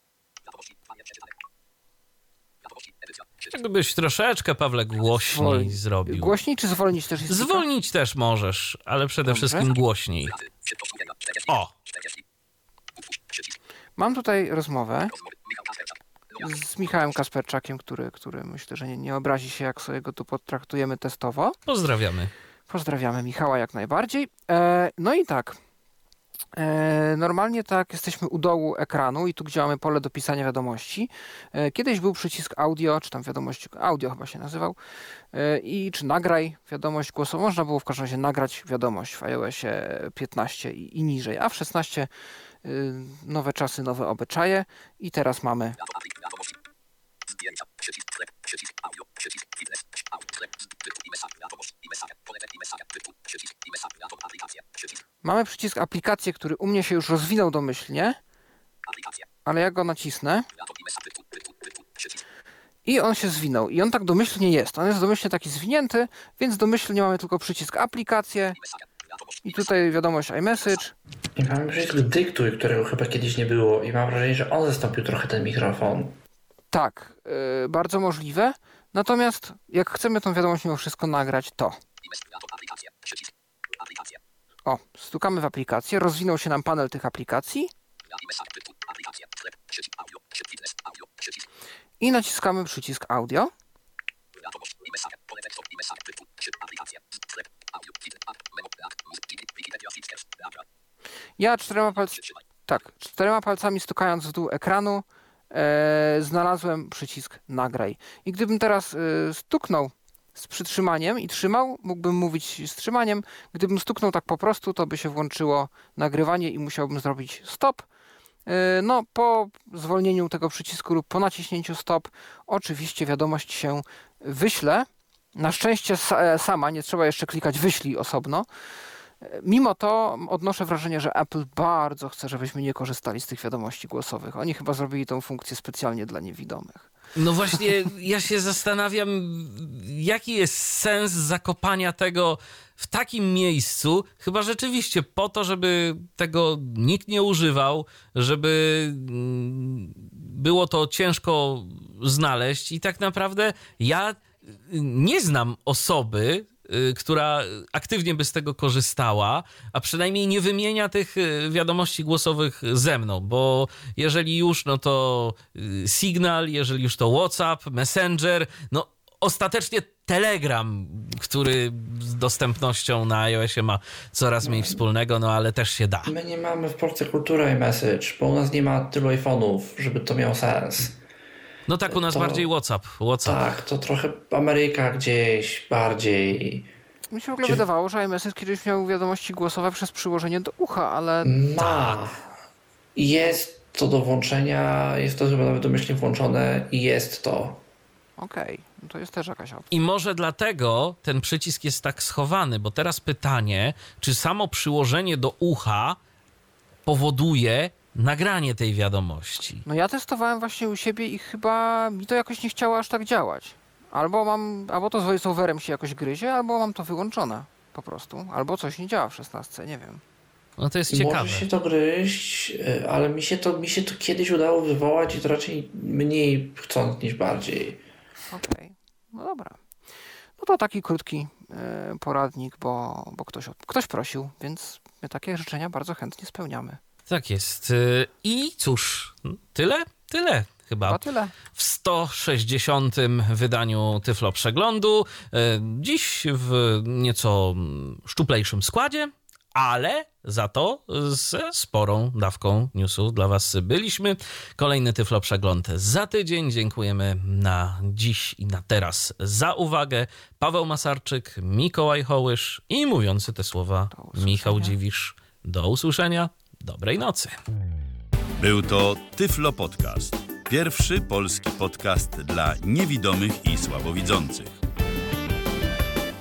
Gdybyś troszeczkę, Pawle, głośniej zrobił.
Głośniej czy zwolnić też jest?
Zwolnić też możesz, ale przede wszystkim głośniej. O!
Mam tutaj rozmowę z Michałem Kasperczakiem, który myślę, że nie obrazi się, jak sobie go tu potraktujemy testowo.
Pozdrawiamy.
Pozdrawiamy Michała jak najbardziej. No i tak. Normalnie tak, jesteśmy u dołu ekranu i tu, gdzie mamy pole do pisania wiadomości. Kiedyś był przycisk audio, czy tam wiadomość, audio chyba się nazywał, i czy nagraj wiadomość głosową. Można było w każdym razie nagrać wiadomość w iOSie 15 i niżej, a w 16 nowe czasy, nowe obyczaje i teraz mamy Mamy przycisk aplikacje, który u mnie się już rozwinął domyślnie, ale ja go nacisnę i on się zwinął. I on tak domyślnie jest. On jest domyślnie taki zwinięty, więc domyślnie mamy tylko przycisk aplikacje i tutaj wiadomość iMessage.
I mamy przycisk dyktuj, którego chyba kiedyś nie było i mam wrażenie, że on zastąpił trochę ten mikrofon.
Tak, bardzo możliwe. Natomiast jak chcemy tą wiadomość mimo wszystko nagrać, to stukamy w aplikację, rozwinął się nam panel tych aplikacji i naciskamy przycisk audio. Ja czterema palcami stukając w dół ekranu znalazłem przycisk nagraj. I gdybym teraz stuknął z przytrzymaniem i trzymał, mógłbym mówić z trzymaniem. Gdybym stuknął tak po prostu, to by się włączyło nagrywanie i musiałbym zrobić stop. No, po zwolnieniu tego przycisku lub po naciśnięciu stop oczywiście wiadomość się wyśle. Na szczęście sama, nie trzeba jeszcze klikać wyślij osobno. Mimo to odnoszę wrażenie, że Apple bardzo chce, żebyśmy nie korzystali z tych wiadomości głosowych. Oni chyba zrobili tą funkcję specjalnie dla niewidomych.
No właśnie, ja się zastanawiam, jaki jest sens zakopania tego w takim miejscu, chyba rzeczywiście po to, żeby tego nikt nie używał, żeby było to ciężko znaleźć i tak naprawdę ja nie znam osoby, która aktywnie by z tego korzystała, a przynajmniej nie wymienia tych wiadomości głosowych ze mną, bo jeżeli już, no to Signal, jeżeli już to WhatsApp, Messenger, no ostatecznie Telegram, który z dostępnością na iOSie ma coraz mniej wspólnego, no ale też się da.
My nie mamy w Polsce kultury iMessage, bo u nas nie ma tylu iPhone'ów, żeby to miało sens.
No tak, u nas bardziej WhatsApp.
Tak, to trochę Ameryka gdzieś bardziej.
Mi się w ogóle wydawało, że iMessage kiedyś miał wiadomości głosowe przez przyłożenie do ucha, ale...
Tak. Jest to do włączenia, jest to chyba nawet domyślnie włączone i jest to.
Okej, no to jest też jakaś opcja.
I może dlatego ten przycisk jest tak schowany, bo teraz pytanie, czy samo przyłożenie do ucha powoduje nagranie tej wiadomości?
No ja testowałem właśnie u siebie i chyba mi to jakoś nie chciało aż tak działać. Albo to z voiceoverem się jakoś gryzie, albo mam to wyłączone po prostu. Albo coś nie działa w 16, nie wiem.
No to jest ciekawe.
Może się to gryźć, ale mi się to kiedyś udało wywołać i to raczej mniej chcąc niż bardziej.
Okej, no dobra. No to taki krótki poradnik, bo ktoś prosił, więc my takie życzenia bardzo chętnie spełniamy.
Tak jest. I cóż, tyle chyba.
Tyle.
W 160. wydaniu Tyflo Przeglądu. Dziś w nieco szczuplejszym składzie, ale za to ze sporą dawką newsów dla was byliśmy. Kolejny Tyflo Przegląd za tydzień. Dziękujemy na dziś i na teraz za uwagę. Paweł Masarczyk, Mikołaj Hołysz i mówiący te słowa Michał Dziwisz. Do usłyszenia. Dobrej nocy.
Był to Tyflo Podcast. Pierwszy polski podcast dla niewidomych i słabowidzących.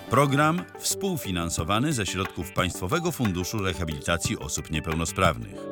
Program współfinansowany ze środków Państwowego Funduszu Rehabilitacji Osób Niepełnosprawnych.